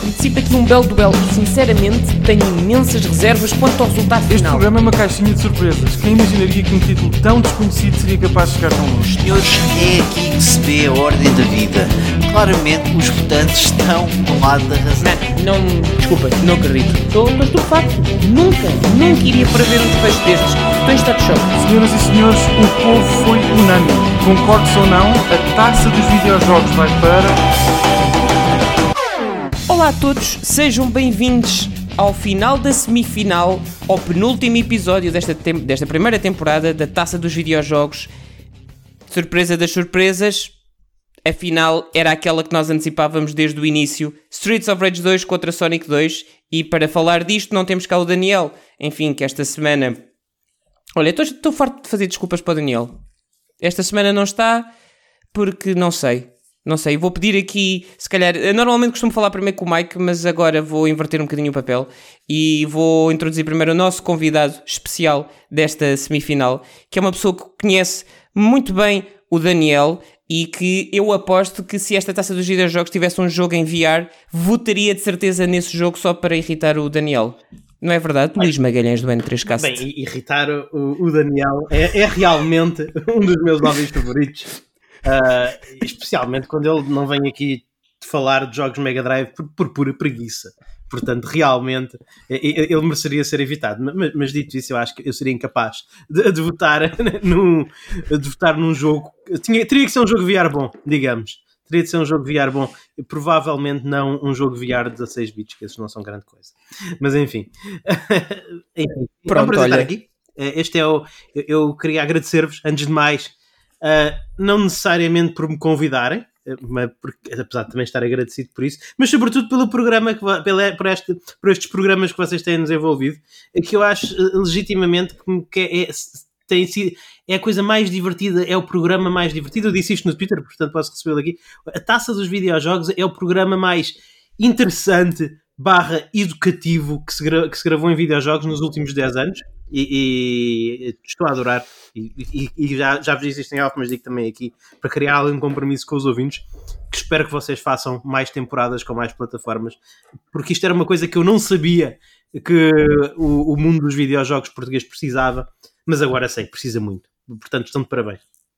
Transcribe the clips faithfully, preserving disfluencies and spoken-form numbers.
Antecipa aqui um belo duelo. Sinceramente, tenho imensas reservas quanto ao resultado final. Este programa é uma caixinha de surpresas. Quem imaginaria que um título tão desconhecido seria capaz de chegar tão longe? Senhores, é aqui que se vê a ordem da vida. Claramente, os votantes estão do lado da razão. Não, não, desculpa, não acredito. Estou estupefacto. Nunca, nunca iria prever um desfecho destes. Estou em estado de choque. Senhoras e senhores, o povo foi unânime. Concordes ou não, a taça dos videojogos vai para... Olá a todos, sejam bem-vindos ao final da semifinal, ao penúltimo episódio desta, tem- desta primeira temporada da Taça dos Videojogos. Surpresa das surpresas, a final era aquela que nós antecipávamos desde o início, Streets of Rage dois contra Sonic dois, e para falar disto não temos cá o Daniel, enfim, que esta semana... Olha, estou farto de fazer desculpas para o Daniel. Esta semana não está porque não sei. Não sei, vou pedir aqui, se calhar, eu normalmente costumo falar primeiro com o Mike, mas agora vou inverter um bocadinho o papel e vou introduzir primeiro o nosso convidado especial desta semifinal, que é uma pessoa que conhece muito bem o Daniel e que eu aposto que se esta Taça dos Videojogos tivesse um jogo em V R, votaria de certeza nesse jogo só para irritar o Daniel. Não é verdade? Bem, Luís Magalhães do N três Cast. Bem, irritar o, o Daniel é, é realmente um dos meus hobbies favoritos. Uh, especialmente quando ele não vem aqui falar de jogos Mega Drive por, por pura preguiça. Portanto, realmente ele mereceria ser evitado, mas, mas dito isso, eu acho que eu seria incapaz de, de, votar, num, de votar num jogo. Tinha, teria que ser um jogo V R bom, digamos. Teria de ser um jogo V R bom, provavelmente não um jogo V R de dezasseis bits, que esses não são grande coisa. Mas enfim, enfim. Pronto, Vamos apresentar olha. aqui. Este é o. Eu, eu queria agradecer-vos, antes de mais. Uh, não necessariamente por me convidarem, uh, mas porque, apesar de também estar agradecido por isso, mas sobretudo pelo programa, que, pela, por, este, por estes programas que vocês têm desenvolvido, que eu acho uh, legitimamente que é, é, tem sido, é a coisa mais divertida, é o programa mais divertido. Eu disse isto no Twitter, portanto posso recebê-lo aqui. A Taça dos Videojogos é o programa mais interessante barra educativo que se, gra- que se gravou em videojogos nos últimos dez anos. E, e estou a adorar e, e, e já, já vos disse isto em off, mas digo também aqui para criar algum compromisso com os ouvintes, que espero que vocês façam mais temporadas com mais plataformas, porque isto era uma coisa que eu não sabia que o, o mundo dos videojogos português precisava, mas agora sei, precisa muito, portanto estão de parabéns.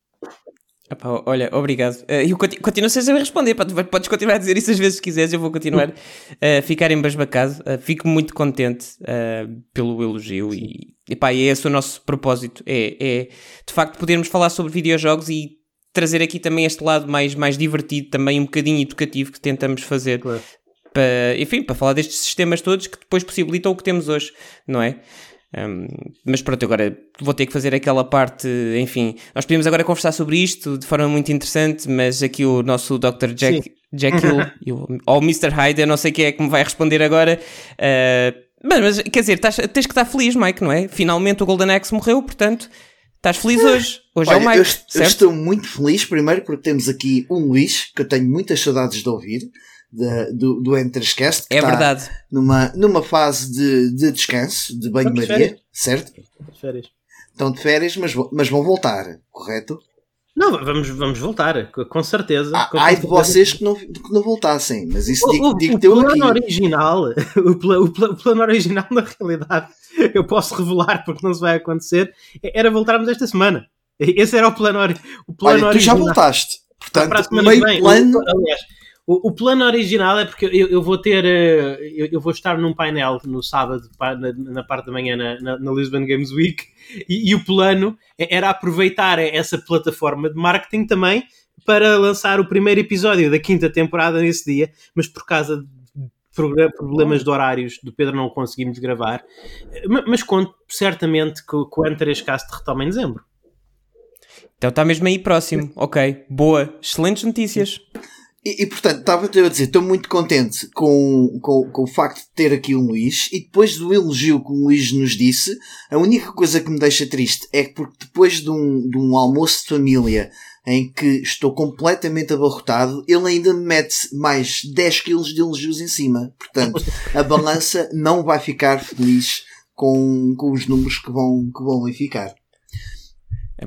Epá, olha, obrigado. Uh, eu continuo, continuo sem saber responder. Pá, podes continuar a dizer isso às vezes que quiseres. Eu vou continuar a uh, ficar embasbacado. Uh, fico muito contente uh, pelo elogio. E, e pá, é esse o nosso propósito. É, é de facto podermos falar sobre videojogos e trazer aqui também este lado mais, mais divertido, também um bocadinho educativo que tentamos fazer. Claro. Para, enfim, para falar destes sistemas todos que depois possibilitam o que temos hoje, não é? Um, mas pronto, agora vou ter que fazer aquela parte, enfim, nós podemos agora conversar sobre isto de forma muito interessante, mas aqui o nosso doutor Jack, Jekyll ou o mister Hyde, eu não sei quem é que me vai responder agora, uh, mas, mas quer dizer, tás, tens que estar feliz, Mike, não é? Finalmente o Golden Axe morreu, portanto estás feliz hoje, hoje Olha, é o Mike, eu, certo? eu estou muito feliz, primeiro porque temos aqui um Luís, que eu tenho muitas saudades de ouvir, de, do, do N três Cast, que é está verdade. numa, numa fase de, de descanso, de banho-maria, férias. certo? De férias. Estão de férias, mas, mas vão voltar, correto? Não, vamos, vamos voltar, com certeza. Ah, com ai de certeza. vocês que não, que não voltassem, mas isso O, digo, o, digo o teu plano aqui. original, o, pla, o, pla, o plano original, na realidade, eu posso revelar porque não se vai acontecer, era voltarmos esta semana. Esse era o plano, ori, o plano Olha, tu original. já voltaste, Para a portanto, semana meio que vem. plano... O, aliás, o, o plano original é porque eu, eu vou ter, eu, eu vou estar num painel no sábado, na, na parte da manhã, na, na, na Lisbon Games Week, e, e o plano era aproveitar essa plataforma de marketing também para lançar o primeiro episódio da quinta temporada nesse dia, mas por causa de problemas de horários do Pedro não conseguimos gravar, mas conto certamente que, que o N três Cast retoma em dezembro. Então está mesmo aí próximo, ok, boa, excelentes notícias. E, e portanto, estava a dizer, estou muito contente com, com, com o facto de ter aqui um Luís, e depois do elogio que o Luís nos disse, a única coisa que me deixa triste é que porque depois de um, de um almoço de família em que estou completamente abarrotado, ele ainda me mete mais dez quilos de elogios em cima. Portanto, a balança não vai ficar feliz com, com os números que vão, que vão ficar.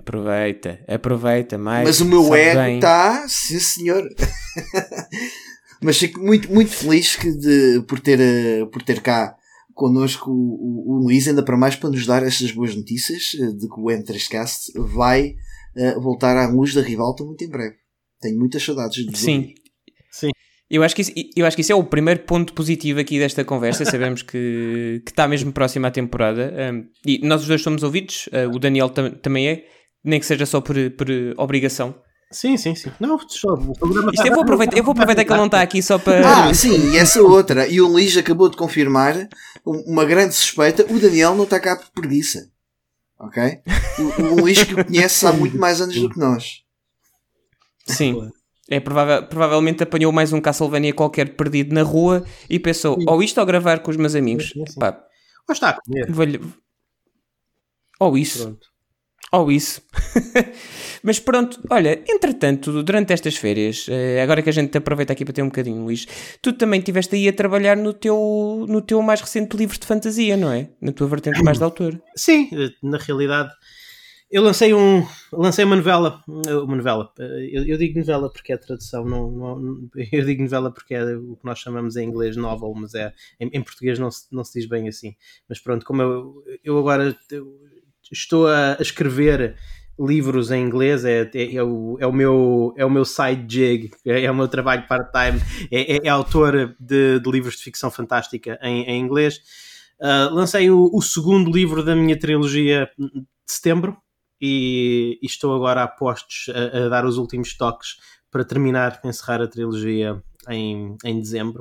Aproveita, aproveita mais. Mas o meu sabe ego bem. está, sim senhor. Mas fico muito, muito feliz que de, por, ter, uh, por ter cá connosco o, o, o Luís, ainda para mais para nos dar estas boas notícias uh, de que o M três Cast vai uh, voltar à luz da Rivalta muito em breve. Tenho muitas saudades de Sim. Sim. Eu acho, que isso, eu acho que isso é o primeiro ponto positivo aqui desta conversa. Sabemos que, que está mesmo próximo à temporada. Um, e nós os dois somos ouvidos, uh, o Daniel tam- também é, nem que seja só por, por obrigação. Sim, sim, sim. Não, só, o programa Isto eu vou aproveitar, eu vou aproveitar que ele não está aqui só para... Ah, sim, e essa outra. E o Luís acabou de confirmar uma grande suspeita. O Daniel não está cá por preguiça. Ok? O, o Luís que o conhece há muito mais anos do que nós. Sim. É provável, provavelmente apanhou mais um Castlevania qualquer perdido na rua e pensou, ou isto ou gravar com os meus amigos. Sim, sim. Pá, Ou está a comer. vou-lhe- ou isso. Pronto. Ou isso. Mas pronto, olha, entretanto, durante estas férias, eh, agora que a gente aproveita aqui para ter um bocadinho, Luís, tu também estiveste aí a trabalhar no teu, no teu mais recente livro de fantasia, não é? Na tua vertente mais de autor. Sim, na realidade, eu lancei, um, lancei uma novela. Uma novela. Eu, eu digo novela porque é a tradução. Não, não, eu digo novela porque é o que nós chamamos em inglês novel, mas é, em, em português não se, não se diz bem assim. Mas pronto, como eu, eu agora eu estou a, a escrever livros em inglês, é, é, é, o, é, o meu, é o meu side gig, é, é o meu trabalho part-time, é, é, é autor de, de livros de ficção fantástica em, em inglês. Uh, lancei o, o segundo livro da minha trilogia de setembro e, e estou agora a postos a, a dar os últimos toques para terminar, encerrar a trilogia em, em dezembro.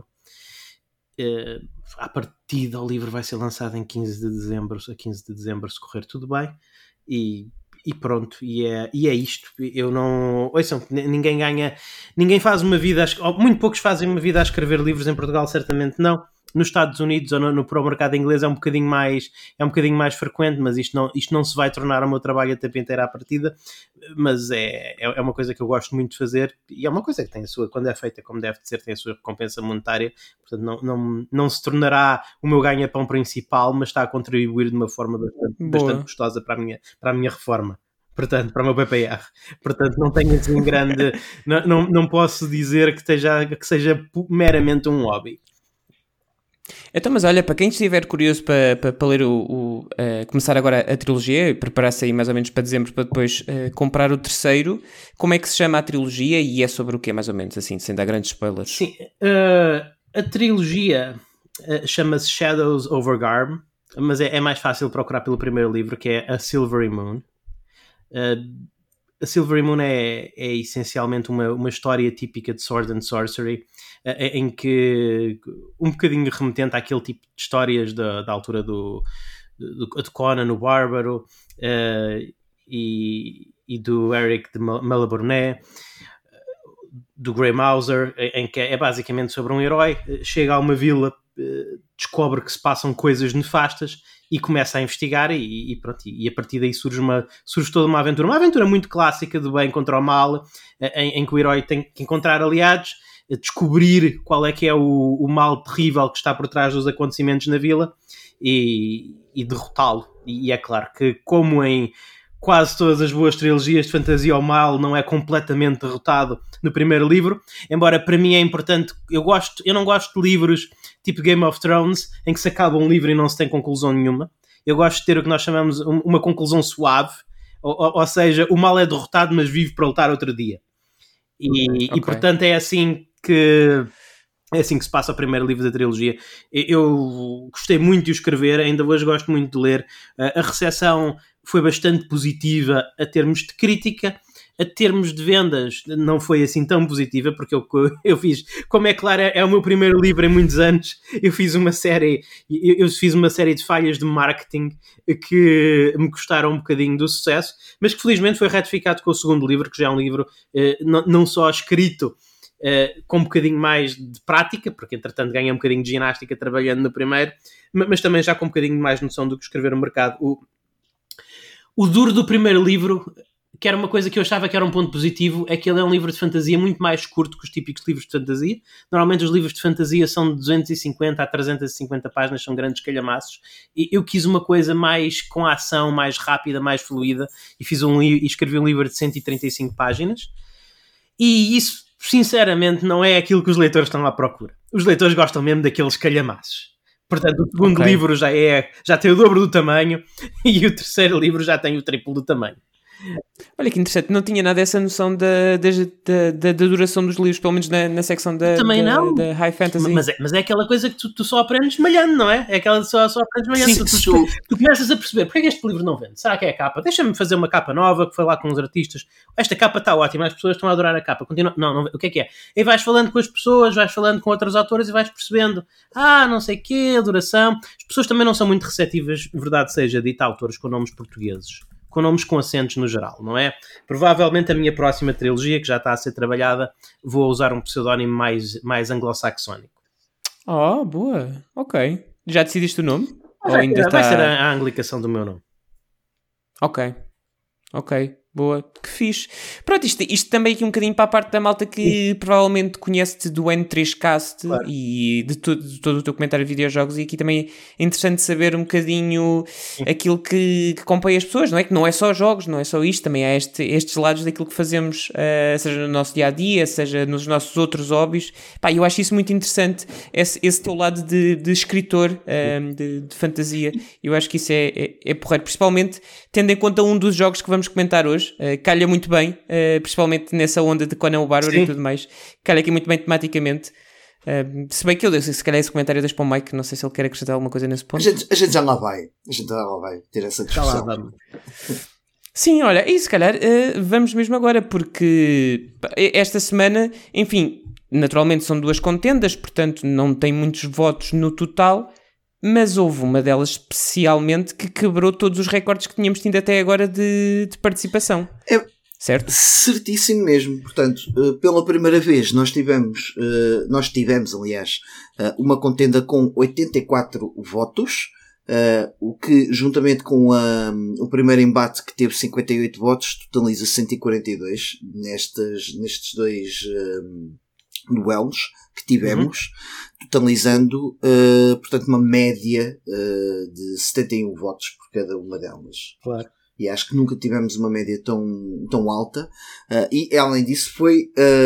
Uh, à partida o livro vai ser lançado em quinze de dezembro, a quinze de dezembro se correr tudo bem, e E pronto, e é, e é isto. Eu não... Ouçam, ninguém ganha... Ninguém faz uma vida... A, muito poucos fazem uma vida a escrever livros em Portugal, certamente não. Nos Estados Unidos ou no, no para o mercado inglês é um bocadinho mais, é um bocadinho mais frequente, mas isto não, isto não se vai tornar o meu trabalho a tempo inteiro à partida. Mas é, é uma coisa que eu gosto muito de fazer e é uma coisa que tem a sua... Quando é feita como deve de ser, tem a sua recompensa monetária. Portanto, não, não, não se tornará o meu ganha-pão principal, mas está a contribuir de uma forma bastante, bastante gostosa para a minha, para a minha reforma. Portanto, para o meu P P R. Portanto, não tenho assim grande... não, não, não posso dizer que, esteja, que seja meramente um hobby. Então, mas olha, para quem estiver curioso para, para, para ler o... o uh, começar agora a trilogia, preparar-se aí mais ou menos para dezembro, para depois uh, comprar o terceiro, como é que se chama a trilogia e é sobre o quê, mais ou menos, assim, sem dar grandes spoilers? Sim, uh, a trilogia uh, chama-se Shadows over Garm, mas é, é mais fácil procurar pelo primeiro livro, que é A Silvery Moon. Uh, a Silvery Moon é, é essencialmente uma, uma história típica de Sword and Sorcery, uh, em que um bocadinho remetente àquele tipo de histórias da, da altura do, do, do Conan o Bárbaro uh, e, e do Eric de Malaburnais, do Grey Mouser, em que é basicamente sobre um herói, chega a uma vila, descobre que se passam coisas nefastas e começa a investigar e, e, pronto, e a partir daí surge, uma, surge toda uma aventura, uma aventura muito clássica do bem contra o mal, em, em que o herói tem que encontrar aliados, descobrir qual é que é o, o mal terrível que está por trás dos acontecimentos na vila e, e derrotá-lo. E, e é claro que, como em quase todas as boas trilogias de fantasia, o mal não é completamente derrotado no primeiro livro, embora para mim é importante, eu, gosto, eu não gosto de livros tipo Game of Thrones, em que se acaba um livro e não se tem conclusão nenhuma. Eu gosto de ter o que nós chamamos uma conclusão suave, ou, ou, ou seja, o mal é derrotado, mas vive para lutar outro dia. E, okay. e portanto é assim que... É assim que se passa o primeiro livro da trilogia. Eu gostei muito de o escrever, ainda hoje gosto muito de ler. A recepção foi bastante positiva a termos de crítica, a termos de vendas não foi assim tão positiva, porque eu, eu fiz, como é claro, é, é o meu primeiro livro em muitos anos, eu fiz uma série, eu, eu fiz uma série de falhas de marketing que me custaram um bocadinho do sucesso, mas que felizmente foi retificado com o segundo livro, que já é um livro eh, não, não só escrito, Uh, com um bocadinho mais de prática, porque entretanto ganhei um bocadinho de ginástica trabalhando no primeiro, mas, mas também já com um bocadinho mais noção do que escrever no mercado. O, o duro do primeiro livro, que era uma coisa que eu achava que era um ponto positivo, é que ele é um livro de fantasia muito mais curto que os típicos livros de fantasia. Normalmente os livros de fantasia são de duzentas e cinquenta a trezentas e cinquenta páginas, são grandes calhamaços, e eu quis uma coisa mais com ação, mais rápida, mais fluida, e, fiz um, e escrevi um livro de cento e trinta e cinco páginas, e isso sinceramente, não é aquilo que os leitores estão à procura. Os leitores gostam mesmo daqueles calhamaços. Portanto, o segundo okay. livro já, é, já tem o dobro do tamanho e o terceiro livro já tem o triplo do tamanho. Olha que interessante, não tinha nada essa noção da, da, da, da duração dos livros, pelo menos na, na secção da, Também da, não. da High Fantasy. Mas é, mas é aquela coisa que tu, tu só aprendes malhando, não é? É aquela que só, só aprendes malhando. Sim, tu, tu, tu começas a perceber, porque é que este livro não vende? Será que é a capa? Deixa-me fazer uma capa nova, que foi lá com os artistas. Esta capa está ótima, as pessoas estão a adorar a capa. Continua. Não, não, o que é que é? E vais falando com as pessoas, vais falando com outros autores e vais percebendo, ah, não sei o quê, a duração. As pessoas também não são muito receptivas, verdade seja dita, a autores com nomes portugueses. Com nomes com acentos no geral, não é? Provavelmente a minha próxima trilogia, que já está a ser trabalhada, vou usar um pseudónimo mais, mais anglo-saxónico. Oh, boa. Ok. Já decidiste o nome? Ou vai, ainda vai está... ser a, a anglicação do meu nome. Ok. Ok. Boa, que fixe. Pronto, isto, isto também aqui um bocadinho para a parte da malta que Sim. provavelmente conhece-te do N três cast claro. E de, tu, de todo o teu comentário de videojogos, e aqui também é interessante saber um bocadinho Sim. aquilo que, que acompanha as pessoas, não é? Que não é só jogos, não é só isto, também há este, estes lados daquilo que fazemos, uh, seja no nosso dia-a-dia, seja nos nossos outros hobbies. Pá, eu acho isso muito interessante, esse, esse teu lado de, de escritor, uh, de, de fantasia. Eu acho que isso é, é, é porreiro, principalmente tendo em conta um dos jogos que vamos comentar hoje. Uh, calha muito bem, uh, principalmente nessa onda de Conan o Bárbaro Sim. e tudo mais, calha aqui muito bem tematicamente, uh, se bem que eu dei, se calhar esse comentário deixo para o Mike, não sei se ele quer acrescentar alguma coisa nesse ponto. A gente, a gente já lá vai, a gente já lá vai ter essa discussão. Sim, olha, e se calhar uh, vamos mesmo agora, porque esta semana, enfim, naturalmente são duas contendas, portanto não tem muitos votos no total, mas houve uma delas especialmente que quebrou todos os recordes que tínhamos tido até agora de, de participação. É certo? Certíssimo mesmo. Portanto, pela primeira vez nós tivemos, nós tivemos, aliás, uma contenda com oitenta e quatro votos, o que, juntamente com a, o primeiro embate que teve cinquenta e oito votos, totaliza cento e quarenta e dois nestes, nestes dois duelos que tivemos, uhum. totalizando, uh, portanto, uma média uh, de setenta e um votos por cada uma delas. Claro. E acho que nunca tivemos uma média tão, tão alta. Uh, e, além disso, foi,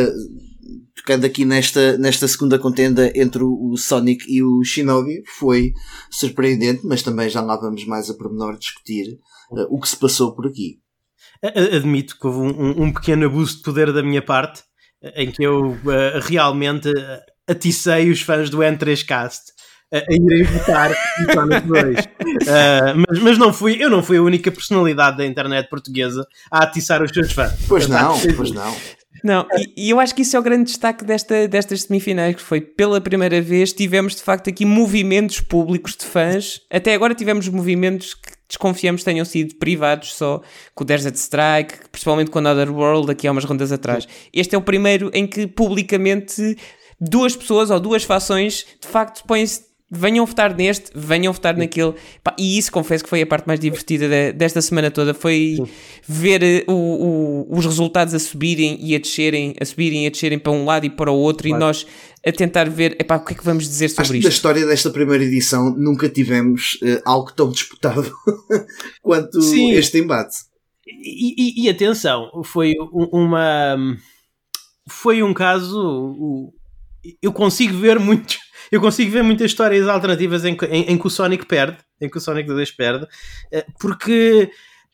uh, tocando aqui nesta, nesta segunda contenda entre o Sonic e o Shinobi, foi surpreendente, mas também já lá vamos mais a pormenor discutir uh, o que se passou por aqui. Admito que houve um, um pequeno abuso de poder da minha parte, em que eu uh, realmente uh, aticei os fãs do N três cast uh, a irem votar no Sonic dois. Uh, mas, mas não fui, eu não fui a única personalidade da internet portuguesa a atiçar os seus fãs. Pois não, pois não. Não, e, e eu acho que isso é o grande destaque desta, destas semifinais, que foi pela primeira vez tivemos de facto aqui movimentos públicos de fãs. Até agora tivemos movimentos que desconfiamos tenham sido privados só, com o Desert Strike, principalmente com o Another World, aqui há umas rondas atrás. Este é o primeiro em que publicamente duas pessoas ou duas fações de facto põem-se, venham votar neste, venham votar naquele. Pá, e isso confesso que foi a parte mais divertida de, desta semana toda, foi Sim. ver o, o, os resultados a subirem e a descerem, a subirem e a descerem para um lado e para o outro, claro. E nós a tentar ver, epá, o que é que vamos dizer sobre Acho isto. Que na história desta primeira edição nunca tivemos uh, algo tão disputado quanto Sim. este embate. E, e, e atenção, foi uma foi um caso, eu consigo ver muitos Eu consigo ver muitas histórias alternativas em, em, em que o Sonic perde, em que o Sonic dois perde, porque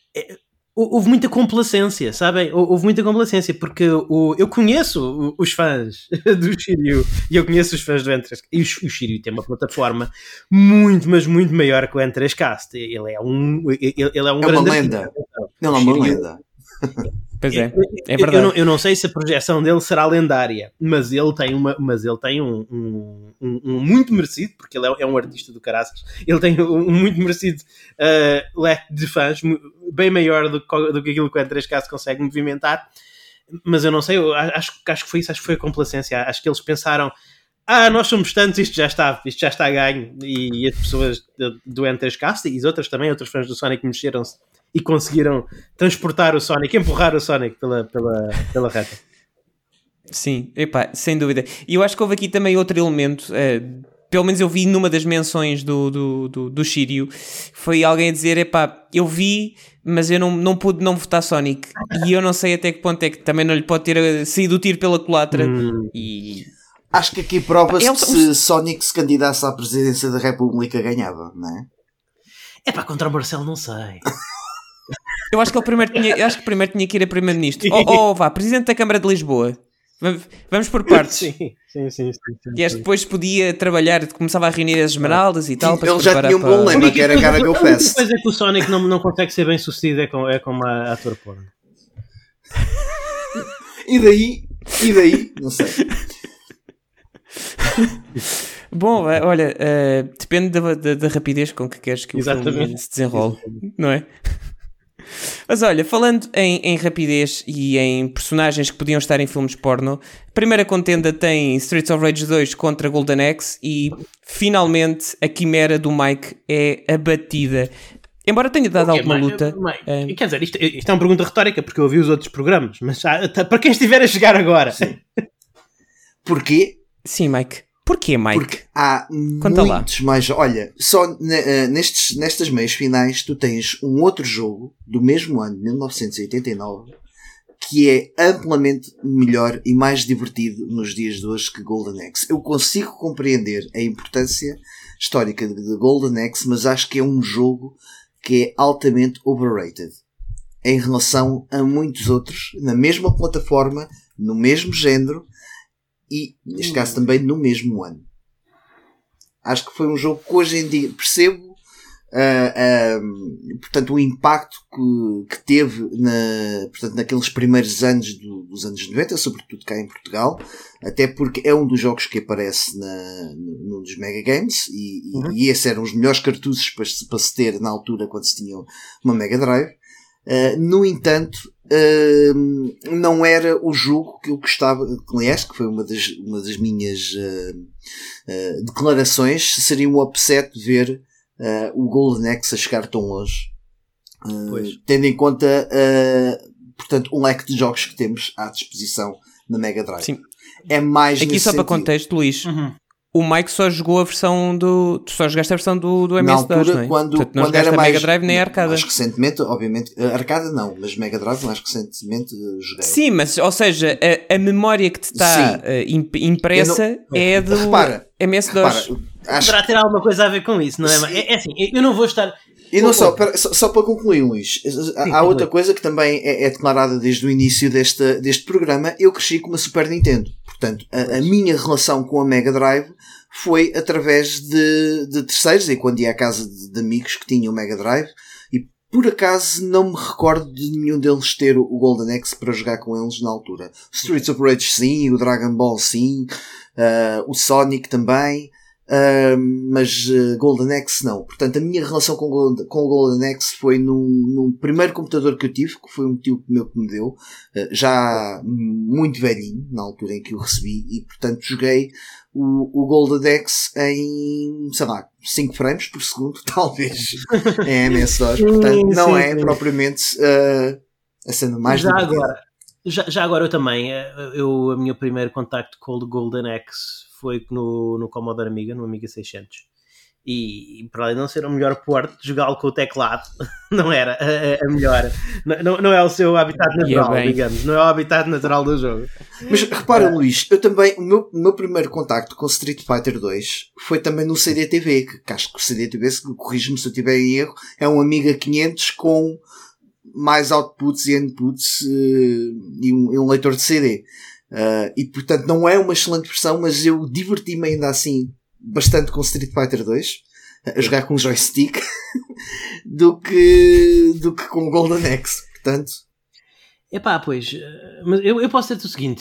houve muita complacência, sabem? Houve muita complacência, porque o, eu conheço os fãs do Shiryu e eu conheço os fãs do N três cast. E o, o Shiryu tem uma plataforma muito, mas muito maior que o N três cast. Ele é um, ele, ele é um é grande... Uma lenda. Ele é uma lenda. Pois é, é verdade. Eu não, eu não sei se a projeção dele será lendária, mas ele tem, uma, mas ele tem um, um, um, um muito merecido, porque ele é, é um artista do caraças, ele tem um, um muito merecido uh, leque de fãs, bem maior do, do que aquilo que o N três cast consegue movimentar, mas eu não sei, eu acho, acho que foi isso, acho que foi a complacência, acho que eles pensaram, ah, nós somos tantos, isto já está, isto já está ganho, e, e as pessoas do N três cast e as outras também, outros fãs do Sonic mexeram-se e conseguiram transportar o Sonic, empurrar o Sonic pela, pela, pela reta. Sim, epá, sem dúvida. E eu acho que houve aqui também outro elemento, uh, pelo menos eu vi numa das menções do, do, do, do Shiryu, foi alguém a dizer, epá, eu vi, mas eu não, não pude não votar Sonic, e eu não sei até que ponto é que também não lhe pode ter saído o tiro pela culatra, hum. e... Acho que aqui prova-se É, que se Sonic se candidasse à presidência da República ganhava, não é? É pá, contra o Marcelo não sei. Eu acho que ele primeiro tinha, eu acho que primeiro tinha que ir a primeiro-ministro. Oh, oh, vá, presidente da Câmara de Lisboa. Vamos, vamos por partes. Sim, sim, sim. sim, sim e este depois podia trabalhar, começava a reunir as esmeraldas e tal. Sim, para ele se já preparar tinha um para... bom lema, que era Garago A única Fest. coisa que o Sonic não, não consegue ser bem sucedido é com, é com uma ator porno. E daí, e daí, não sei. Bom, olha, uh, depende da, da, da rapidez com que queres que o Exatamente. filme se desenrole, não é? Mas olha, falando em, em rapidez e em personagens que podiam estar em filmes porno, a primeira contenda tem Streets of Rage dois contra Golden Axe e finalmente a quimera do Mike é abatida. Embora tenha dado Okay, alguma mãe, luta... mãe, uh, quer dizer, isto, isto é uma pergunta retórica porque eu ouvi os outros programas, mas ah, tá, para quem estiver a chegar agora... Sim. Porquê? Sim, Mike. Porquê, Mike? Porque há Conta muitos lá. mais... Olha, só nestes, nestas meias finais tu tens um outro jogo do mesmo ano, mil novecentos e oitenta e nove, que é amplamente melhor e mais divertido nos dias de hoje que Golden Axe. Eu consigo compreender a importância histórica de Golden Axe, mas acho que é um jogo que é altamente overrated em relação a muitos outros, na mesma plataforma, no mesmo género, e, neste caso, também no mesmo ano. Acho que foi um jogo que hoje em dia percebo uh, uh, portanto, o impacto que, que teve na, portanto, naqueles primeiros anos do, dos anos noventa, sobretudo cá em Portugal, até porque é um dos jogos que aparece na, num dos Mega Games e, uhum. e esses eram os melhores cartuchos para, para se ter na altura quando se tinha uma Mega Drive. Uh, no entanto, uh, não era o jogo que eu gostava, aliás, que foi uma das, uma das minhas uh, uh, declarações, seria um upset ver uh, o Golden Axe a chegar tão longe, uh, tendo em conta uh, portanto, um leque de jogos que temos à disposição na Mega Drive. Sim. É mais aqui só sentido. Para contexto, Luís, uhum. o Mike só jogou a versão do... Tu só jogaste a versão do, do M S dois, não é? Quando, Portanto, não quando era mais, Mega Drive nem a arcada. Mais recentemente, obviamente, a arcada não, mas Mega Drive mais recentemente joguei. Sim, mas, ou seja, a, a memória que te está uh, impressa não, é do repara, M S dois. Repara, acho... Poderá ter alguma coisa a ver com isso, não é? É, é assim, eu não vou estar... E não só, só, só para concluir, Luís, Sim, há outra concluir. coisa que também é, é declarada desde o início deste, deste programa. Eu cresci com uma Super Nintendo. Portanto, a, a minha relação com a Mega Drive foi através de, de terceiros, e quando ia à casa de, de amigos que tinham o Mega Drive, e por acaso não me recordo de nenhum deles ter o Golden Axe para jogar com eles na altura. Streets of Rage sim, o Dragon Ball sim, uh, o Sonic também, uh, mas uh, Golden Axe não. Portanto, a minha relação com, Golden, com o Golden Axe foi num, num primeiro computador que eu tive, que foi um tio meu que me deu, uh, já muito velhinho, na altura em que o recebi, e portanto joguei o, o Golden Axe em, sei lá, cinco frames por segundo, talvez, em M S dois. Portanto, não sim, é sim. propriamente uh, a cena mais já agora, já, já agora eu também, eu, o meu primeiro contacto com o Golden Axe foi no, no Commodore Amiga, no Amiga seiscentos. E, e para além de não ser o melhor porto, jogá-lo com o teclado não era a, a melhor. Não, não é o seu habitat natural, yeah, digamos. Não é o habitat natural do jogo. Mas repara, Luís, eu também, o meu, o meu primeiro contacto com Street Fighter dois foi também no C D T V, que acho que o C D T V, se corrijo-me se eu estiver em erro, é um Amiga quinhentos com mais outputs e inputs uh, e, um, e um leitor de C D. Uh, e portanto não é uma excelente versão, mas eu diverti-me ainda assim bastante com Street Fighter dois a jogar com um joystick do que do que com o Golden Axe, portanto epá, pois mas eu, eu posso dizer-te o seguinte,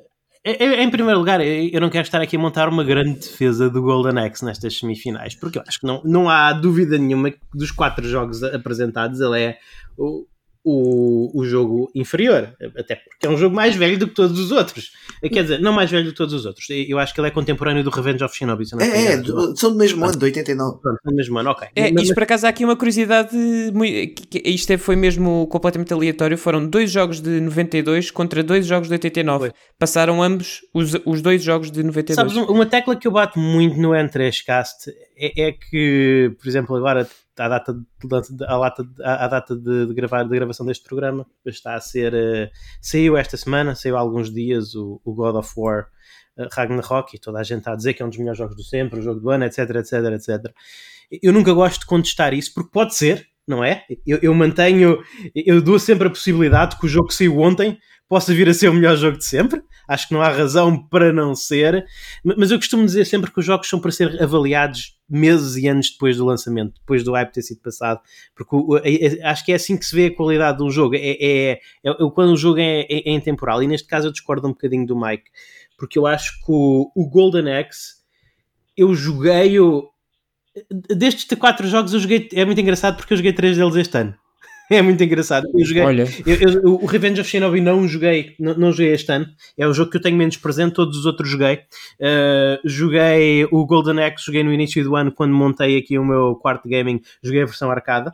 em primeiro lugar eu não quero estar aqui a montar uma grande defesa do Golden Axe nestas semifinais, porque eu acho que não, não há dúvida nenhuma que dos quatro jogos apresentados ele é o o, o jogo inferior, até porque é um jogo mais velho do que todos os outros. Quer dizer, não mais velho do que todos os outros. Eu acho que ele é contemporâneo do Revenge of Shinobi. Não é, é, do, são do mesmo ano, de oitenta e nove. Pronto, são do mesmo ano, ok. É, mas, isto por acaso há aqui uma curiosidade, muito, que isto foi mesmo completamente aleatório, foram dois jogos de noventa e dois contra dois jogos de oitenta e nove. Foi. Passaram ambos os, os dois jogos de noventa e dois. Sabes, uma tecla que eu bato muito no N três Cast é, é que, por exemplo, agora à data, de, à data, à data de, de, gravar, de gravação deste programa está a ser uh, saiu esta semana, saiu há alguns dias o, o God of War uh, Ragnarok, e toda a gente está a dizer que é um dos melhores jogos do sempre, o jogo do ano, etc, etc, etcétera. Eu nunca gosto de contestar isso, porque pode ser, não é? Eu, eu mantenho, eu dou sempre a possibilidade que o jogo que saiu ontem possa vir a ser o melhor jogo de sempre. Acho que não há razão para não ser, mas eu costumo dizer sempre que os jogos são para ser avaliados meses e anos depois do lançamento, depois do hype ter sido passado, porque é, é, acho que é assim que se vê a qualidade de um jogo, é, é, é, é quando o jogo é, é, é intemporal, e neste caso eu discordo um bocadinho do Mike, porque eu acho que o, o Golden Axe, eu joguei-o, destes quatro jogos eu joguei, é muito engraçado porque eu joguei três deles este ano. É muito engraçado. Eu joguei, Olha. Eu, eu, o Revenge of Shinobi não joguei, não, não joguei este ano. É o jogo que eu tenho menos presente, todos os outros joguei. Uh, joguei o Golden Axe, joguei no início do ano, quando montei aqui o meu quarto gaming, joguei a versão arcada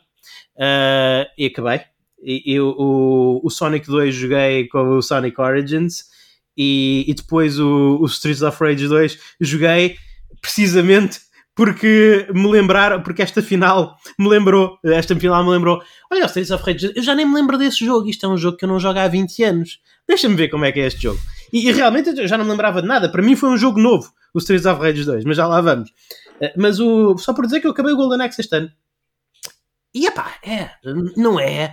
uh, e acabei. E, e o, o Sonic dois joguei com o Sonic Origins, e, e depois o, o Streets of Rage dois joguei precisamente porque me lembraram, porque esta final me lembrou, esta final me lembrou, olha, o Streets of Rage, eu já nem me lembro desse jogo, isto é um jogo que eu não jogo há vinte anos, deixa-me ver como é que é este jogo. E, e realmente eu já não me lembrava de nada, para mim foi um jogo novo, o Streets of Rage dois, mas já lá vamos. Mas o, só por dizer que eu acabei o Golden Axe este ano. E epá, é, não é...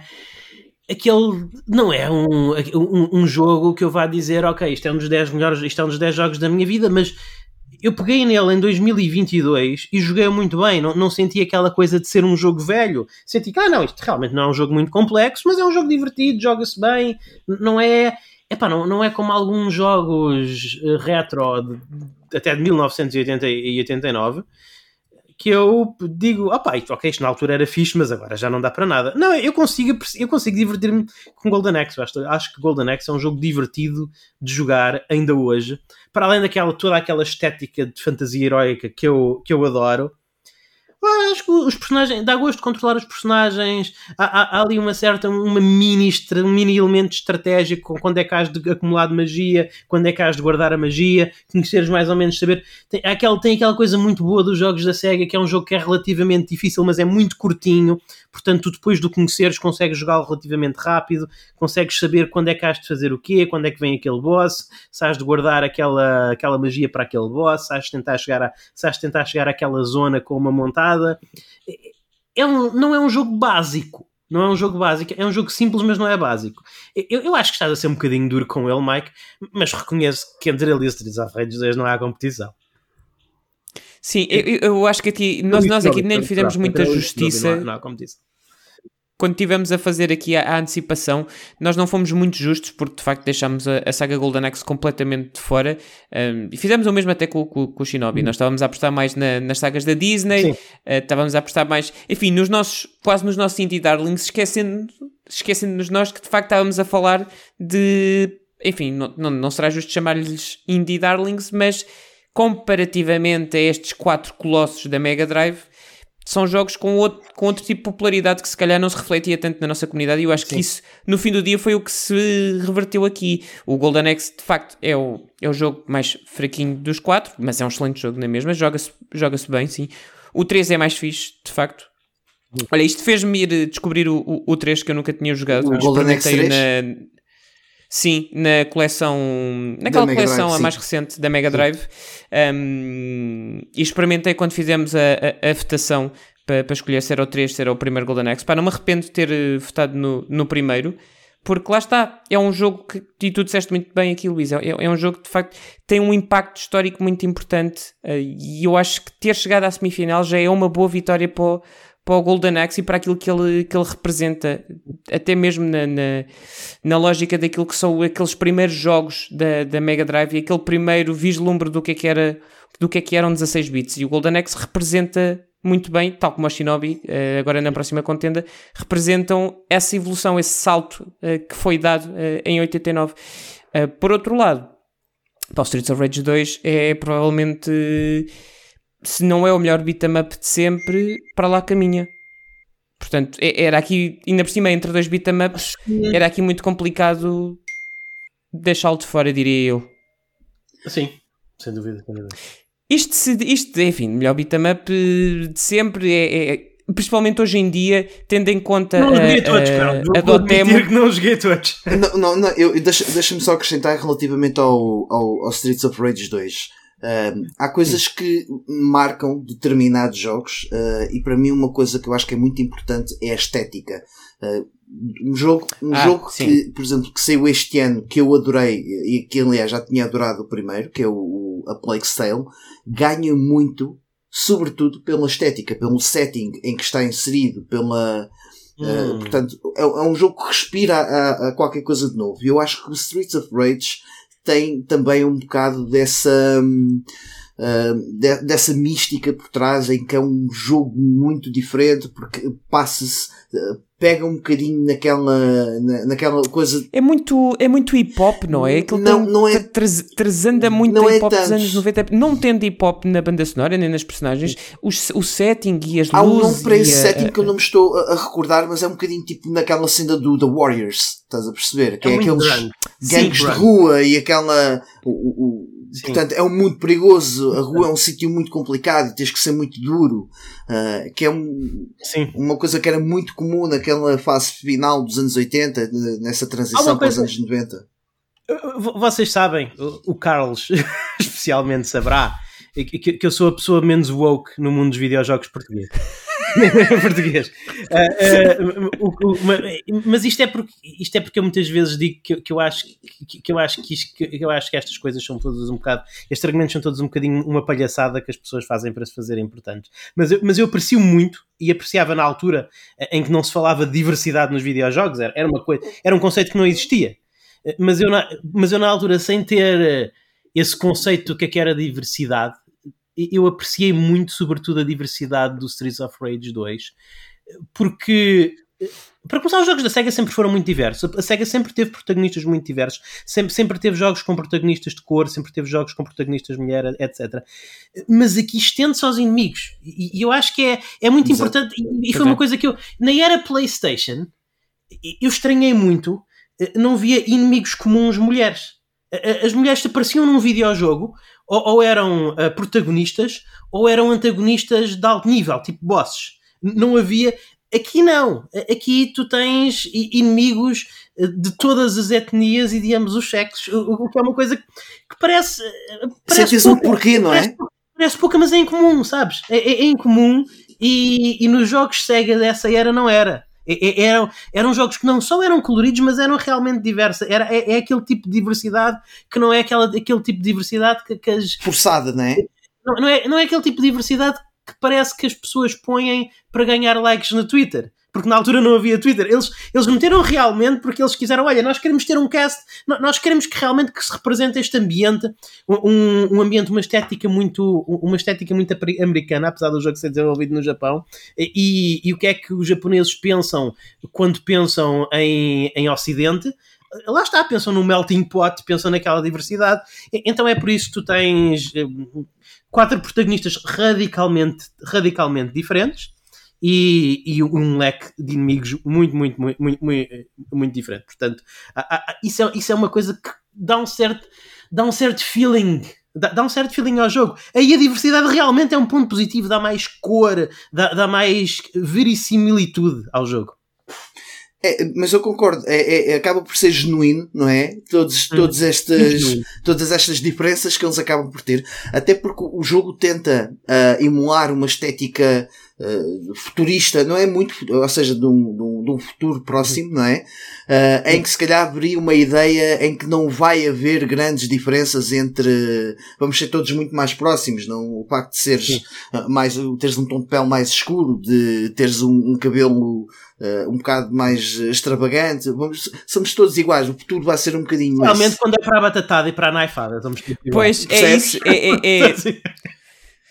aquele não é um, um, um jogo que eu vá dizer, ok, isto é um dos dez melhores, isto é um dos dez jogos da minha vida, mas eu peguei nele em dois mil e vinte e dois e joguei muito bem, não, não senti aquela coisa de ser um jogo velho, senti que, ah não, isto realmente não é um jogo muito complexo, mas é um jogo divertido, joga-se bem, não é, epá, não, não é como alguns jogos retro de, até de mil novecentos e oitenta e oitenta e nove, que eu digo, opá, ok, isto na altura era fixe, mas agora já não dá para nada. Não, eu consigo, eu consigo divertir-me com Golden Axe. Acho, acho que Golden Axe é um jogo divertido de jogar ainda hoje. Para além daquela, toda aquela estética de fantasia heroica que eu, que eu adoro. Acho que os personagens, dá gosto de controlar os personagens, há, há, há ali uma certa, uma mini, um mini elemento estratégico, quando é que has de acumular de magia, quando é que has de guardar a magia, conheceres mais ou menos, saber, tem aquela, tem aquela coisa muito boa dos jogos da SEGA, que é um jogo que é relativamente difícil, mas é muito curtinho, portanto tu depois de conheceres consegues jogá-lo relativamente rápido, consegues saber quando é que has de fazer o quê, quando é que vem aquele boss, se has de guardar aquela, aquela magia para aquele boss, se has de tentar chegar, a, se has de tentar chegar àquela zona com uma montada. É um, não é um jogo básico, não é um jogo básico, é um jogo simples, mas não é básico. Eu, eu acho que estás a ser um bocadinho duro com ele, Mike, mas reconheço que entre ele e o Streets of Rage dois não há competição. Sim, eu, eu acho que aqui, nós, nós aqui nem lhe fizemos muita justiça. Não há, não há competição. Quando estivemos a fazer aqui a, a antecipação, nós não fomos muito justos, porque de facto deixámos a, a saga Golden Axe completamente de fora, um, e fizemos o mesmo até com, com, com o Shinobi. Hum. Nós estávamos a apostar mais na, nas sagas da Disney, uh, estávamos a apostar mais, enfim, nos nossos, quase nos nossos indie darlings, esquecendo, esquecendo-nos nós que de facto estávamos a falar de, enfim, não, não, não será justo chamar-lhes indie darlings, mas comparativamente a estes quatro colossos da Mega Drive, são jogos com outro, com outro tipo de popularidade que se calhar não se refletia tanto na nossa comunidade, e eu acho Sim. que isso, no fim do dia, foi o que se reverteu aqui. O Golden Axe, de facto, é o, é o jogo mais fraquinho dos quatro, mas é um excelente jogo na mesma, joga-se, joga-se bem, sim. O três é mais fixe, de facto. Olha, isto fez-me ir descobrir o, o, o três que eu nunca tinha jogado. O Golden Axe três? Na... Sim, na coleção, naquela coleção Drive, a sim. mais recente da Mega Drive, um, e experimentei quando fizemos a, a, a votação para, para escolher se era o três, se era o primeiro Golden Axe. Pá, não me arrependo de ter uh, votado no, no primeiro, porque lá está, é um jogo que, e tu disseste muito bem aqui, Luís, é, é um jogo que de facto tem um impacto histórico muito importante, uh, e eu acho que ter chegado à semifinal já é uma boa vitória para o, para o Golden Axe e para aquilo que ele, que ele representa, até mesmo na, na, na lógica daquilo que são aqueles primeiros jogos da, da Mega Drive e aquele primeiro vislumbre do que é que, era, do que é que eram dezasseis bits, e o Golden Axe representa muito bem, tal como o Shinobi, uh, agora na próxima contenda, representam essa evolução, esse salto uh, que foi dado uh, em oitenta e nove. Uh, por outro lado, para o Streets of Rage dois é provavelmente, se não é o melhor beat-em up de sempre, para lá caminha. Portanto, era aqui, ainda por cima, entre dois beat-em ups, era aqui muito complicado deixá-lo de fora, diria eu. Sim, sem dúvida. Sem dúvida. Isto, isto, enfim, melhor beat-em up de sempre, é, é, principalmente hoje em dia, tendo em conta não a, joguei todos, a, cara. a Dotemu. Que não joguei todos. Não, não, não eu, deixa, deixa-me só acrescentar relativamente ao, ao, ao Streets of Rage dois. Um, há coisas que marcam determinados jogos uh, e para mim uma coisa que eu acho que é muito importante é a estética. Uh, um jogo, um ah, jogo sim. que, por exemplo, que saiu este ano, que eu adorei e que aliás já tinha adorado o primeiro, que é o, o A Plague Tale, ganha muito, sobretudo pela estética, pelo setting em que está inserido, pela hum. uh, portanto, é, é um jogo que respira a, a qualquer coisa de novo. E eu acho que o Streets of Rage tem também um bocado dessa uh, de, dessa mística por trás, em que é um jogo muito diferente, porque passa-se, uh, pega um bocadinho naquela, na, naquela coisa... É muito, é muito hip-hop, não é? Aquilo não, tem, não é... Trazanda muito não hip-hop é dos anos noventa. Não tendo hip-hop na banda sonora, nem nas personagens, o, o setting e as luzes... Há um nome para esse a, setting a, que eu não me estou a, a recordar, mas é um bocadinho tipo naquela cena do The Warriors, estás a perceber? Que é, é aqueles grande. gangues Sim, de rua e aquela... O, o, portanto, é um mundo perigoso, a rua é um sítio muito complicado e tens que ser muito duro, uh, que é um, uma coisa que era muito comum naquela fase final dos anos oitenta, nessa transição para os anos noventa. Vocês sabem, o Carlos especialmente saberá, que, que eu sou a pessoa menos woke no mundo dos videojogos português. português. Uh, uh, o, o, mas isto é, porque, isto é porque eu muitas vezes digo que, que, eu, acho, que, que, eu acho que, isto, que eu acho que estas coisas são todas um bocado, estes argumentos são todos um bocadinho uma palhaçada que as pessoas fazem para se fazerem importantes. Mas eu, mas eu aprecio muito, e apreciava na altura em que não se falava de diversidade nos videojogos, era, era, uma coisa, era um conceito que não existia. Mas eu, na, mas eu na altura, sem ter esse conceito do que é que era diversidade, eu apreciei muito, sobretudo, a diversidade do Streets of Rage dois, porque, para começar, os jogos da SEGA sempre foram muito diversos. A SEGA sempre teve protagonistas muito diversos, sempre, sempre teve jogos com protagonistas de cor, sempre teve jogos com protagonistas de mulher, etcétera. Mas aqui estende-se aos inimigos, e, e eu acho que é, é muito Exato. importante, e, e foi uma coisa que eu, na era PlayStation, eu estranhei muito, não via inimigos comuns mulheres. As mulheres apareciam num videojogo ou, ou eram uh, protagonistas ou eram antagonistas de alto nível, tipo bosses. Não havia... Aqui não. Aqui tu tens inimigos de todas as etnias e de ambos os sexos, o que é uma coisa que parece... Sentes um porquê, não é? Parece, parece pouca, mas é incomum, sabes? É, é, é incomum e, e nos jogos SEGA dessa era não era. Eram, eram jogos que não só eram coloridos, mas eram realmente diversos. Era, é, é aquele tipo de diversidade que não é aquela, aquele tipo de diversidade que, que as... forçada, não é? Não, não é? Não é aquele tipo de diversidade que parece que as pessoas põem para ganhar likes no Twitter. Porque na altura não havia Twitter. Eles, eles meteram realmente porque eles quiseram, olha, nós queremos ter um cast, nós queremos que realmente que se represente este ambiente, um, um ambiente, uma estética muito, uma estética muito americana, apesar do jogo ser desenvolvido no Japão. E, e o que é que os japoneses pensam quando pensam em, em Ocidente? Lá está, pensam no melting pot, pensam naquela diversidade. Então é por isso que tu tens quatro protagonistas radicalmente, radicalmente diferentes. E, e um leque de inimigos muito, muito, muito, muito, muito, muito diferente. Portanto, a, a, isso, é, isso é uma coisa que dá um certo, dá um certo feeling, dá, dá um certo feeling ao jogo. Aí a diversidade realmente é um ponto positivo, dá mais cor, dá, dá mais verissimilitude ao jogo. É, mas eu concordo, é, é, acaba por ser genuíno, não é? Todos, hum, todos estas, todas estas diferenças que eles acabam por ter, até porque o jogo tenta uh, emular uma estética uh, futurista, não é muito, ou seja, de um, de um, de um futuro próximo, não é? Uh, em que se calhar haveria uma ideia em que não vai haver grandes diferenças entre, vamos ser todos muito mais próximos, não? O facto de seres uh, mais, teres um tom de pele mais escuro, de teres um, um cabelo Uh, um bocado mais extravagante, vamos, somos todos iguais, o futuro vai ser um bocadinho realmente esse. Quando é para a batatada e para a naifada vamos pois é isso, é, é, é...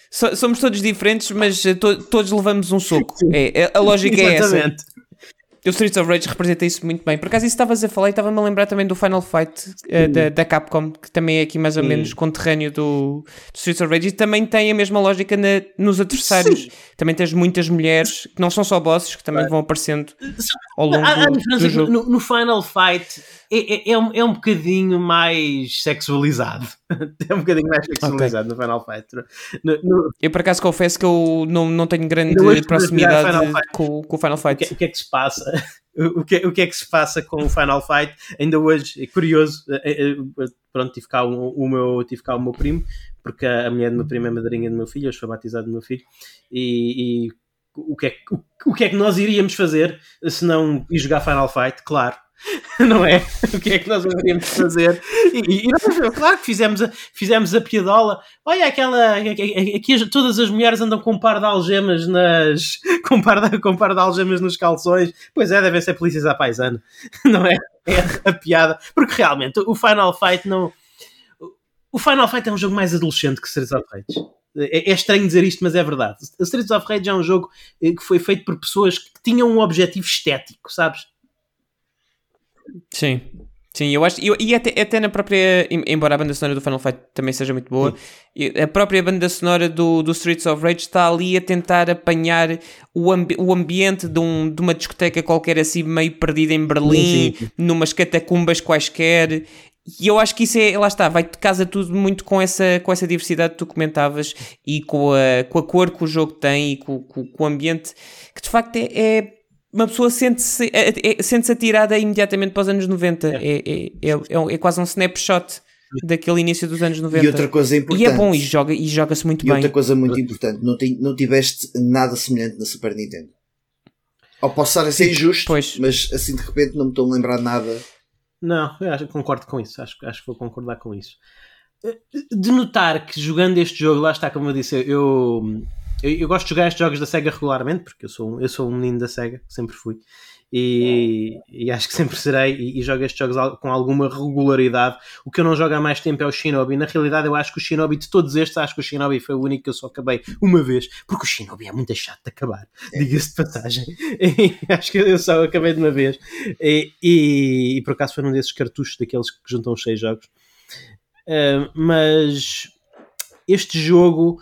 So, somos todos diferentes, mas to, todos levamos um soco. É, é, a lógica é essa. Exatamente. O Streets of Rage representa isso muito bem. Por acaso, isso estavas a falar e estava-me a lembrar também do Final Fight uh, da, da Capcom, que também é aqui mais ou Sim. menos conterrâneo do, do Streets of Rage, e também tem a mesma lógica na, nos adversários. Sim. Também tens muitas mulheres, que não são só bosses, que também é. vão aparecendo ao longo a, a do, do jogo. No, no Final Fight é, é, é, um, é um bocadinho mais sexualizado. É um bocadinho mais sexualizado okay. no Final Fight. No, no... Eu, por acaso, confesso que eu não, não tenho grande proximidade com, com o Final Fight. O que, o que é que se passa? O que, o que é que se passa com o Final Fight? Ainda hoje, é curioso, pronto, tive cá o, o, meu, tive cá o meu primo, porque a mulher do meu primo é madrinha do meu filho, hoje foi batizado do meu filho, e, e o, que é, o, o que é que nós iríamos fazer se não ir jogar Final Fight? Claro. Não é? O que é que nós deveríamos fazer? E, e nós, claro que fizemos a, fizemos a piadola. Olha, aquela. Aqui todas as mulheres andam com um par de algemas nas. Com um par de, com um par de algemas nos calções. Pois é, devem ser polícias à paisana. Não é? É a piada. Porque realmente o Final Fight não. O Final Fight é um jogo mais adolescente que Streets of Rage. É, é estranho dizer isto, mas é verdade. O Streets of Rage é um jogo que foi feito por pessoas que tinham um objetivo estético, sabes? Sim, sim, eu acho, eu, e até, até na própria, embora a banda sonora do Final Fight também seja muito boa, sim. a própria banda sonora do, do Streets of Rage está ali a tentar apanhar o, ambi- o ambiente de, um, de uma discoteca qualquer assim meio perdida em Berlim, sim, sim. numas catacumbas quaisquer, e eu acho que isso é, lá está, vai de casa tudo muito com essa, com essa diversidade que tu comentavas e com a, com a cor que o jogo tem e com, com, com o ambiente, que de facto é... é uma pessoa sente-se, é, é, sente-se atirada imediatamente para os anos noventa. É, é, é, é, é quase um snapshot daquele início dos anos noventa. E outra coisa importante. E é bom, e, joga, e joga-se muito e bem. E outra coisa muito importante, não, ti, não tiveste nada semelhante na Super Nintendo. Ou posso estar a ser injusto, pois. Mas assim de repente não me estou a lembrar de nada. Não, eu acho, concordo com isso. Acho, acho que vou concordar com isso. De notar que jogando este jogo, lá está, como eu disse, eu... Eu, eu gosto de jogar estes jogos da SEGA regularmente, porque eu sou, eu sou um menino da SEGA, sempre fui, e, e acho que sempre serei, e, e jogo estes jogos com alguma regularidade. O que eu não jogo há mais tempo é o Shinobi. Na realidade eu acho que o Shinobi, de todos estes, acho que o Shinobi foi o único que eu só acabei uma vez, porque o Shinobi é muito chato de acabar, diga-se de passagem. E acho que eu só acabei de uma vez, e, e, e por acaso foi um desses cartuchos daqueles que juntam os seis jogos. Uh, mas este jogo...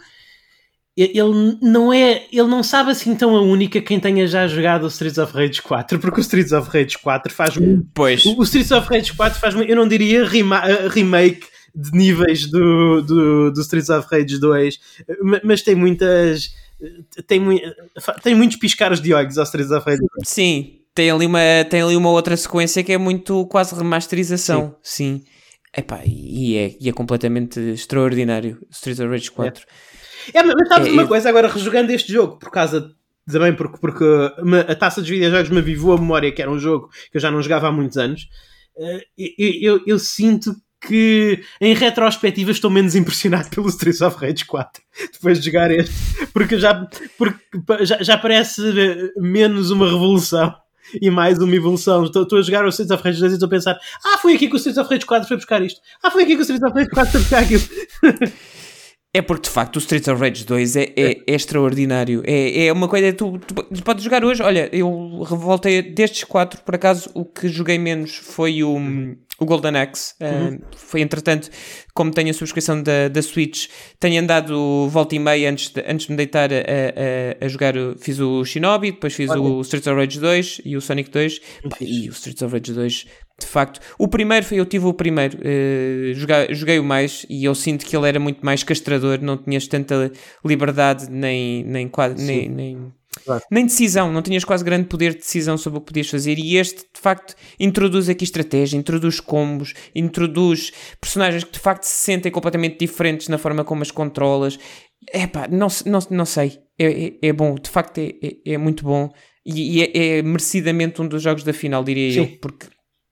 Ele não é, ele não sabe assim tão a única quem tenha já jogado o Streets of Rage quatro, porque o Streets of Rage quatro faz muito. Pois. O, o Streets of Rage quatro faz, eu não diria rima, remake de níveis do, do, do Streets of Rage dois, mas tem muitas. Tem, tem muitos piscares de olhos ao Streets of Rage dois. Sim, tem ali uma, tem ali uma outra sequência que é muito quase remasterização. Sim. Sim. Epá, e, é, e é completamente extraordinário o Streets of Rage quatro. É. É, mas sabes é, uma eu... coisa, agora rejogando este jogo, por causa também porque, porque me, a Taça dos Videojogos me avivou a memória que era um jogo que eu já não jogava há muitos anos, eu, eu, eu sinto que em retrospectiva estou menos impressionado pelo Streets of Rage quatro depois de jogar este, porque já, porque já, já parece menos uma revolução e mais uma evolução. Estou, estou a jogar o Streets of Rage dois e estou a pensar, ah, foi aqui que o Streets of Rage quatro foi buscar isto, ah, foi aqui que o Streets of Rage quatro foi buscar aquilo. É porque, de facto, o Streets of Rage dois é, é, é extraordinário. É, é uma coisa... Tu, tu, tu podes jogar hoje... Olha, eu revoltei destes quatro. Por acaso, o que joguei menos foi o, o Golden Axe. Uhum. Uh, foi, entretanto, como tenho a subscrição da, da Switch, tenho andado volta e meia antes de, antes de me deitar a, a, a jogar... Fiz o Shinobi, depois fiz uhum. o Streets of Rage dois e o Sonic dois. Pá, e o Streets of Rage dois... De facto, o primeiro foi, eu tive o primeiro, uh, joguei, joguei o mais e eu sinto que ele era muito mais castrador, não tinhas tanta liberdade nem, nem, quase, nem, nem, claro. nem decisão, não tinhas quase grande poder de decisão sobre o que podias fazer, e este de facto introduz aqui estratégia, introduz combos, introduz personagens que de facto se sentem completamente diferentes na forma como as controlas. Epá, não, não, não sei, é, é, é bom, de facto é, é, é muito bom e, e é, é merecidamente um dos jogos da final, diria Sim. eu, porque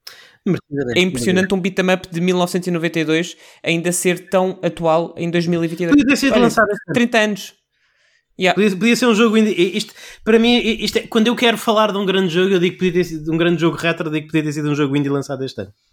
é impressionante um beat 'em up de mil novecentos e noventa e dois ainda ser tão atual em dois mil e vinte e dois. Podia ter sido Olha, lançado trinta anos. Yeah. Podia, podia ser um jogo indie. Isto, para mim, isto é, quando eu quero falar de um grande jogo, eu digo que podia ter sido um grande jogo retro, eu digo que podia ter sido um jogo indie lançado este ano.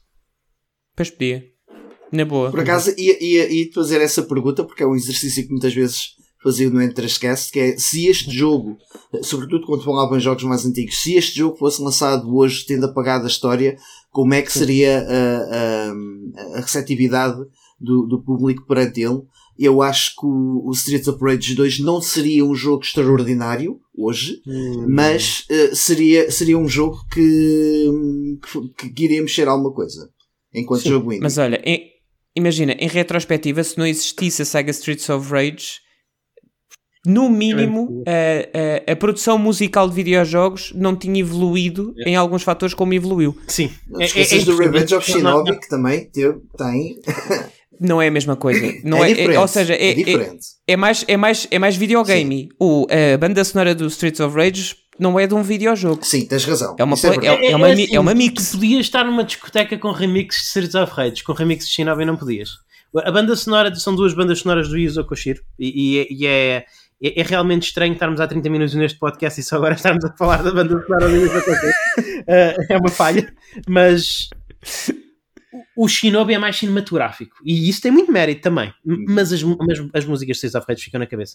Pois podia. Na boa. Por acaso ia, ia, ia fazer essa pergunta porque é um exercício que muitas vezes fazia no Entrascast, que é se este jogo, sobretudo quando falavam em jogos mais antigos, se este jogo fosse lançado hoje tendo apagado a história, como é que seria a, a, a receptividade do, do público perante ele? Eu acho que o, o Streets of Rage dois não seria um jogo extraordinário hoje, hum. mas uh, seria, seria um jogo que, que, que iria mexer alguma coisa enquanto Sim. jogo indie. Mas olha, em, imagina, em retrospectiva, se não existisse a saga Streets of Rage, no mínimo a, a, a produção musical de videojogos não tinha evoluído é. em alguns fatores como evoluiu. Sim. Não esqueças é, é, é do Revenge of Shinobi, que também teve, tem... Não é a mesma coisa. Não é, é, diferente, é ou seja, é, é diferente. É, é, mais, é, mais, é mais videogame. O, a banda sonora do Streets of Rage não é de um videojogo. Sim, tens razão. É uma, é, é, é, é, uma, assim, é uma mix. Tu podias estar numa discoteca com remixes de Streets of Rage, com remixes de Shinobi não podias. A banda sonora, são duas bandas sonoras do Yuzo Koshiro e, e, e é, é, é realmente estranho estarmos há trinta minutos neste podcast e só agora estarmos a falar da banda sonora do Yuzo Koshiro. uh, é uma falha, mas... O Shinobi é mais cinematográfico e isso tem muito mérito também, mas as, as, as músicas de Streets of Rage ficam na cabeça.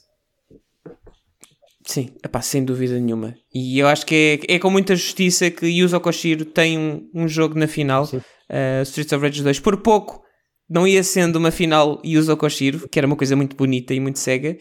Sim, epá, sem dúvida nenhuma. E eu acho que é, é com muita justiça que Yuzo Koshiro tem um, um jogo na final, uh, Streets of Rage dois. Por pouco não ia sendo uma final Yuzo Koshiro, que era uma coisa muito bonita e muito cega,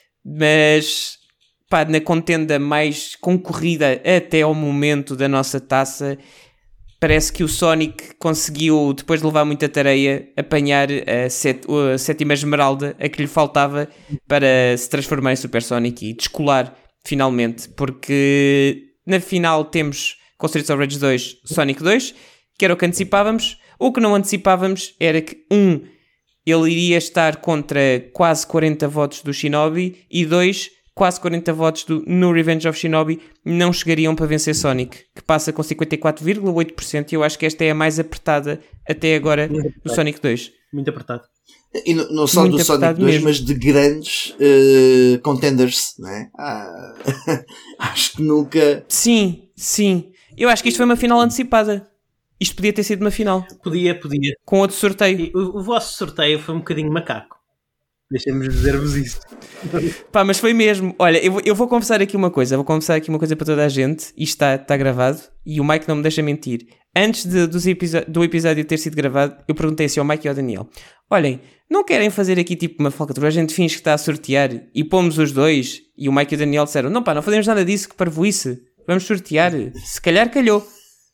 mas pá, na contenda mais concorrida até ao momento da nossa taça, parece que o Sonic conseguiu, depois de levar muita tareia, apanhar a, set, a sétima esmeralda a que lhe faltava para se transformar em Super Sonic e descolar finalmente, porque na final temos com Streets of Rage dois Sonic dois, que era o que antecipávamos. O que não antecipávamos era que um, ele iria estar contra quase quarenta votos do Shinobi e dois, quase quarenta votos do, no Revenge of Shinobi não chegariam para vencer Sonic, que passa com cinquenta e quatro vírgula oito por cento e eu acho que esta é a mais apertada até agora do Sonic dois. Muito apertado. E não, não só Muito do Sonic dois, mesmo. Mas de grandes uh, contenders, não é? Ah, acho que nunca... Sim, sim. Eu acho que isto foi uma final antecipada. Isto podia ter sido uma final. Podia, podia. Com outro sorteio. O, o vosso sorteio foi um bocadinho macaco. Deixem-me dizer-vos isso. Pá, mas foi mesmo. Olha, eu, eu vou confessar aqui uma coisa. Vou confessar aqui uma coisa para toda a gente. Isto está, está gravado. E o Mike não me deixa mentir. Antes de, dos episo- do episódio ter sido gravado, eu perguntei assim ao Mike e ao Daniel. Olhem, não querem fazer aqui tipo uma falcatrua? A gente finge que está a sortear e pomos os dois. E o Mike e o Daniel disseram, não pá, não fazemos nada disso, que parvoíce. Vamos sortear. Se calhar calhou.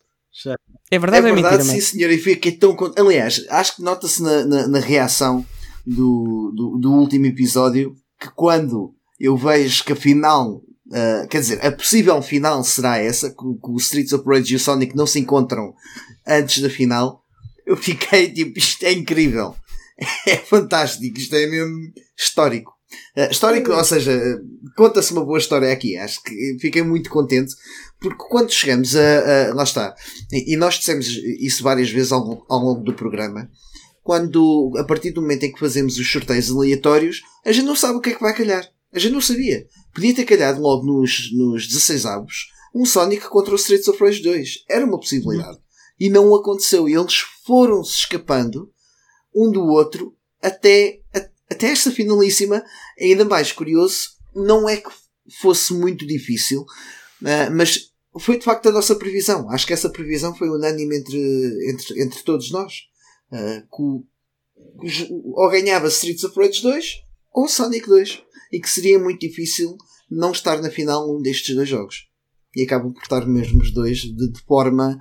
É verdade é ou é verdade, mentira, sim Mike? senhor. E fiquei tão contente. Aliás, acho que nota-se na, na, na reação Do, do, do último episódio que quando eu vejo que a final, uh, quer dizer, a possível final será essa, que, que o Streets of Rage e o Sonic não se encontram antes da final, eu fiquei tipo, isto é incrível, é fantástico, isto é mesmo histórico. Uh, histórico, ou seja, conta-se uma boa história aqui, acho que fiquei muito contente, porque quando chegamos a, a lá está, e, e nós dissemos isso várias vezes ao, ao longo do programa, quando, a partir do momento em que fazemos os sorteios aleatórios, a gente não sabe o que é que vai calhar. A gente não sabia. Podia ter calhado logo nos, nos dezasseis avos um Sonic contra o Streets of Rage dois. Era uma possibilidade. E não aconteceu. E eles foram-se escapando um do outro até, a, até esta finalíssima. Ainda mais curioso, não é que fosse muito difícil, uh, mas foi de facto a nossa previsão. Acho que essa previsão foi unânime entre, entre, entre todos nós. Uh, que, ou ganhava Streets of Rage dois ou Sonic dois, e que seria muito difícil não estar na final um destes dois jogos, e acabam por estar mesmo os dois de, de forma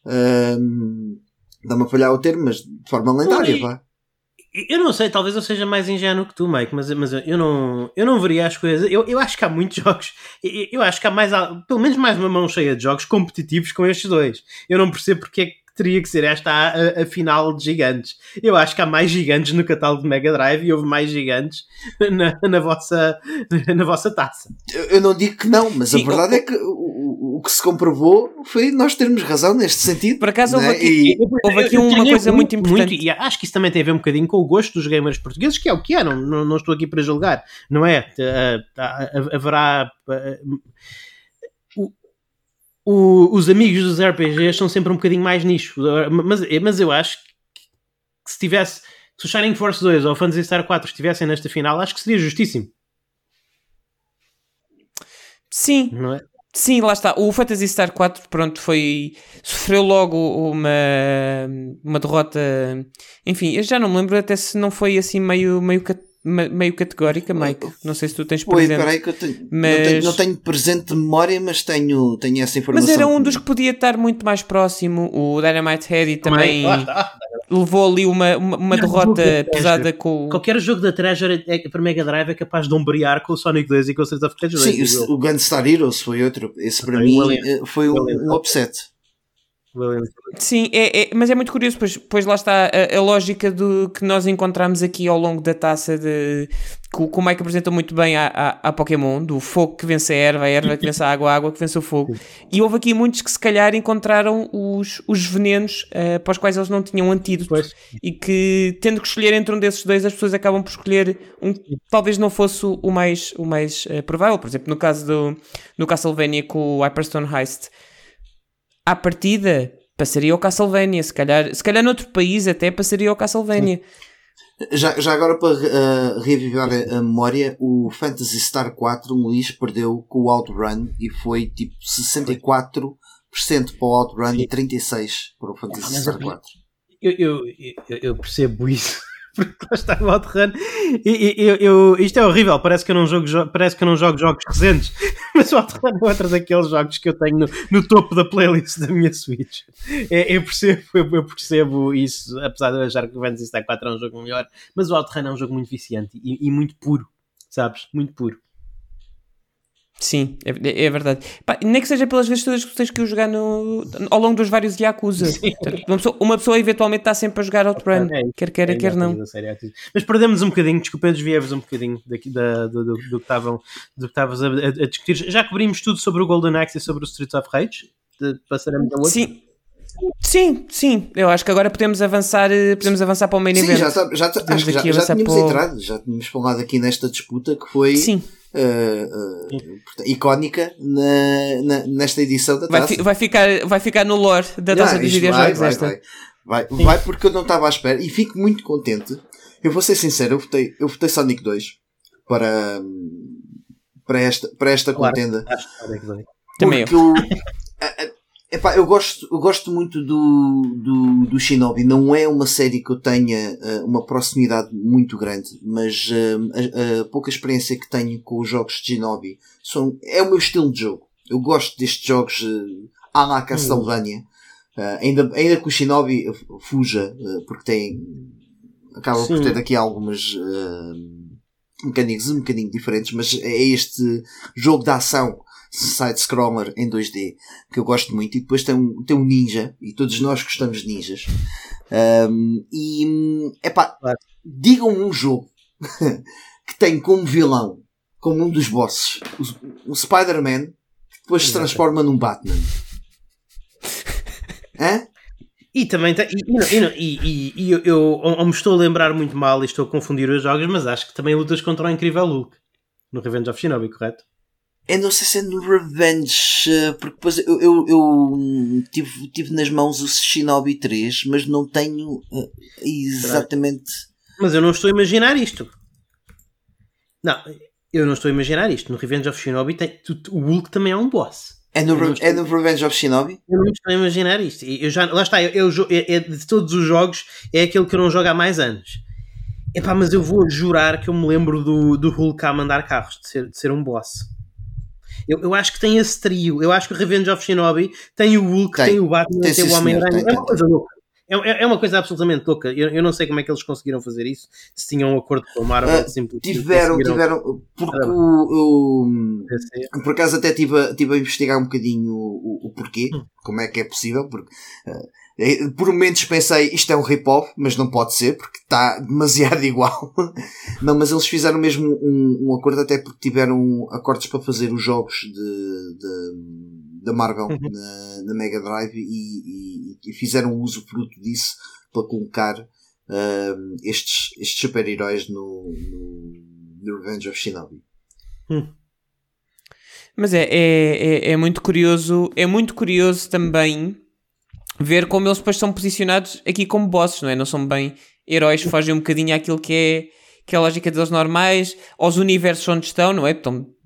uh, dá-me a falhar o termo, mas de forma lendária. Oi, vá. Eu não sei, talvez eu seja mais ingênuo que tu, Mike, mas, mas eu, não, eu não veria as coisas. Eu, eu acho que há muitos jogos, eu, eu acho que há mais, pelo menos mais uma mão cheia de jogos competitivos com estes dois. Eu não percebo porque é que teria que ser esta a, a, a final de gigantes. Eu acho que há mais gigantes no catálogo de Mega Drive e houve mais gigantes na, na, vossa, na vossa taça. Eu, eu não digo que não, mas Sim, a verdade o, é que o, o, o que se comprovou foi nós termos razão neste sentido. Por acaso houve né? aqui, e, houve aqui uma coisa muito, muito importante. Muito, e acho que isso também tem a ver um bocadinho com o gosto dos gamers portugueses, que é o que é, não, não, não estou aqui para julgar, não é? Haverá... O, os amigos dos R P Gs são sempre um bocadinho mais nicho, mas, mas eu acho que se tivesse, se o Shining Force dois ou o Phantasy Star quatro estivessem nesta final, acho que seria justíssimo. Sim, não é? sim, lá está. O Phantasy Star quatro, pronto, foi... Sofreu logo uma, uma derrota... Enfim, eu já não me lembro até se não foi assim meio, meio, meio categórica, Mike. Não sei se tu tens presente. Oi, peraí que eu tenho, mas... não, tenho, não tenho presente de memória, mas tenho, tenho essa informação. Mas era um dos que podia estar muito mais próximo. O Dynamite Heady também... Lá está. Levou ali uma, uma, uma derrota pesada com... Qualquer jogo da Treasure é, para Mega Drive é capaz de ombrear com o Sonic dois e com o Streets of Rage dois. Sim, o, o Gunstar Heroes foi outro. Esse para mim William. foi um, um upset. Sim, é, é, mas é muito curioso, pois, pois lá está a, a lógica do, que nós encontramos aqui ao longo da taça, de, que, que o Mike apresentou muito bem à, à, à Pokémon, do fogo que vence a erva, a erva que vence a água, a água que vence o fogo. E houve aqui muitos que se calhar encontraram os, os venenos uh, para os quais eles não tinham antídoto. Pois. E que, tendo que escolher entre um desses dois, as pessoas acabam por escolher um que talvez não fosse o, o mais, o mais uh, provável. Por exemplo, no caso do no Castlevania com o Hyperstone Heist, à partida passaria ao Castlevania, se calhar, se calhar noutro país até passaria ao Castlevania. Já, já agora para uh, reavivar a, a memória, o Phantasy Star quatro, o Luís perdeu com o Outrun e foi tipo sessenta e quatro por cento para o Outrun e trinta e seis por cento para o Phantasy Star quatro. Eu, eu, eu, eu percebo isso. Porque lá está o Outrun e, eu, eu, isto é horrível, parece que eu não jogo, parece que eu não jogo jogos recentes, mas o Outrun é outro daqueles jogos que eu tenho no, no topo da playlist da minha Switch. É, eu, percebo, eu, eu percebo isso, apesar de eu achar que o Phantasy Star quatro é um jogo melhor, mas o Outrun é um jogo muito viciante e, e muito puro, sabes? Muito puro. Sim, é, é verdade. Pá, nem que seja pelas vezes todas que tens que o jogar no, ao longo dos vários Yakuza. Uma pessoa, uma pessoa eventualmente está sempre a jogar Outrun, é, quer queira, é, quer não. Mas perdemos um bocadinho, desculpa, eu desviei-vos um bocadinho daqui, da, do, do, do que estavam do que estavas a, a, a discutir. Já cobrimos tudo sobre o Golden Axe e sobre o Streets of Rage? De, passaremos a outro? Sim. Sim, sim, eu acho que agora podemos avançar, podemos avançar para o main sim, event. Já, tá, já, acho que já, já tínhamos para... entrado, já tínhamos falado aqui nesta disputa que foi uh, uh, icónica na, na, nesta edição da taça. Vai, fi, vai, ficar, vai ficar no lore da taça yeah, dos videojogos vai, esta. Vai, vai, vai, vai porque eu não estava à espera e fico muito contente. Eu vou ser sincero, eu votei, eu votei Sonic dois para, para esta, para esta claro, contenda. Também porque eu. eu Epá, eu gosto, eu gosto muito do, do, do Shinobi. Não é uma série que eu tenha uh, uma proximidade muito grande, mas uh, a, a pouca experiência que tenho com os jogos de Shinobi são, é o meu estilo de jogo. Eu gosto destes jogos uh, à la Castlevania. Uh, ainda, ainda que o Shinobi fuja, uh, porque tem, acaba Sim. por ter aqui algumas uh, mecânicas um bocadinho diferentes, mas é este jogo de ação side-scroller em dois D que eu gosto muito, e depois tem um, tem um ninja, e todos nós gostamos de ninjas. Um, e epá, claro. Digam-me um jogo que tem como vilão, como um dos bosses, o, o Spider-Man, que depois se transforma num Batman. Hã? E também tem, e, e, e, e eu, eu, eu me estou a lembrar muito mal e estou a confundir os jogos, mas acho que também lutas contra o incrível Hulk no Revenge of Shinobi, correto? Eu não sei se é no Revenge, porque depois eu, eu, eu tive, tive nas mãos o Shinobi três, mas não tenho uh, exatamente... Mas eu não estou a imaginar isto. Não, eu não estou a imaginar isto. No Revenge of Shinobi tem, o Hulk também é um boss. É no, Re- estou, é no Revenge of Shinobi? Eu não estou a imaginar isto. Eu já, lá está, eu, eu, é, de todos os jogos é aquele que eu não jogo há mais anos. Epá, mas eu vou jurar que eu me lembro do, do Hulk a mandar carros, de ser, de ser um boss. Eu, eu acho que tem esse trio. Eu acho que o Revenge of Shinobi tem o Hulk, tem, tem o Batman, tem, tem o Homem-Aranha. É uma coisa louca. É, é uma coisa absolutamente louca. Eu, eu não sei como é que eles conseguiram fazer isso. Se tinham um acordo com o Marvel, uh, simplesmente tiveram, tiveram, porque ah, eu, eu por acaso até estive a, tive a investigar um bocadinho o, o, o porquê, hum. como é que é possível, porque uh, por momentos pensei isto é um rip-off, mas não pode ser, porque está demasiado igual. Não, mas eles fizeram mesmo um, um acordo, até porque tiveram acordos para fazer os jogos de, de, da Marvel uhum. na, na Mega Drive e, e, e fizeram uso fruto disso para colocar uh, estes, estes super-heróis no, no, no Revenge of Shinobi. Hum. Mas é, é, é, é muito curioso, é muito curioso também ver como eles depois são posicionados aqui como bosses, não é? Não são bem heróis, fogem um bocadinho àquilo que é, que é a lógica deles normais, aos universos onde estão, não é? Estão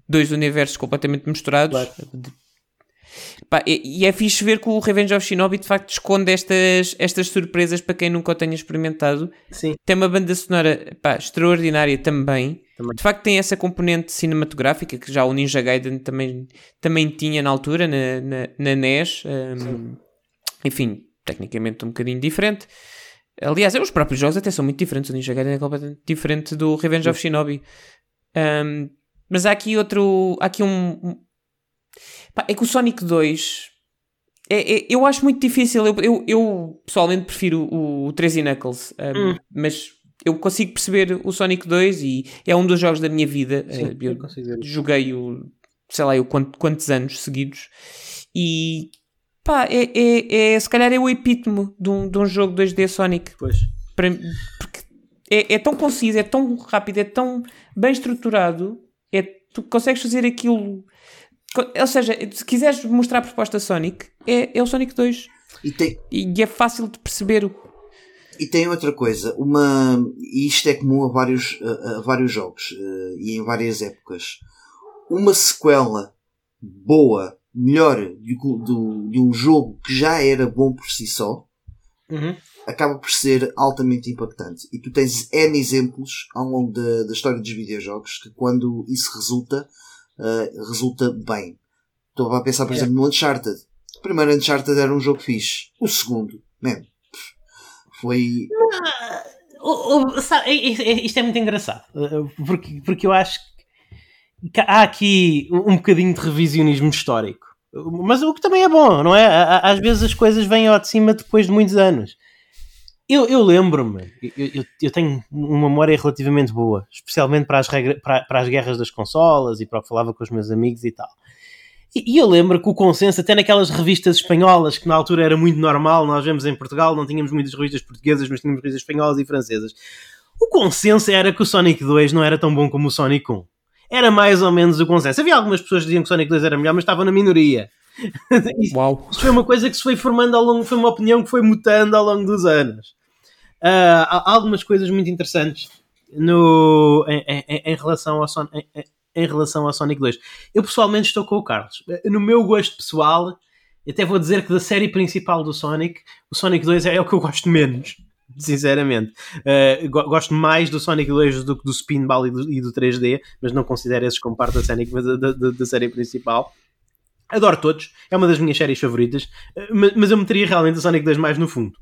dois universos completamente misturados. Claro. Pá, e, e é fixe ver que o Revenge of Shinobi de facto esconde estas, estas surpresas para quem nunca o tenha experimentado. Sim. Tem uma banda sonora, pá, extraordinária também. Também. De facto tem essa componente cinematográfica que já o Ninja Gaiden também, também tinha na altura, na, na, na N E S. Um, enfim, tecnicamente um bocadinho diferente. Aliás, os próprios jogos até são muito diferentes. O Ninja Gaiden é completamente diferente do Revenge of Shinobi. Um, mas há aqui outro... Há aqui um... um pá, é que o Sonic dois... É, é, eu acho muito difícil. Eu, eu, eu pessoalmente prefiro o, o três e Knuckles. Um, hum. Mas eu consigo perceber o Sonic dois e é um dos jogos da minha vida. Sim, uh, eu eu joguei-o, sei lá, eu quantos, quantos anos seguidos. E... Pá, é, é, é, se calhar é o epítome de um, de um jogo dois D Sonic. Pois. Para, porque é, é tão conciso, é tão rápido, é tão bem estruturado, é, tu consegues fazer aquilo... Ou seja, se quiseres mostrar a proposta Sonic, é, é o Sonic dois. E, tem... e é fácil de perceber. O... E tem outra coisa, uma... e isto é comum a vários, a, a vários jogos uh, e em várias épocas. Uma sequela boa, melhor de, de, de um jogo que já era bom por si só, uhum. acaba por ser altamente impactante. E tu tens N exemplos ao longo da, da história dos videojogos que quando isso resulta, uh, resulta bem. Estou a pensar, por é. exemplo, no Uncharted. O primeiro Uncharted era um jogo fixe. O segundo, mesmo, foi... Uh, uh, sabe, isto é muito engraçado. Porque, porque eu acho que há aqui um bocadinho de revisionismo histórico, mas o que também é bom, não é? Às vezes as coisas vêm ao de cima depois de muitos anos. Eu, eu lembro-me, eu, eu, eu tenho uma memória relativamente boa, especialmente para as, regra, para, para as guerras das consolas e para o que falava com os meus amigos e tal. E, e eu lembro que o consenso, até naquelas revistas espanholas, que na altura era muito normal, nós vemos em Portugal, não tínhamos muitas revistas portuguesas, mas tínhamos revistas espanholas e francesas. O consenso era que o Sonic dois não era tão bom como o Sonic um. Era mais ou menos o consenso. Havia algumas pessoas que diziam que o Sonic dois era melhor, mas estavam na minoria. Uau. Isso foi uma coisa que se foi formando ao longo, foi uma opinião que foi mutando ao longo dos anos. Uh, há algumas coisas muito interessantes no, em, em, em, relação ao Son, em, em relação ao Sonic dois. Eu pessoalmente estou com o Carlos. No meu gosto pessoal, até vou dizer que da série principal do Sonic, o Sonic dois é o que eu gosto menos. Sinceramente, uh, gosto mais do Sonic dois do que do Spinball e do, e do três D, mas não considero esses como parte da série, da, da, da série principal. Adoro todos, é uma das minhas séries favoritas, uh, mas, mas eu meteria realmente o Sonic dois mais no fundo.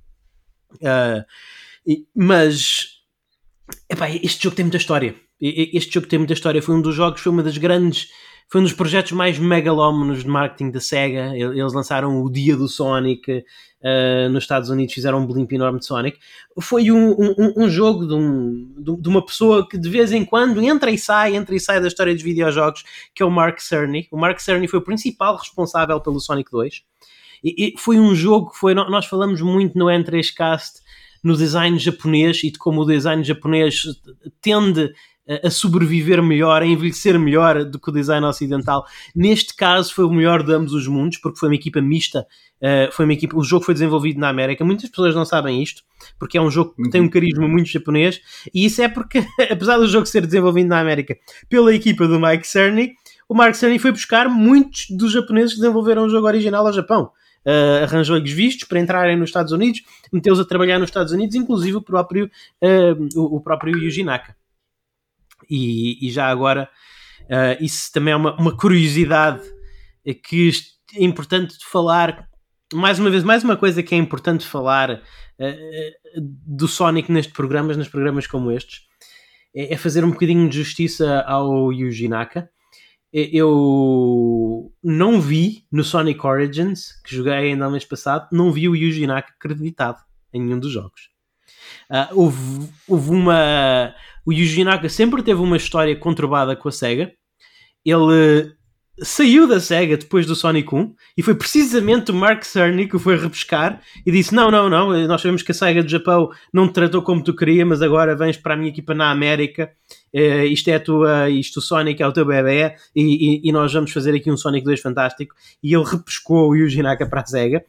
Uh, e, mas epá, este jogo tem muita história. Este jogo tem muita história. Foi um dos jogos, foi uma das grandes, foi um dos projetos mais megalómanos de marketing da Sega. Eles lançaram o Dia do Sonic uh, nos Estados Unidos, fizeram um blimp enorme de Sonic. Foi um, um, um jogo de, um, de uma pessoa que de vez em quando entra e sai, entra e sai da história dos videojogos, que é o Mark Cerny. O Mark Cerny foi o principal responsável pelo Sonic dois. E, e foi um jogo que foi, nós falamos muito no N três Cast, no design japonês e de como o design japonês tende a sobreviver melhor, a envelhecer melhor do que o design ocidental. Neste caso foi o melhor de ambos os mundos, porque foi uma equipa mista, uh, foi uma equipa, o jogo foi desenvolvido na América. Muitas pessoas não sabem isto, porque é um jogo que tem um carisma muito japonês, e isso é porque, apesar do jogo ser desenvolvido na América pela equipa do Mike Cerny, o Mark Cerny foi buscar muitos dos japoneses que desenvolveram o jogo original ao Japão. Uh, arranjou-lhes vistos para entrarem nos Estados Unidos, meteu-os a trabalhar nos Estados Unidos, inclusive o próprio, uh, o, o próprio Yuji Naka. E, e já agora, uh, isso também é uma, uma curiosidade que é importante de falar. Mais uma vez, mais uma coisa que é importante falar uh, do Sonic nestes programas, nos programas como estes, é, é fazer um bocadinho de justiça ao Yuji Naka. Eu não vi no Sonic Origins, que joguei ainda no mês passado, não vi o Yuji Naka acreditado em nenhum dos jogos. Uh, houve, houve uma... O Yuji Naka sempre teve uma história conturbada com a SEGA. Ele saiu da SEGA depois do Sonic um e foi precisamente o Mark Cerny que o foi repescar e disse, não, não, não, nós sabemos que a SEGA do Japão não te tratou como tu queria, mas agora vens para a minha equipa na América, uh, isto é a tua, isto o Sonic é o teu bebê e, e, e nós vamos fazer aqui um Sonic dois fantástico. E ele repescou o Yuji Naka para a SEGA.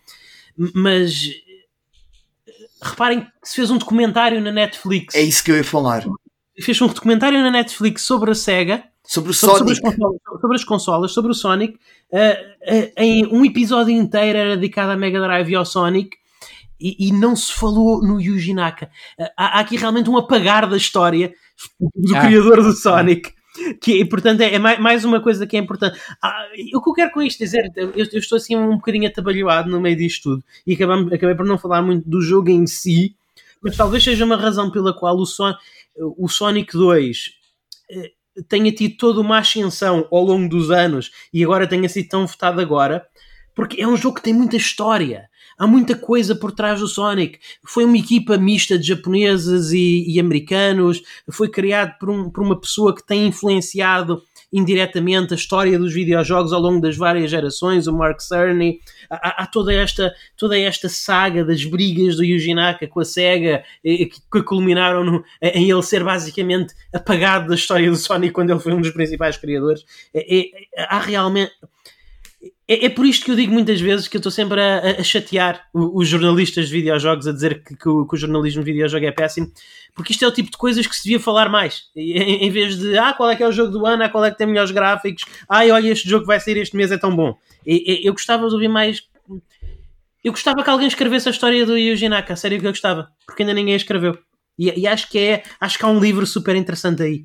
Mas reparem que se fez um documentário na Netflix. É isso que eu ia falar. fez um documentário na Netflix sobre a Sega, Sobre o sobre, Sonic. sobre, as consolas, sobre as consolas, sobre o Sonic. Uh, uh, em um episódio inteiro era dedicado à Mega Drive e ao Sonic, e, e não se falou no Yuji Naka. Uh, há, há aqui realmente um apagar da história do Ah. criador do Sonic. Que, portanto, é, é mais uma coisa que é importante. Ah, o que eu quero com isto dizer, eu, eu estou assim um bocadinho atabalhoado no meio disto tudo, e acabei, acabei por não falar muito do jogo em si, mas talvez seja uma razão pela qual o, Son, o Sonic dois eh, tenha tido toda uma ascensão ao longo dos anos e agora tenha sido tão votado agora, porque é um jogo que tem muita história. Há muita coisa por trás do Sonic. Foi uma equipa mista de japoneses e, e americanos. Foi criado por, um, por uma pessoa que tem influenciado indiretamente a história dos videojogos ao longo das várias gerações, o Mark Cerny. Há, há toda, esta, toda esta saga das brigas do Yuji Naka com a Sega, que, que culminaram no, em ele ser basicamente apagado da história do Sonic quando ele foi um dos principais criadores. É, é, há realmente... É, é por isto que eu digo muitas vezes que eu estou sempre a, a chatear os, os jornalistas de videojogos, a dizer que, que, o, que o jornalismo de videojogo é péssimo, porque isto é o tipo de coisas que se devia falar mais, em, em vez de, ah, qual é que é o jogo do ano, ah, qual é que tem melhores gráficos, ah, olha, este jogo que vai sair este mês é tão bom. E, e, eu gostava de ouvir mais... Eu gostava que alguém escrevesse a história do Yuji Naka, a sério que eu gostava, porque ainda ninguém a escreveu. E, e acho que é, acho que há um livro super interessante aí.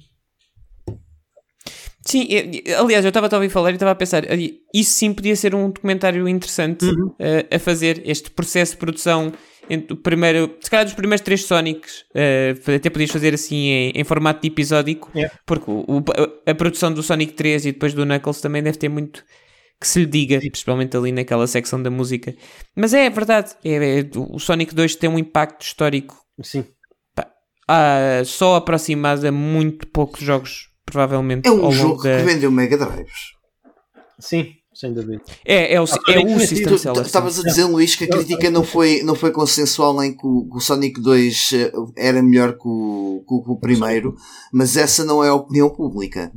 Sim, eu, aliás, eu estava a ouvir falar e estava a pensar, isso sim podia ser um documentário interessante Uhum. uh, a fazer, este processo de produção entre o primeiro, se calhar dos primeiros três Sonics, uh, até podias fazer assim em, em formato de episódico, Yeah. porque o, o, a produção do Sonic três e depois do Knuckles também deve ter muito que se lhe diga, principalmente ali naquela secção da música. Mas é, é verdade, é, é, o Sonic dois tem um impacto histórico Sim. pá, ah, só aproximado a muito poucos jogos, provavelmente. É ao um longo jogo da... que vendeu Mega Drives. Sim, sem dúvida. É, é o, Ah, é o tu- System Tu Seller. estavas a dizer, Luís, que a crítica não foi, não foi consensual em que o, que o Sonic dois eh, era melhor que o, que o- que o primeiro, mas essa não é a opinião pública.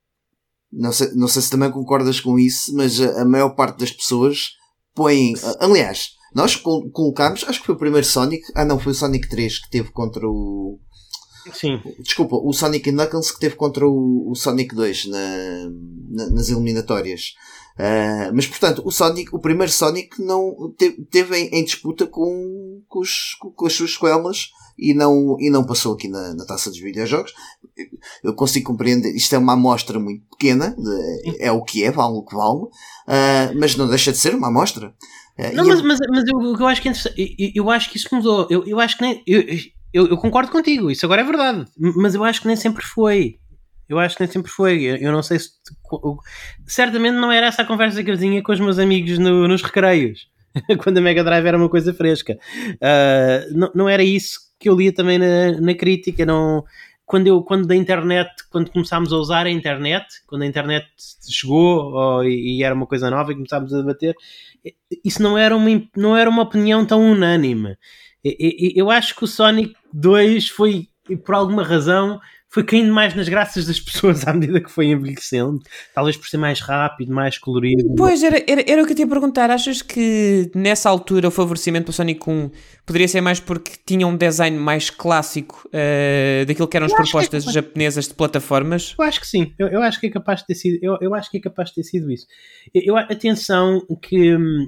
Não sei, não sei se também concordas com isso, mas a, a maior parte das pessoas põe. Aliás, nós col- colocámos, acho que foi o primeiro Sonic. Ah, não, foi o Sonic três que teve contra o. Sim. Desculpa, o Sonic and Knuckles que teve contra o, o Sonic dois na, na- nas eliminatórias. Uh, mas portanto, o Sonic, o primeiro Sonic não te, teve em, em disputa com, com, os, com as suas sequelas e não, e não passou aqui na, na taça dos videojogos. Eu consigo compreender, isto é uma amostra muito pequena, de, é o que é, vale o que vale, uh, mas não deixa de ser uma amostra. Uh, Não, e mas, é- mas, mas eu, o que eu acho que é interessante, eu, eu acho que isso mudou. Eu, eu acho que nem. Eu, eu, eu concordo contigo, isso agora é verdade. Mas eu acho que nem sempre foi. Eu acho que nem sempre foi. Eu, eu não sei se. eu- certamente não era essa a conversa que eu tinha com os meus amigos no- nos recreios, quando a Mega Drive era uma coisa fresca. Ah, não, não era isso que eu lia também na, na crítica. Não, quando, eu, quando da internet, quando começámos a usar a internet, quando a internet chegou oh, e, e era uma coisa nova e começámos a debater, isso não era uma, não era uma opinião tão unânime. E- e- Eu acho que o Sonic dois foi, por alguma razão, foi caindo mais nas graças das pessoas à medida que foi envelhecendo. Talvez por ser mais rápido, mais colorido. Pois, era, era, era o que eu te ia perguntar. Achas que nessa altura o favorecimento para o Sonic um poderia ser mais porque tinha um design mais clássico uh, daquilo que eram as Eu acho que é propostas capaz. japonesas de plataformas? Eu acho que sim. Eu, eu acho que é capaz de ter sido. Eu, eu acho que é capaz de ter sido isso. Eu, eu- atenção que hum,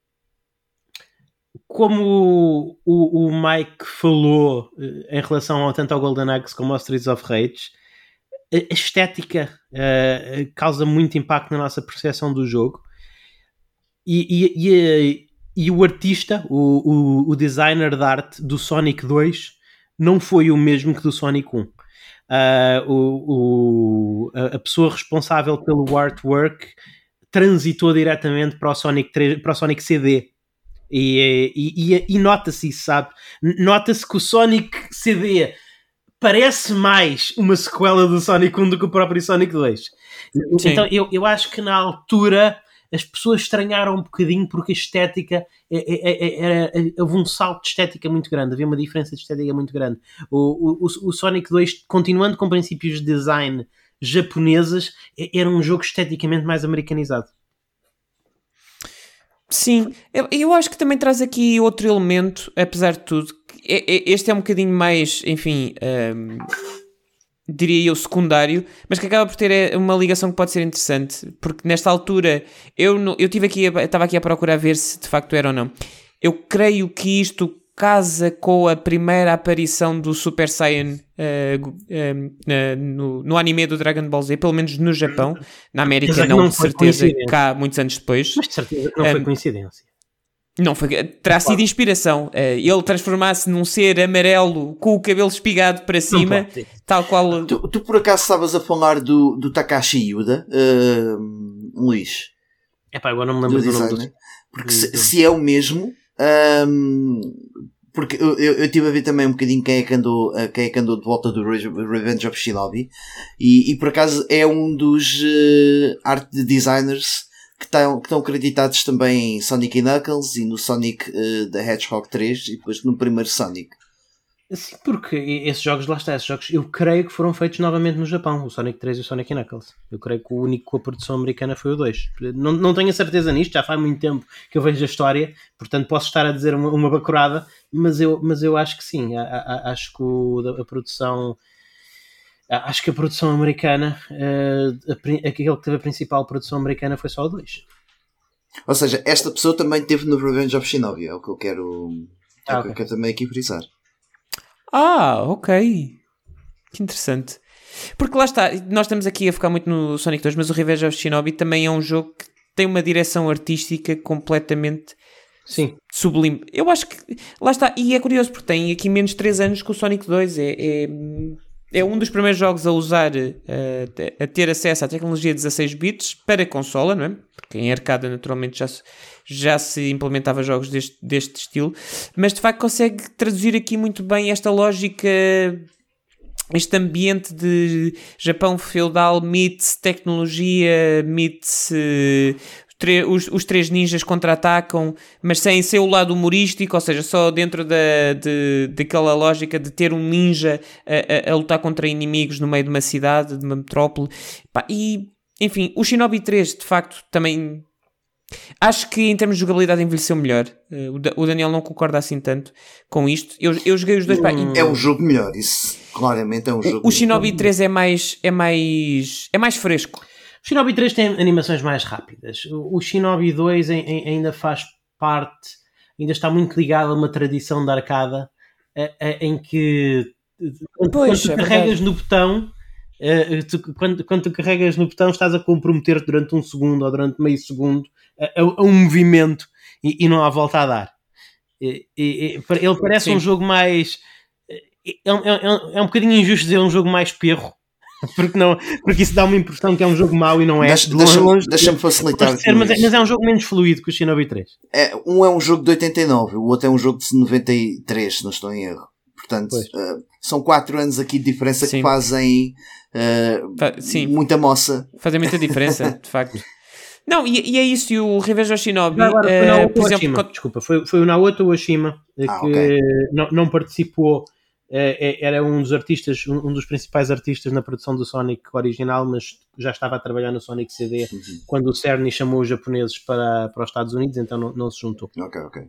como o, o Mike falou eh, em relação ao, tanto ao Golden Axe como ao Streets of Rage, a a estética eh, causa muito impacto na nossa percepção do jogo e, e- e, eh, e o artista, o, o, o designer de arte do Sonic dois não foi o mesmo que do Sonic um. Ah, o, o- a a pessoa responsável pelo artwork transitou diretamente para o Sonic três, para o Sonic C D. E, e, e- e nota-se isso, sabe? N- Nota-se que o Sonic C D parece mais uma sequela do Sonic um do que o próprio Sonic dois. Sim. Então eu, eu acho que na altura as pessoas estranharam um bocadinho porque a estética é- é- é- era, houve um salto de estética muito grande, havia uma diferença de estética muito grande. O, o, o Sonic dois, continuando com princípios de design japoneses, é- era um jogo esteticamente mais americanizado. Sim, eu, eu acho que também traz aqui outro elemento, apesar de tudo. que é- é- Este é um bocadinho mais, enfim, um, diria eu, secundário, mas que acaba por ter uma ligação que pode ser interessante, porque nesta altura eu, não, eu tive aqui, estava aqui a procurar ver se de facto era ou não. Eu creio que isto casa com a primeira aparição do Super Saiyan uh, uh, uh, no, no anime do Dragon Ball Z, pelo menos no Japão. Na América não, não de certeza, cá muitos anos depois. Mas de certeza que não um, foi coincidência. Não foi, terá sido inspiração. Uh, ele transformar-se num ser amarelo com o cabelo espigado para cima, tal qual... Tu, tu por acaso estavas a falar do, do Takashi Yuda, uh, Luís? É pá, agora não me lembro do, do nome do... Porque do, se, do... se é o mesmo... Um, porque eu, eu, eu tive a ver também um bocadinho quem é que andou, quem é que andou de volta do Revenge of Shinobi e, e por acaso é um dos uh, art designers que estão, que estão acreditados também em Sonic and Knuckles e no Sonic uh, the Hedgehog três e depois no primeiro Sonic. Sim, porque esses jogos, lá está, esses jogos eu creio que foram feitos novamente no Japão, o Sonic três e o Sonic and Knuckles. Eu creio que o único com a produção americana foi o dois. Não, não tenho a certeza nisto, já faz muito tempo que eu vejo a história, portanto posso estar a dizer uma, uma bacurada, mas eu, mas eu acho que sim, a, a, acho que o, a produção a, acho que a produção americana a, a, aquele que teve a principal produção americana foi só o dois. Ou seja, esta pessoa também teve no Revenge of Shinobi, é o que eu quero, é ah, o que okay. eu quero também aqui frisar. Ah, ok. Que interessante. Porque lá está, nós estamos aqui a focar muito no Sonic dois, mas o Revenge of Shinobi também é um jogo que tem uma direção artística completamente Sim. sublime. Eu acho que, lá está, e é curioso porque tem aqui menos de três anos que o Sonic dois. É, é, é um dos primeiros jogos a usar, a, a ter acesso à tecnologia dezasseis bits para consola, não é? Porque em arcada naturalmente já se... já se implementava jogos deste, deste estilo, mas de facto consegue traduzir aqui muito bem esta lógica, este ambiente de Japão feudal, meets tecnologia, meets uh, os, os três ninjas contra-atacam, mas sem ser o lado humorístico, ou seja, só dentro da, de, daquela lógica de ter um ninja a, a, a lutar contra inimigos no meio de uma cidade, de uma metrópole. Pá, e, enfim, o Shinobi três, de facto, também... Acho que em termos de jogabilidade envelheceu melhor. Uh, o Daniel não concorda assim tanto com isto. Eu, eu joguei os dois. Pá, e... É um jogo melhor, isso claramente é um jogo. O, o Shinobi três é mais, é mais, é mais fresco. O Shinobi três tem animações mais rápidas. O, o Shinobi dois em, em, ainda faz parte, ainda está muito ligado a uma tradição da arcada a, a, em que quando, pois, quando tu é carregas no botão. Uh, tu, quando, quando tu carregas no botão estás a comprometer durante um segundo ou durante meio segundo a, a, a um movimento e, e não há volta a dar. E, e, ele parece Sim. um jogo mais é, é, é, é um bocadinho injusto dizer um jogo mais perro, porque, não, porque isso dá uma impressão que é um jogo mau e não é. Deixa, deixa-me, deixa-me facilitar ser, mas, é, mas é um jogo menos fluido que o Shinobi três. É, um é um jogo de oitenta e nove, o outro é um jogo de noventa e três, se não estou em erro. Portanto, uh, são quatro anos aqui de diferença Sim. que fazem uh, Fa- muita moça. Fazem muita diferença, de facto. Não, e, e é isso, e o Revenge of Shinobi, não, agora, foi uh, por exemplo... Oshima. Desculpa, foi, foi o Naoto Oshima ah, que okay. não, não participou, uh, era um dos artistas, um, um dos principais artistas na produção do Sonic original, mas já estava a trabalhar no Sonic C D uhum. quando o Cerny chamou os japoneses para, para os Estados Unidos, então não, não se juntou. Ok, ok.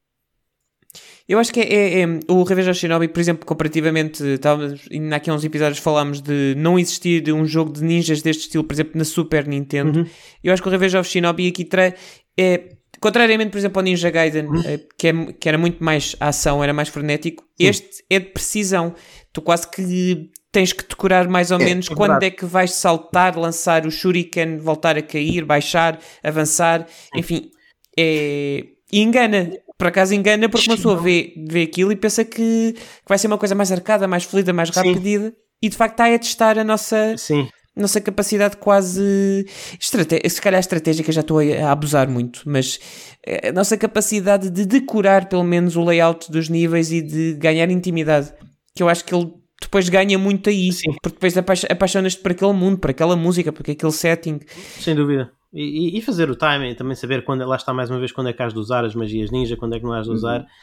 Eu acho que é, é, é o Revenge of Shinobi, por exemplo, comparativamente, estávamos, aqui há uns episódios falámos de não existir um jogo de ninjas deste estilo, por exemplo, na Super Nintendo. Uhum. Eu acho que o Revenge of Shinobi aqui traz, é, contrariamente, por exemplo, ao Ninja Gaiden, uhum. é, que, é, que era muito mais ação, era mais frenético, Sim. este é de precisão. Tu quase que tens que decorar mais ou é, menos é quando é que vais saltar, lançar o shuriken, voltar a cair, baixar, avançar, enfim, é, e engana. Por acaso engana porque uma pessoa vê, vê aquilo e pensa que, que vai ser uma coisa mais arcada, mais fluida, mais rápida e de facto está a testar a nossa, nossa capacidade quase estrate- se calhar estratégica, já estou a, a abusar muito, mas a nossa capacidade de decorar pelo menos o layout dos níveis e de ganhar intimidade, que eu acho que ele depois ganha muito aí, Sim. porque depois apa- apaixonas-te por aquele mundo, por aquela música, por aquele setting. Sem dúvida. E, e fazer o timing, também saber quando, lá está mais uma vez, quando é que has de usar as magias ninja, quando é que não has de usar. Uhum.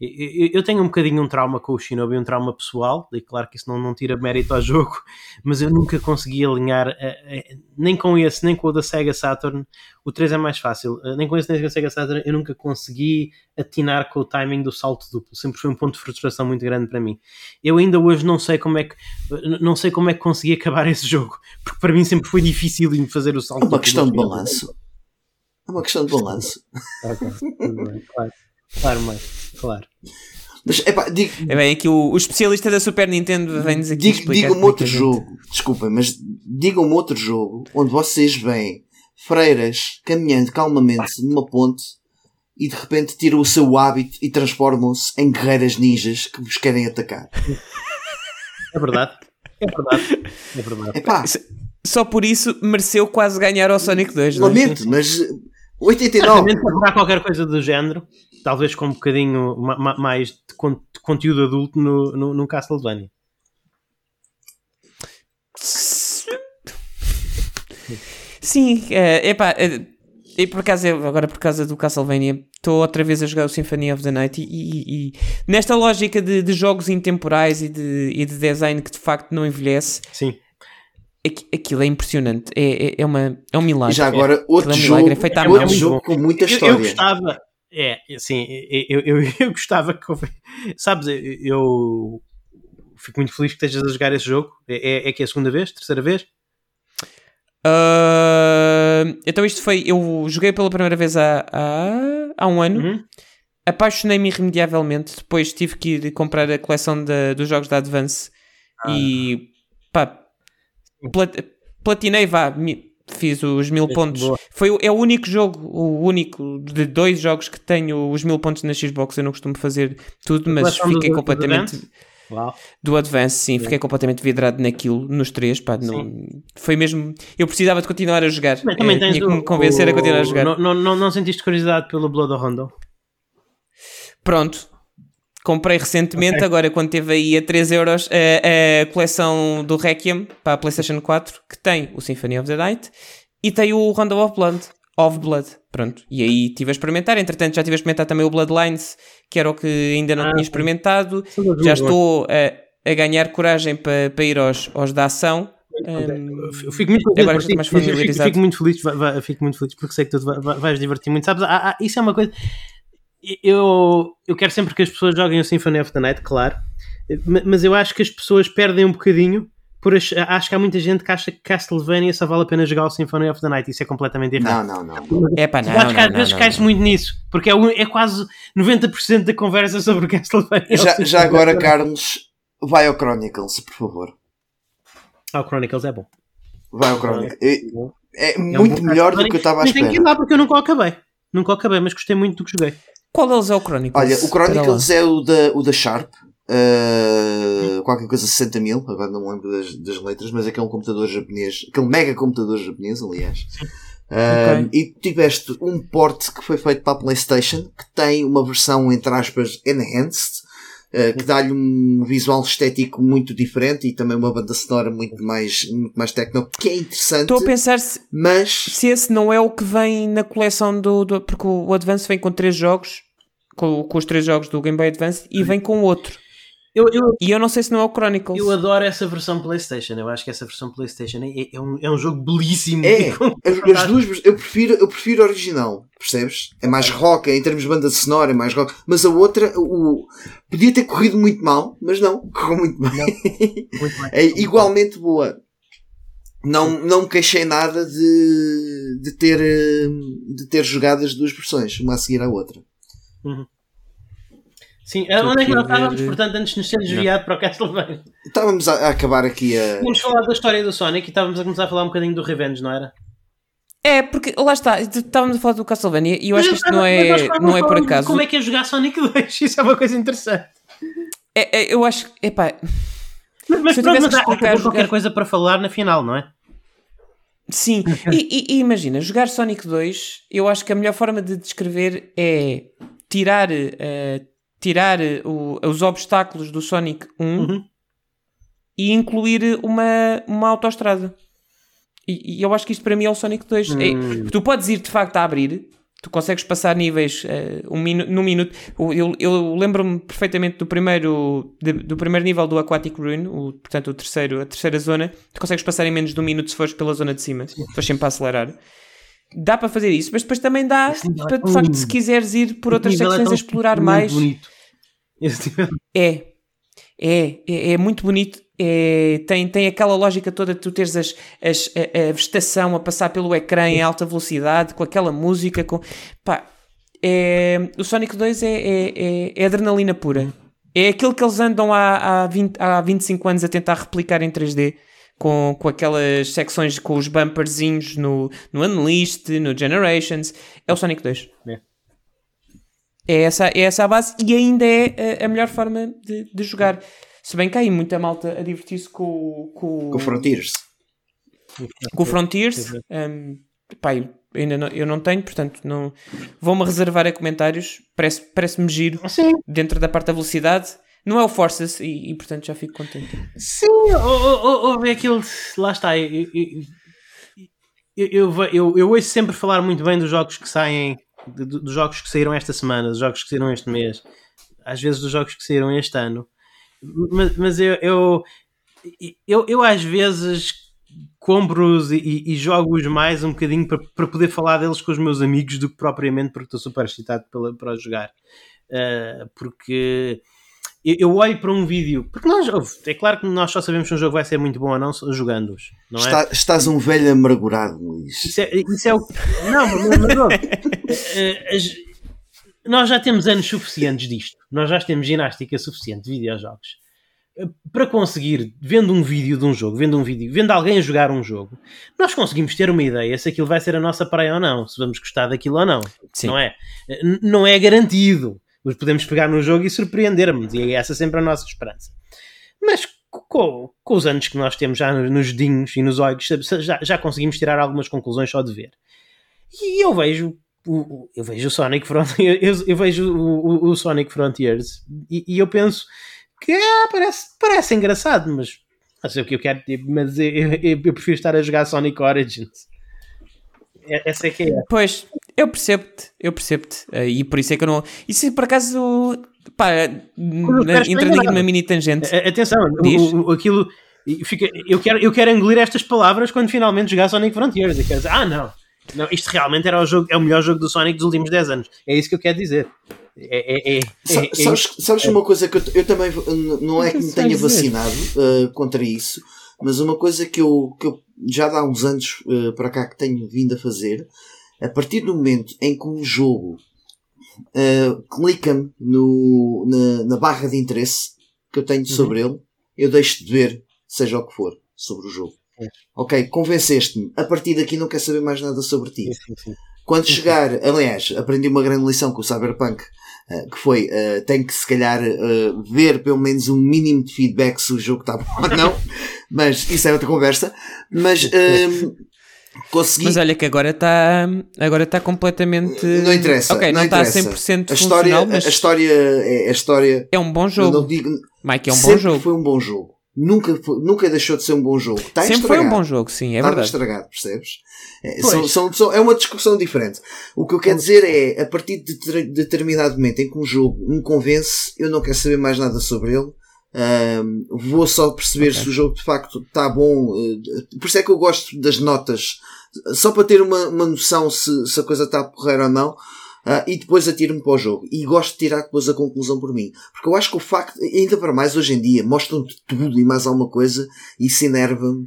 Eu, eu tenho um bocadinho um trauma com o Shinobi, um trauma pessoal, e claro que isso não, não tira mérito ao jogo, mas eu nunca consegui alinhar, uh, uh, nem com esse, nem com o da Sega Saturn. O três é mais fácil, uh, nem com esse nem com a Sega Saturn eu nunca consegui atinar com o timing do salto duplo, sempre foi um ponto de frustração muito grande para mim. Eu ainda hoje não sei como é que não sei como é que consegui acabar esse jogo, porque para mim sempre foi difícil de fazer o salto duplo. É uma duplo questão de balanço. É uma questão de balanço. Ok, tudo bem, claro. Claro, mas, claro. Mas, epá, digo, É bem, aqui o, o especialista da Super Nintendo vem-nos aqui digo, explicar. digam-me outro gente... jogo, desculpem, mas digam-me outro jogo onde vocês veem freiras caminhando calmamente numa ponte e de repente tiram o seu hábito e transformam-se em guerreiras ninjas que vos querem atacar. É verdade. É verdade. É verdade. Epá, Só por isso mereceu quase ganhar ao Sonic dois. Não é? lamento, mas oitenta e nove. Certamente haverá qualquer coisa do género, talvez com um bocadinho ma- ma- mais de, con- de conteúdo adulto no, no, no Castlevania. Sim, é epá, é, e por acaso, eu, agora por causa do Castlevania, estou outra vez a jogar o Symphony of the Night e, e, e nesta lógica de, de jogos intemporais e de, e de design que de facto não envelhece, Sim. aqu- aquilo é impressionante, é, é, é, uma, é um milagre. E já agora, outro Aquilo é um jogo, milagre, é feito à outro mão. jogo com muita Eu, eu história. gostava, é, assim, eu, eu, eu gostava que houve- sabes, eu, eu fico muito feliz que estejas a jogar esse jogo. É, é, é que é a segunda vez? Terceira vez? Uh, então isto foi, eu joguei pela primeira vez há, há, há um ano, Uhum. apaixonei-me irremediavelmente, depois tive que ir comprar a coleção da- dos jogos da Advance e pá, plat- platinei, vá, mi- fiz os mil pontos. boa. Foi, o- é o único jogo, o único de dois jogos que tenho os mil pontos na Xbox. Eu não costumo fazer tudo, mas coleção do- fiquei do completamente... Advance? Uau. Do Advance, sim, fiquei completamente vidrado naquilo, nos três, pá, não, foi mesmo, eu precisava de continuar a jogar, Também, também eh, tens tinha que me o- convencer a continuar a jogar. Não, não, não, não sentiste curiosidade pelo Blood Rondo? Pronto, comprei recentemente, Ok. agora quando teve aí a três euros a, a coleção do Requiem para a PlayStation quatro, que tem o Symphony of the Night e tem o Rondo of Blood, of Blood, pronto, e aí estive a experimentar, entretanto já estive a experimentar também o Bloodlines, que era o que ainda não Ah, tinha sim. experimentado, São dois já jogos estou a, a ganhar coragem para, para ir aos, aos da ação. Um, Eu fico muito feliz, Agora por que ti. estou mais Fico- familiarizado. Fico muito feliz, vai- vai- fico muito feliz porque sei que tu te vai- vai- vais divertir muito. Sabes, há- há- isso é uma coisa. Eu, eu quero sempre que as pessoas joguem o Symphony of the Night, claro, ma- mas eu acho que as pessoas perdem um bocadinho. Por ach- acho que há muita gente que acha que Castlevania só vale a pena jogar o Symphony of the Night. Isso é completamente errado. Não, não, não. É pá, não, Eu acho que não, às não, vezes não, cai-se não. muito nisso, porque é, o- é quase noventa por cento da conversa sobre o Castlevania. Já, já agora, Carlos, vai ao Chronicles, por favor. Ah, o Chronicles é bom. Vai ao Chronicles. É, é É um muito bom melhor do Castlevania. que eu estava à Mas tenho que ir espera. lá porque eu nunca o acabei. Nunca o acabei, mas gostei muito do que joguei. Qual deles é o Chronicles? Olha, o Espera Chronicles lá. é o da, o da Sharp. Uh, qualquer coisa sessenta mil, agora não me lembro das, das letras, mas é aquele computador japonês, aquele mega computador japonês, aliás. Uh, Ok. E tiveste um port que foi feito para a PlayStation, que tem uma versão, entre aspas, enhanced, uh, que dá-lhe um visual estético muito diferente e também uma banda sonora muito mais, muito mais techno, que é interessante, Estou a pensar se, mas se esse não é o que vem na coleção do... do porque o Advance vem com três jogos, com, com os três jogos do Game Boy Advance, e vem com outro. Eu, eu, E eu não sei se não é o Chronicles. eu adoro essa versão PlayStation. Eu acho que essa versão PlayStation é, é, um, é um jogo belíssimo. é, as, as duas, eu prefiro, eu prefiro a original, percebes? É mais rock, em termos de banda sonora, é mais rock, mas a outra, o, podia ter corrido muito mal, mas não, correu muito bem. Muito bem. É igualmente boa. Não, não me queixei nada de, de ter, eh, de ter jogado as duas versões, uma a seguir à outra. Sim, onde é que aqui a nós estávamos, ver- portanto, antes de nos ter desviado para o Castlevania? Estávamos a, a acabar aqui a. Tínhamos falado da história do Sonic e estávamos a começar a falar um bocadinho do Revenge, não era? É, porque lá está, estávamos a falar do Castlevania e eu acho que isto não Mas é, nós estávamos não é por falando de acaso. Como é que é jogar Sonic dois? Isso é uma coisa interessante. É, é, eu acho que, epá, Mas, mas Se eu pronto, tivesse mas que há explicar há qualquer jogar- coisa para falar na final, não é? sim. E, e- e imagina, jogar Sonic dois, eu acho que a melhor forma de descrever é tirar, eh, tirar o- os obstáculos do Sonic um Uhum. e incluir uma, uma autoestrada. E, e eu acho que isto para mim é o Sonic dois. É, tu podes ir de facto a abrir tu consegues passar níveis uh, um minu- num minuto. Eu, eu, eu lembro-me perfeitamente do primeiro, de, do primeiro nível do Aquatic Ruin, o, portanto o terceiro, a terceira zona, tu consegues passar em menos de um minuto se fores pela zona de cima, se fores sempre a acelerar. Dá para fazer isso, mas depois também dá para, de facto, se quiseres ir por outras secções a explorar mais. Bonito. É, é, é, é muito bonito. É, tem, tem aquela lógica toda de tu teres as, as, a, a vegetação a passar pelo ecrã em alta velocidade, com aquela música. Com, pá, é, o Sonic dois é, é, é, é adrenalina pura. É aquilo que eles andam há, há, vinte, há vinte e cinco anos a tentar replicar em três D. Com, com aquelas secções, com os bumperzinhos no, no Unleashed, no Generations. É o Sonic dois. É, é, essa, é essa a base e ainda é a, a melhor forma de, de jogar. Se bem que há aí muita malta a divertir-se com, com, Com Frontiers. com o Frontiers. Um, pá, eu, ainda não, eu não tenho, portanto não, vou-me reservar a comentários. Parece, parece-me giro sim. Dentro da parte da velocidade. Não é o Forces e, e portanto já fico contente. Sim, houve aquilo. Lá está. Eu, eu, eu, eu, eu ouço sempre falar muito bem dos jogos que saem, de, dos jogos que saíram esta semana, dos jogos que saíram este mês, às vezes dos jogos que saíram este ano. Mas, mas eu, eu, eu, eu às vezes compro-os e, e jogo-os mais um bocadinho para, para poder falar deles com os meus amigos do que propriamente porque estou super excitado para, para jogar. Uh, porque eu olho para um vídeo, porque nós, é claro que nós só sabemos se um jogo vai ser muito bom ou não jogando-os, não é? Está, estás um velho amargurado, Luís. Isso é, isso é o não, mas, mas não. As, nós já temos anos suficientes disto, nós já temos ginástica suficiente de videojogos para conseguir, vendo um vídeo de um jogo, vendo um vídeo, vendo alguém a jogar um jogo, nós conseguimos ter uma ideia se aquilo vai ser a nossa praia ou não, se vamos gostar daquilo ou não. Sim. Não é? Não é garantido. Podemos pegar no jogo e surpreender-nos, e é essa sempre a nossa esperança. Mas com, com os anos que nós temos já nos dedinhos e nos olhos, já, já conseguimos tirar algumas conclusões só de ver. E eu vejo o, eu vejo o Sonic Frontiers, eu, eu vejo o, o, o Sonic Frontiers e, e eu penso que é, parece, parece engraçado, mas não sei o que eu quero, mas eu, eu, eu prefiro estar a jogar Sonic Origins. Essa é que é. Pois, eu percebo-te, eu percebo-te. Uh, e por isso é que eu não. Isso por acaso. Pá, entrando aqui numa mini tangente. Atenção, o, o, aquilo. Fica, eu, quero, eu quero engolir estas palavras quando finalmente jogar Sonic Frontiers. Eu quero dizer, ah, não, não, isto realmente era o, jogo, é o melhor jogo do Sonic dos últimos dez anos. É isso que eu quero dizer. É, é, é, Sa- é, sabes é, sabes é, uma coisa que eu, eu também. Não é que me tenha vacinado uh, contra isso, mas uma coisa que eu, que eu já há uns anos uh, para cá que tenho vindo a fazer. A partir do momento em que um jogo uh, clica-me no, na, na barra de interesse que eu tenho sobre uhum. ele, eu deixo de ver, seja o que for, sobre o jogo. É. Ok, convenceste-me. A partir daqui não quero saber mais nada sobre ti. É, sim, sim. Quando sim, chegar, sim. aliás, aprendi uma grande lição com o Cyberpunk, uh, que foi, uh, tenho que se calhar uh, ver pelo menos um mínimo de feedback se o jogo está bom ou não, mas isso é outra conversa. Mas... Uh, Consegui... Mas olha que agora está agora está completamente... Não interessa. Ok, não, não está interessa. a cem por cento a história, funcional, mas... A história é, a história... é um bom jogo. Não digo... Mike, é um sempre bom jogo. foi um bom jogo. Nunca, foi, nunca deixou de ser um bom jogo. Está sempre estragado. foi um bom jogo, sim, é Está verdade. estragado, percebes? É, são, são, são, é uma discussão diferente. O que eu quero dizer é, a partir de, de determinado momento em que um jogo me convence, eu não quero saber mais nada sobre ele. Um, vou só perceber okay. se o jogo de facto está bom. Por isso é que eu gosto das notas, só para ter uma, uma noção se, se a coisa está a correr ou não, uh, e depois atiro-me para o jogo. E gosto de tirar depois a conclusão por mim, porque eu acho que o facto, ainda para mais hoje em dia, mostram-te tudo e mais alguma coisa, e isso enerva-me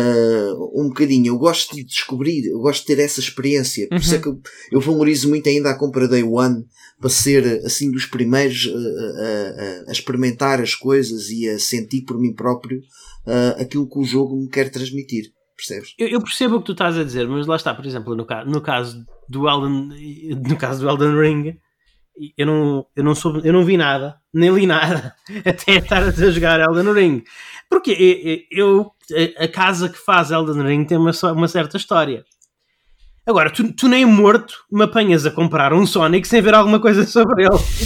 uh, um bocadinho. Eu gosto de descobrir, eu gosto de ter essa experiência. Por uhum. isso é que eu, eu valorizo muito ainda a compra Day One, para ser assim dos primeiros uh, uh, uh, a experimentar as coisas e a sentir por mim próprio uh, aquilo que o jogo me quer transmitir, percebes? Eu, eu percebo o que tu estás a dizer, mas lá está, por exemplo, no caso, no caso do Elden, no caso do Elden Ring, eu não, eu não soube, eu não vi nada, nem li nada até estar a jogar Elden Ring, porque eu, a casa que faz Elden Ring tem uma, uma certa história. Agora, tu, tu nem morto me apanhas a comprar um Sonic sem ver alguma coisa sobre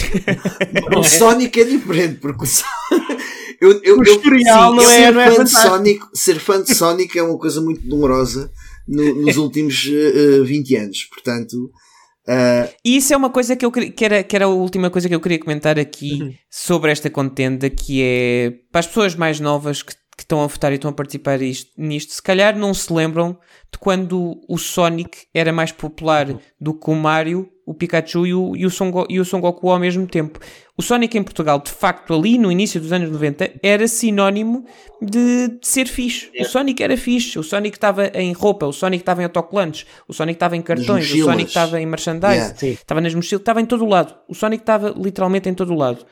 ele. O é? Sonic é diferente, porque o Sonic... Eu, eu, o historial eu, sim, não é, ser, não é fã de Sonic, ser fã de Sonic é uma coisa muito dolorosa no, nos últimos uh, vinte anos. Portanto, Uh, E isso é uma coisa que eu queria, que era, que era a última coisa que eu queria comentar aqui Uhum. sobre esta contenda, que é para as pessoas mais novas que, que estão a votar e estão a participar isto, nisto, se calhar não se lembram de quando o Sonic era mais popular Uhum. do que o Mario, o Pikachu e o, e, o Son Go- e o Son Goku ao mesmo tempo. O Sonic em Portugal, de facto, ali no início dos anos noventa, era sinónimo de, de ser fixe. O Sonic era fixe. O Sonic estava em roupa, o Sonic estava em autocolantes, o Sonic estava em cartões, o mochilas. Sonic estava em merchandise, Yeah. Sim. estava nas mochilas, estava em todo o lado. O Sonic estava literalmente em todo o lado.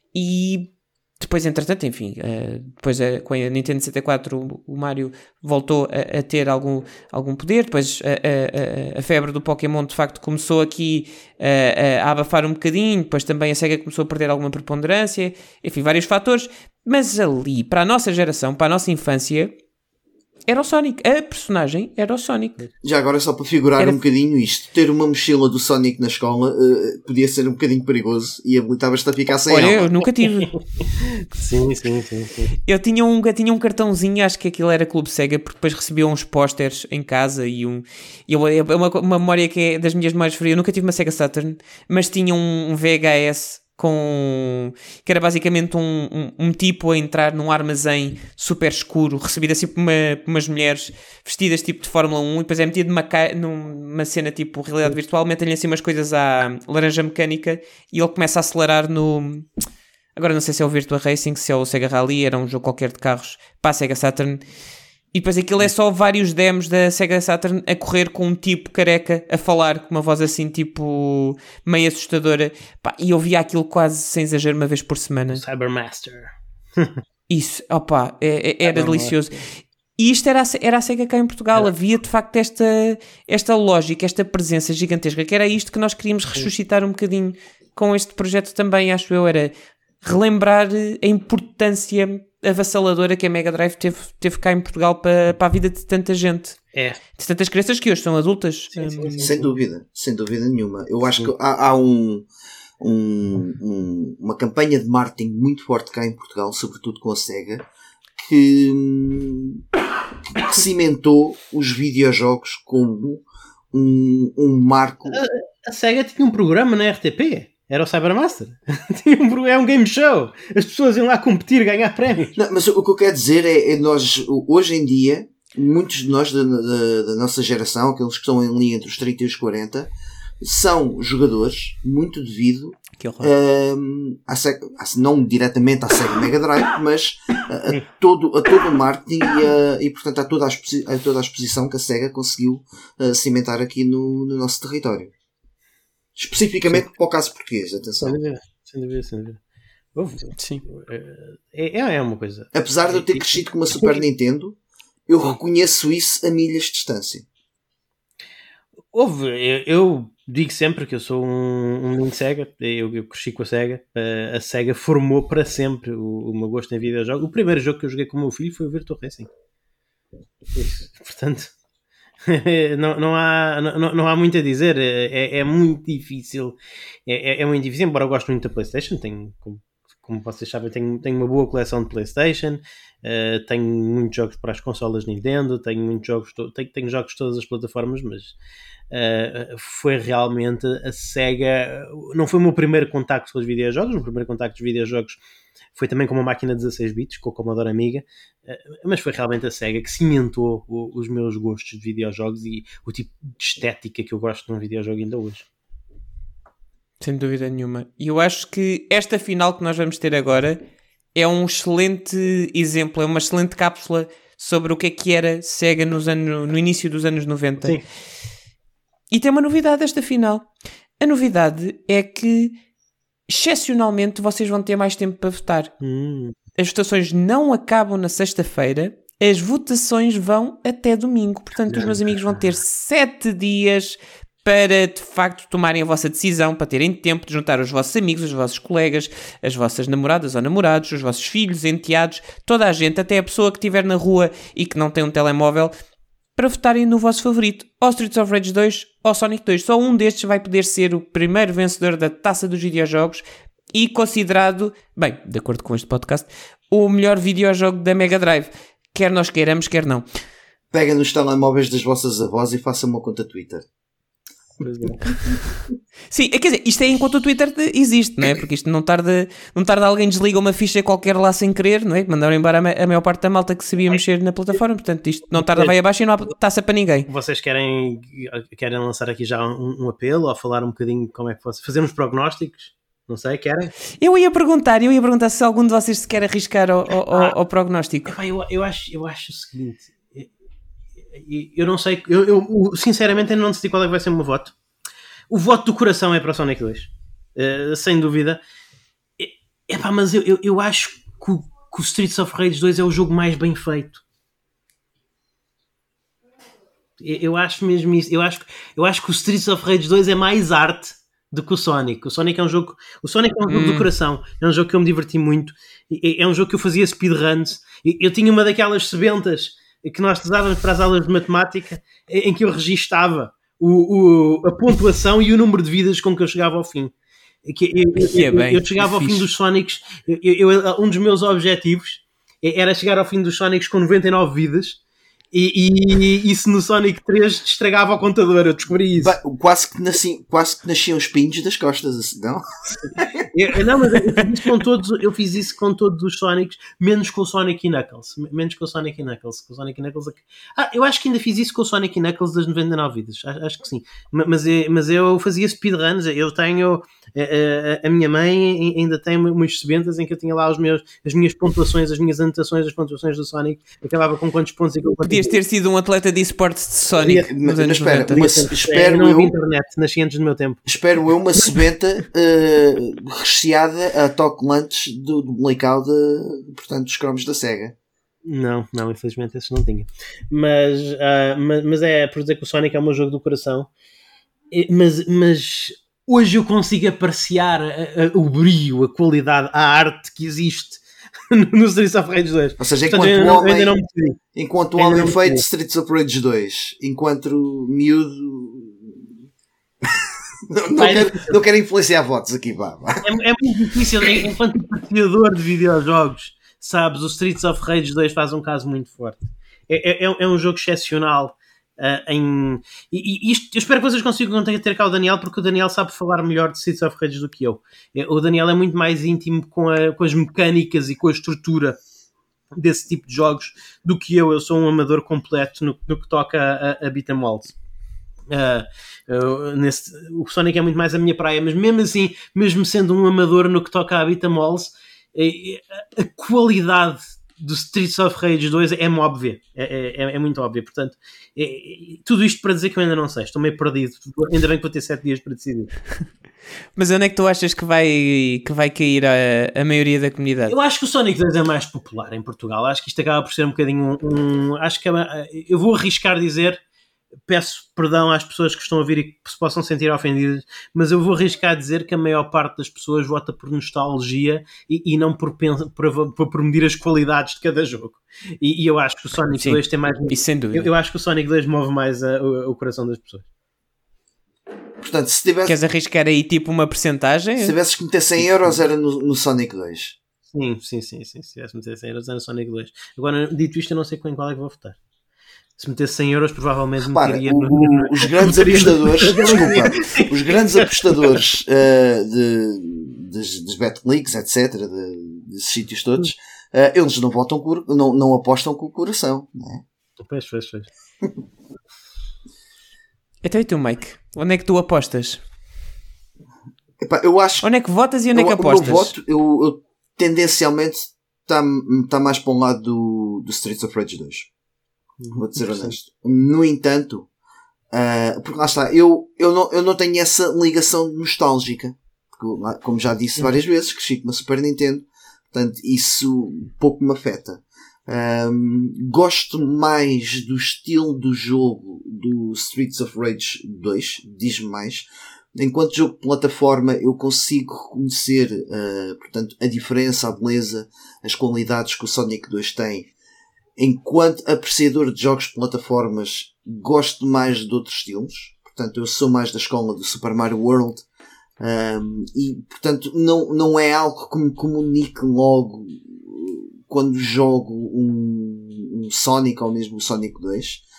E depois, entretanto, enfim, uh, depois uh, com a Nintendo sessenta e quatro o, o Mario voltou a, a ter algum, algum poder. Depois a, a, a, a febre do Pokémon de facto começou aqui uh, a abafar um bocadinho. Depois também a SEGA começou a perder alguma preponderância. Enfim, vários fatores. Mas ali, para a nossa geração, para a nossa infância, era o Sonic. A personagem era o Sonic. Já agora, só para figurar Era- um bocadinho isto, ter uma mochila do Sonic na escola uh, podia ser um bocadinho perigoso e habilitava-te a ficar sem Olha, ela. eu nunca tive. Sim, sim, sim, sim. Eu tinha um, eu tinha um cartãozinho, acho que aquilo era Clube Sega, porque depois recebia uns pósteres em casa e um. e eu, é uma, uma memória que é das minhas memórias frias. Eu nunca tive uma Sega Saturn, mas tinha um, um V H S com. Que era basicamente um, um, um tipo a entrar num armazém super escuro, recebido assim por, uma, por umas mulheres vestidas tipo de Fórmula um, e depois é metido numa, ca... numa cena tipo realidade virtual, metem-lhe assim umas coisas à laranja mecânica e ele começa a acelerar no. Agora não sei se é o Virtua Racing, se é o Sega Rally, era um jogo qualquer de carros para a Sega Saturn. E depois aquilo é só vários demos da Sega Saturn a correr com um tipo careca a falar com uma voz assim tipo meio assustadora. Pá, e eu via aquilo quase sem exagero uma vez por semana. Cybermaster. Isso, opá, é, é, era delicioso. E isto era a, era a SEGA cá em Portugal. Havia de facto esta, esta lógica, esta presença gigantesca, que era isto que nós queríamos ressuscitar um bocadinho com este projeto também, acho eu, era relembrar a importância avassaladora que a Mega Drive teve, teve cá em Portugal para, para a vida de tanta gente. É. De tantas crianças que hoje são adultas. Sim, sim, sim. Sem dúvida, sem dúvida nenhuma. Eu acho que há, há um, um, um- uma campanha de marketing muito forte cá em Portugal, sobretudo com a SEGA, que, que cimentou os videojogos como um, um marco. A SEGA tinha um programa na R T P. Era o Cybermaster. Tinha um pro- é um game show. As pessoas iam lá competir, ganhar prémios. Não, mas o que eu quero dizer é, é nós, hoje em dia, muitos de nós da, da- da nossa geração, aqueles que estão ali entre os trinta e os quarenta, são jogadores muito devido Que horror. hum, à Sega, à- não diretamente à Sega Mega Drive, mas a, a todo, a todo o marketing e, a, e portanto a toda a, exposi- a toda a exposição que a Sega conseguiu uh, cimentar aqui no, no nosso território. Especificamente para o caso português, atenção. Sem dúvida, sem dúvida, sem dúvida. Houve. Sim. É, é, é uma coisa. Apesar de eu ter crescido com uma Super Nintendo, eu reconheço isso a milhas de distância. Houve. Eu, eu digo sempre que eu sou um, um menino de SEGA. Eu, eu cresci com a SEGA. Uh, a SEGA formou para sempre o, o meu gosto em videojogos. O primeiro jogo que eu joguei com o meu filho foi o Virtua Racing. Isso. Portanto, não, não, há, não, não há muito a dizer. É, é muito difícil. É, é, é muito difícil, embora eu goste muito da PlayStation. Tenho, como, como vocês sabem, tenho, tenho uma boa coleção de PlayStation. Uh, tenho muitos jogos para as consolas Nintendo. Tenho muitos jogos, to- tenho, tenho jogos de todas as plataformas, mas uh, foi realmente a SEGA. Não foi o meu primeiro contacto com os videojogos. O meu primeiro contacto com os videojogos foi também com uma máquina de dezasseis bits, com o Commodore Amiga, mas foi realmente a SEGA que cimentou o, os meus gostos de videojogos e o tipo de estética que eu gosto num videojogo ainda hoje. Sem dúvida nenhuma. E eu acho que esta final que nós vamos ter agora é um excelente exemplo, é uma excelente cápsula sobre o que é que era SEGA nos anos, no início dos anos noventa. Sim. E tem uma novidade esta final. A novidade é que, excepcionalmente, vocês vão ter mais tempo para votar. Hum. As votações não acabam na sexta-feira, as votações vão até domingo. Portanto, os meus amigos vão ter sete dias para, de facto, tomarem a vossa decisão, para terem tempo de juntar os vossos amigos, os vossos colegas, as vossas namoradas ou namorados, os vossos filhos, enteados, toda a gente, até a pessoa que estiver na rua e que não tem um telemóvel, para votarem no vosso favorito, ou Streets of Rage dois ou Sonic dois. Só um destes vai poder ser o primeiro vencedor da Taça dos Videojogos e considerado, bem, de acordo com este podcast, o melhor videojogo da Mega Drive. Quer nós queiramos, quer não. Pega nos telemóveis das vossas avós e faça uma conta Twitter. Sim, quer dizer, isto é enquanto o Twitter existe, não é? Porque isto não tarda, não tarda alguém desliga uma ficha qualquer lá sem querer, não é? Mandaram embora a maior parte da malta que sabia mexer na plataforma, portanto isto não tarda, vai abaixo e não há taça para ninguém. Vocês querem, querem lançar aqui já um, um apelo ou falar um bocadinho como é que fosse? Fazer uns prognósticos? Não sei, querem? Eu ia perguntar, eu ia perguntar se algum de vocês se quer arriscar ao, ao, ao, ao prognóstico. Epá, eu, eu, acho, eu acho o seguinte, eu, eu não sei, eu, eu sinceramente ainda não decidi qual é que vai ser o meu voto. O voto do coração é para o Sonic dois, uh, sem dúvida. Epá, mas eu, eu, eu acho que o, que o Streets of Rage dois é o jogo mais bem feito. Eu, eu acho mesmo isso. Eu acho, eu acho que o Streets of Rage dois é mais arte do que o Sonic. O Sonic é um jogo, o Sonic é um jogo hum. do coração. É um jogo que eu me diverti muito. É, é um jogo que eu fazia speedruns. Eu, eu tinha uma daquelas sebentas que nós usávamos para as aulas de matemática em que eu registava o, o, a pontuação e o número de vidas com que eu chegava ao fim. Que eu, eu, eu, eu chegava ao fim dos Sonics. Eu, eu, um dos meus objetivos era chegar ao fim dos Sonics com noventa e nove vidas. E, e isso no Sonic três estragava o contador, eu descobri isso. Ba- quase, que nasci, quase que nasciam os pinhos das costas, assim, não? eu, não, mas eu fiz, isso com todos, eu fiz isso com todos os Sonics, menos com o Sonic e Knuckles. Menos com o Sonic e Knuckles. Com o Sonic e Knuckles ah, eu acho que ainda fiz isso com o Sonic e Knuckles das noventa e nove vidas. Acho, acho que sim. Mas, mas eu fazia speedruns. Eu tenho. A, a, a minha mãe ainda tem umas sebentas em que eu tinha lá os meus, as minhas pontuações, as minhas anotações, as pontuações do Sonic. Acabava com quantos pontos e podias ter sido um atleta de esportes de Sonic. Mas, mas espera, uma, espero não eu. Internet, nasci antes do meu tempo. Espero eu uma sebenta uh, recheada a autocolantes do, do blackout, de, portanto, dos cromos da Sega. Não, não, infelizmente esse não tinha. Mas, uh, mas, mas é por dizer que o Sonic é o meu jogo do coração. Mas, mas hoje eu consigo apreciar a, a, o brilho, a qualidade, a arte que existe no Streets of Rage dois. Ou seja, enquanto Portanto, o não, homem, não enquanto o homem feito Streets of Rage dois, enquanto miúdo não, não, quero, não quero influenciar votos aqui, vá. É, é muito difícil, enquanto apreciador de videojogos, sabes, o Streets of Rage dois faz um caso muito forte. É, é, é um jogo excepcional. Uh, em, e, e isto, eu espero que vocês consigam ter cá o Daniel, porque o Daniel sabe falar melhor de Streets of Rage do que eu. O Daniel é muito mais íntimo com, a, com as mecânicas e com a estrutura desse tipo de jogos do que eu. Eu sou um amador completo no, no que toca a, a beat'em alls. Uh, uh, nesse, o Sonic é muito mais a minha praia, mas mesmo assim, mesmo sendo um amador no que toca a beat'em alls, a, a qualidade do Streets of Rage dois é-me óbvia, é, é, é muito óbvia, portanto é, é, tudo isto para dizer que eu ainda não sei, estou meio perdido, ainda bem que vou ter sete dias para decidir. Mas onde é que tu achas que vai, que vai cair a, a maioria da comunidade? Eu acho que o Sonic dois é mais popular em Portugal, acho que isto acaba por ser um bocadinho um, um acho que é, eu vou arriscar dizer, peço perdão às pessoas que estão a ouvir e que se possam sentir ofendidas, mas eu vou arriscar dizer que a maior parte das pessoas vota por nostalgia e, e não por, por, por, por medir as qualidades de cada jogo. E, e eu acho que o Sonic Sim, dois tem mais... Isso sem dúvida. Eu, eu acho que o Sonic dois move mais a, o, o coração das pessoas. Portanto, se tivesse... Queres arriscar aí tipo uma percentagem? Se tivesses que meter cem euros era no, no Sonic dois. Sim, sim, sim, sim. Se tivesse que meter cem euros era no Sonic dois. Agora, dito isto, eu não sei em qual é que vou votar. Se metesse cem euros, provavelmente Repara, meteria o, no... os grandes apostadores, desculpa, os grandes apostadores uh, de, das, das Betclicks, etcétera, de, desses sítios todos, uh, eles não votam, com, não, não apostam com o coração, não é? Pois, pois, pois. Então e tu, Mike? Onde é que tu apostas? Epá, eu acho, onde é que votas e onde eu, é que apostas? O meu voto, eu, eu tendencialmente está tá mais para um lado do, do Streets of Rage dois. Vou dizer honesto. No entanto, uh, porque lá está, eu, eu, não, eu não tenho essa ligação nostálgica. Porque, como já disse várias vezes, cresci com uma Super Nintendo, portanto, isso pouco me afeta. Um, gosto mais do estilo do jogo do Streets of Rage dois, diz-me mais. Enquanto jogo de plataforma, eu consigo reconhecer, uh, portanto, a diferença, a beleza, as qualidades que o Sonic dois tem. Enquanto apreciador de jogos de plataformas, gosto mais de outros estilos. Portanto, eu sou mais da escola do Super Mario World. Um, e, portanto, não, não é algo que me comunique logo quando jogo um, um Sonic ou mesmo o Sonic dois.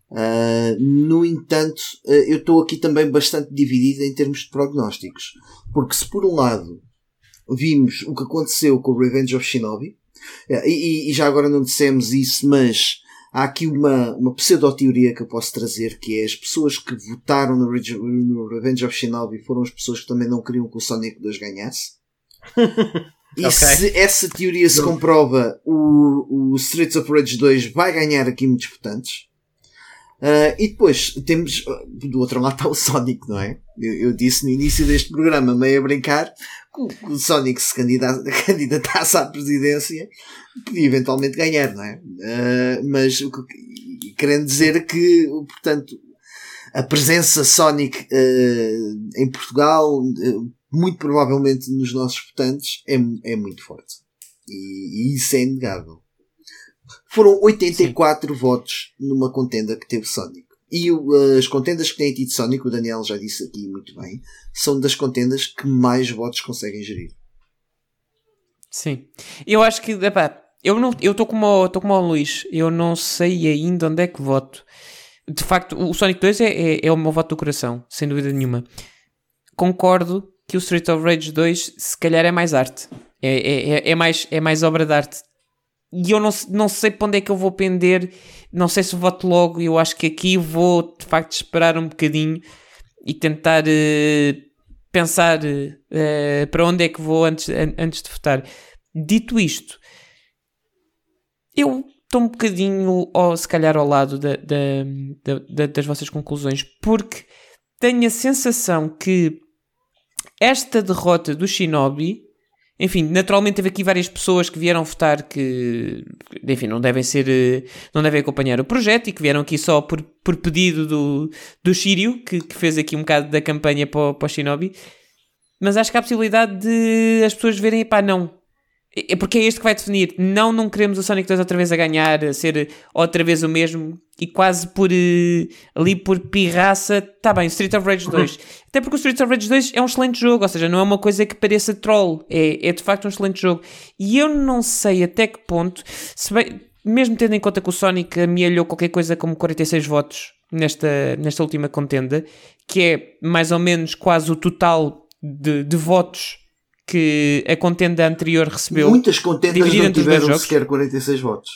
Uh, no entanto, uh, eu estou aqui também bastante dividido em termos de prognósticos. Porque se por um lado vimos o que aconteceu com o Revenge of Shinobi, uh, e, e já agora não dissemos isso, mas há aqui uma, uma pseudo-teoria que eu posso trazer, que é as pessoas que votaram no, Rege- no Revenge of Shinobi foram as pessoas que também não queriam que o Sonic dois ganhasse. E Ok. se essa teoria se comprova, o, o Streets of Rage dois vai ganhar aqui muitos votantes. Uh, e depois temos, uh, do outro lado está o Sonic, não é? Eu, eu disse no início deste programa, meio a brincar, que o, que o Sonic se candidata, candidatasse à presidência, podia eventualmente ganhar, não é? Uh, mas o que, querendo dizer que, portanto, a presença Sonic uh, em Portugal, uh, muito provavelmente nos nossos votantes, é, é muito forte. E, e isso é inegável. Foram oitenta e quatro Sim. votos numa contenda que teve Sonic. E uh, as contendas que têm tido Sonic, o Daniel já disse aqui muito bem, são das contendas que mais votos conseguem gerir. Sim. Eu acho que, epá, eu não, eu estou como estou como o Luís, eu não sei ainda onde é que voto. De facto, o Sonic dois é, é, é o meu voto do coração, sem dúvida nenhuma. Concordo que o Street of Rage dois se calhar é mais arte. É, é, é, mais, é mais obra de arte. E eu não, não sei para onde é que eu vou pender, não sei se voto logo. Eu acho que aqui vou de facto esperar um bocadinho e tentar uh, pensar uh, para onde é que vou antes, an- antes de votar. Dito isto, eu estou um bocadinho, ou se calhar ao lado da, da, da, da, das vossas conclusões, porque tenho a sensação que esta derrota do Shinobi, enfim, naturalmente teve aqui várias pessoas que vieram votar que, enfim, não devem ser, não devem acompanhar o projeto e que vieram aqui só por, por pedido do, do Shiryu, que, que fez aqui um bocado da campanha para o, para o Shinobi. Mas acho que há a possibilidade de as pessoas verem, pá, não. É porque é este que vai definir. Não, não queremos o Sonic dois outra vez a ganhar, a ser outra vez o mesmo, e quase por ali por pirraça, está bem, Street of Rage dois. Até porque o Street of Rage dois é um excelente jogo, ou seja, não é uma coisa que pareça troll, é, é de facto um excelente jogo. E eu não sei até que ponto, se bem, mesmo tendo em conta que o Sonic amealhou qualquer coisa como quarenta e seis votos nesta, nesta última contenda, que é mais ou menos quase o total de, de votos que a contenda anterior recebeu. Muitas contendas não tiveram sequer quarenta e seis votos.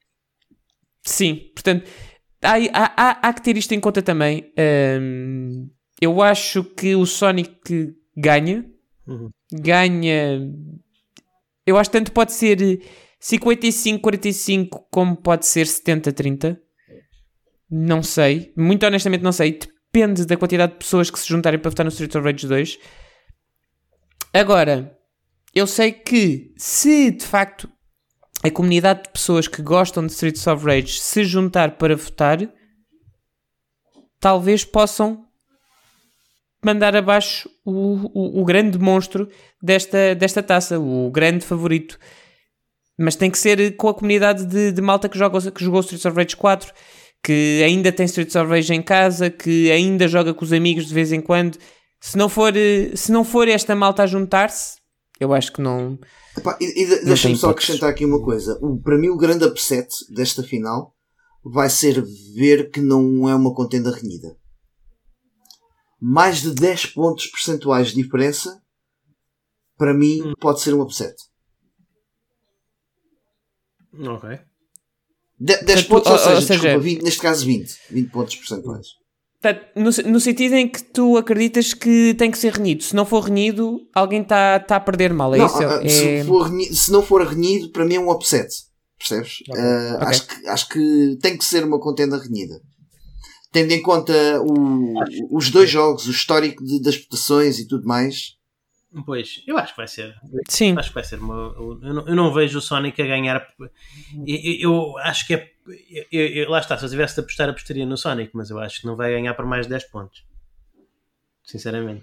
Sim, portanto, há, há, há, há que ter isto em conta também. Um, eu acho que o Sonic ganha. Uhum. Ganha... Eu acho que tanto pode ser cinquenta e cinco a quarenta e cinco como pode ser setenta a trinta. Não sei. Muito honestamente não sei. Depende da quantidade de pessoas que se juntarem para votar no Street of Rage dois. Agora, eu sei que se de facto a comunidade de pessoas que gostam de Streets of Rage se juntar para votar, talvez possam mandar abaixo o, o, o grande monstro desta, desta taça, o grande favorito. Mas tem que ser com a comunidade de, de malta que, joga, que jogou Streets of Rage quatro, que ainda tem Streets of Rage em casa, que ainda joga com os amigos de vez em quando. Se não for, se não for esta malta a juntar-se, eu acho que não... Epá, e, e deixa-me só acrescentar aqui uma coisa. O, para mim o grande upset desta final vai ser ver que não é uma contenda renhida. Mais de dez pontos percentuais de diferença, para mim, hum. pode ser um upset. Ok. De, dez pontos, ou, ou seja, seja desculpa, vinte, neste caso vinte. vinte pontos percentuais. No, no sentido em que tu acreditas que tem que ser renhido. Se não for renhido, alguém está tá a perder mal. É não, isso? Uh, é... se, for renhido, se não for renhido, para mim é um upset. Percebes? Okay. Uh, okay. Acho, que, acho que tem que ser uma contenda renhida. Tendo em conta o, os dois jogos, o histórico de, das votações e tudo mais. Pois, eu acho que vai ser. Sim. Acho que vai ser uma. Eu não, eu não vejo o Sonic a ganhar. Eu, eu acho que é. Eu, eu, lá está, se eu tivesse de apostar, apostaria no Sonic, mas eu acho que não vai ganhar por mais de dez pontos. Sinceramente.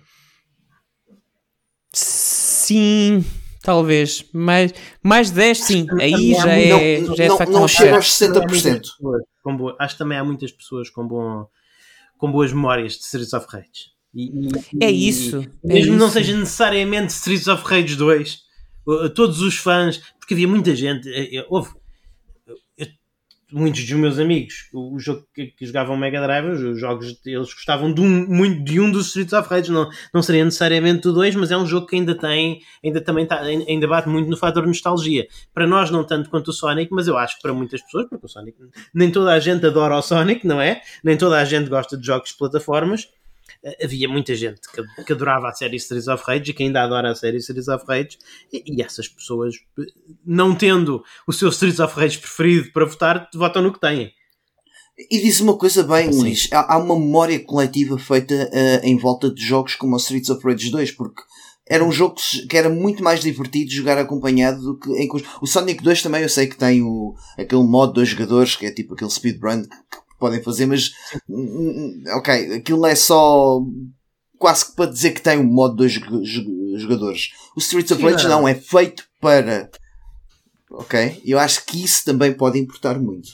Sim, talvez. Mais, mais dez, sim. Aí já é, não, já é não, de facto não um chega aos sessenta por cento. Com boa, acho que também há muitas pessoas com, bom, com boas memórias de Streets of Rage. E, e, é isso. E, mesmo é não isso. seja necessariamente Streets of Rage dois, todos os fãs, porque havia muita gente. Houve. muitos dos meus amigos, o, o jogo que, que jogavam Mega Drive, os jogos, eles gostavam de um, muito de um dos Streets of Rage, não, não seria necessariamente o dois, mas é um jogo que ainda tem, ainda também tá, ainda bate muito no fator nostalgia. Para nós não tanto quanto o Sonic, mas eu acho que para muitas pessoas, porque o Sonic, nem toda a gente adora o Sonic, não é? Nem toda a gente gosta de jogos de plataformas. Havia muita gente que, que adorava a série Streets of Rage e que ainda adora a série Streets of Rage, e, e essas pessoas, não tendo o seu Streets of Rage preferido para votar, votam no que têm. E diz uma coisa bem, Sim. Luís, há, há uma memória coletiva feita uh, em volta de jogos como o Streets of Rage dois, porque era um jogo que era muito mais divertido jogar acompanhado do que em... O Sonic dois também eu sei que tem o, aquele modo dois jogadores, que é tipo aquele speedrun que podem fazer, mas ok, aquilo é só quase que para dizer que tem um modo dois jogadores. O Streets of Rage não, é feito para, ok? Eu acho que isso também pode importar muito.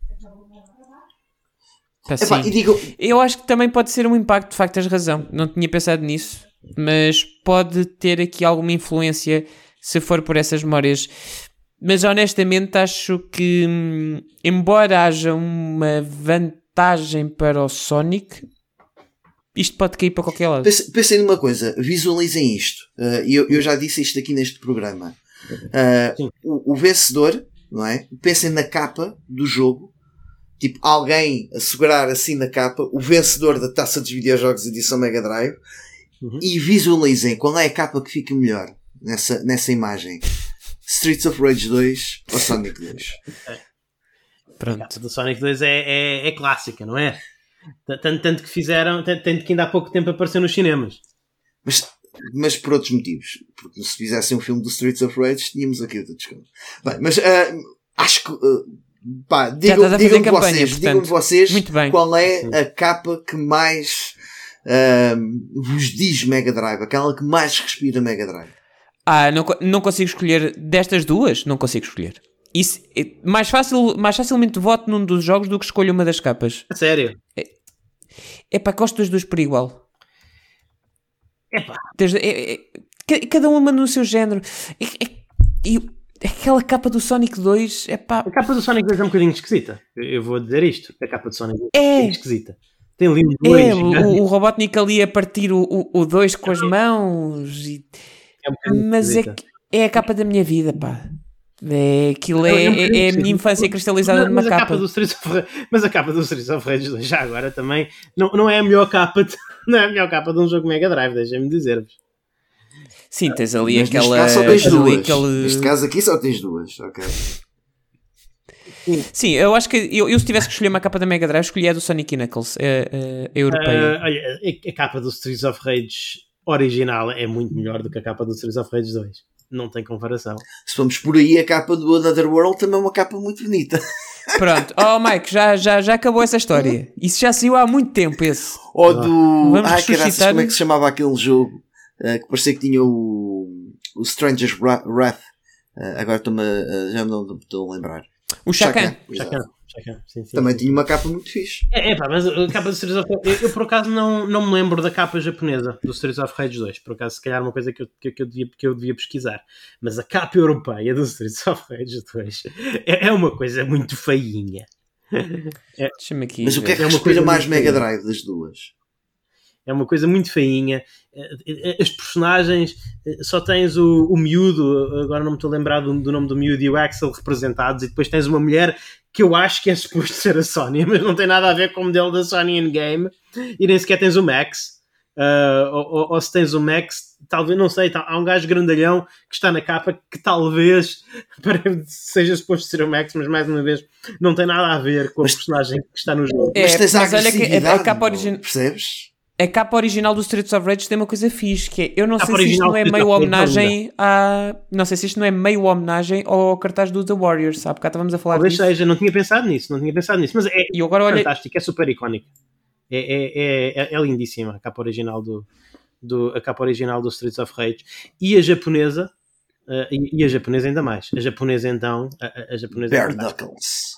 Tá, Epá, e digo... Eu acho que também pode ser um impacto, de facto tens razão, não tinha pensado nisso, mas pode ter aqui alguma influência se for por essas memórias. Mas honestamente acho que, embora haja uma vantagem para o Sonic, isto pode cair para qualquer lado. Pensem, pensem numa coisa, visualizem isto. Uh, eu, eu já disse isto aqui neste programa. Uh, o, o vencedor, não é? Pensem na capa do jogo. Tipo, alguém a segurar assim na capa, o vencedor da Taça dos Videojogos edição Mega Drive, uhum. E visualizem qual é a capa que fica melhor nessa, nessa imagem. Streets of Rage dois ou Sonic dois. É. Pronto. A capa do Sonic dois é, é, é clássica, não é? Tanto, tanto que fizeram, tanto, tanto que ainda há pouco tempo apareceu nos cinemas. Mas, mas por outros motivos. Porque se fizessem um filme do Streets of Rage, tínhamos aqui outra desculpa. Bem, mas uh, acho que... Uh, pá, digam-me digam vocês, digam vocês qual é Sim. a capa que mais uh, vos diz Mega Drive. Aquela que mais respira Mega Drive. Ah, não, não consigo escolher destas duas, não consigo escolher. Isso, é, mais, fácil, mais facilmente voto num dos jogos do que escolho uma das capas. A sério? É, é pá, gosto dos dois por igual. Epá. Desde, é, é, cada uma no seu género. É, é, é, aquela capa do Sonic dois, é pá. A capa do Sonic dois é um bocadinho esquisita. Eu, eu vou dizer isto. A capa do Sonic dois é, é esquisita. Tem ali um dois. É, o, o Robotnik ali a partir o dois com as mãos e... É um mas é, é a capa da minha vida, pá. É, aquilo é, é, é a minha infância cristalizada numa capa. capa do of, mas a capa do Streets of Rage dois já agora também não, não é a melhor capa de, não é a melhor capa de um jogo Mega Drive, deixem-me dizer-vos. Sim, tens ali mas aquela... Neste caso só tens duas. Aquele... Neste caso aqui só tens duas, ok. Sim, Sim eu acho que eu, eu se tivesse que escolher uma capa da Mega Drive, escolhia a do Sonic e Knuckles, a, a, a europeia. Uh, olha, a, a capa do Streets of Rage original é muito melhor do que a capa do Streets of Rage dois. Não tem comparação. Se vamos por aí, a capa do Another World também é uma capa muito bonita. Pronto. Oh, Mike, já, já, já acabou essa história. Isso já saiu há muito tempo, esse. Ou do... Vamos Ai, caraças, como é que se chamava aquele jogo? Uh, que parecia que tinha o... O Stranger's Wrath. Uh, agora estou-me a... Já não estou a lembrar. O Shakan. Shakan. Shakan. Sim, sim, também sim. tinha uma capa muito fixe. É, é pá, mas a capa do Streets of Rage... Eu, eu por acaso não, não me lembro da capa japonesa do Streets of Rage dois. Por acaso, se calhar uma coisa que eu, que, que eu, devia, que eu devia pesquisar. Mas a capa europeia do Streets of Rage dois é, é uma coisa muito feinha. É, Deixa-me aqui. Mas o que é que é respira mais Mega Drive das duas? É uma coisa muito feinha. As personagens, só tens o, o miúdo, agora não me estou a lembrar do, do nome do miúdo, e o Axel representados, e depois tens uma mulher que eu acho que é suposto ser a Sony, mas não tem nada a ver com o modelo da Sony in-game, e nem sequer tens o Max. Uh, ou, ou, ou se tens o Max, talvez, não sei, há um gajo grandalhão que está na capa que talvez seja suposto ser o Max, mas mais uma vez não tem nada a ver com mas, o personagem que está no jogo. É, mas tens mas a olha que a, a capa original, percebes? A capa original do Streets of Rage tem uma coisa fixe, que é, eu não sei se isto não é meio homenagem a... Não sei se isto não é meio homenagem ao cartaz do The Warriors, sabe? Cá estávamos a falar Talvez disso. seja, não tinha pensado nisso, não tinha pensado nisso, mas é e agora, olha... fantástico, é super icónico. É, é, é, é lindíssima a capa original do, do, a capa original do Streets of Rage. E a japonesa, uh, e, e a japonesa ainda mais. A japonesa então, a, a japonesa... Bare Knuckles.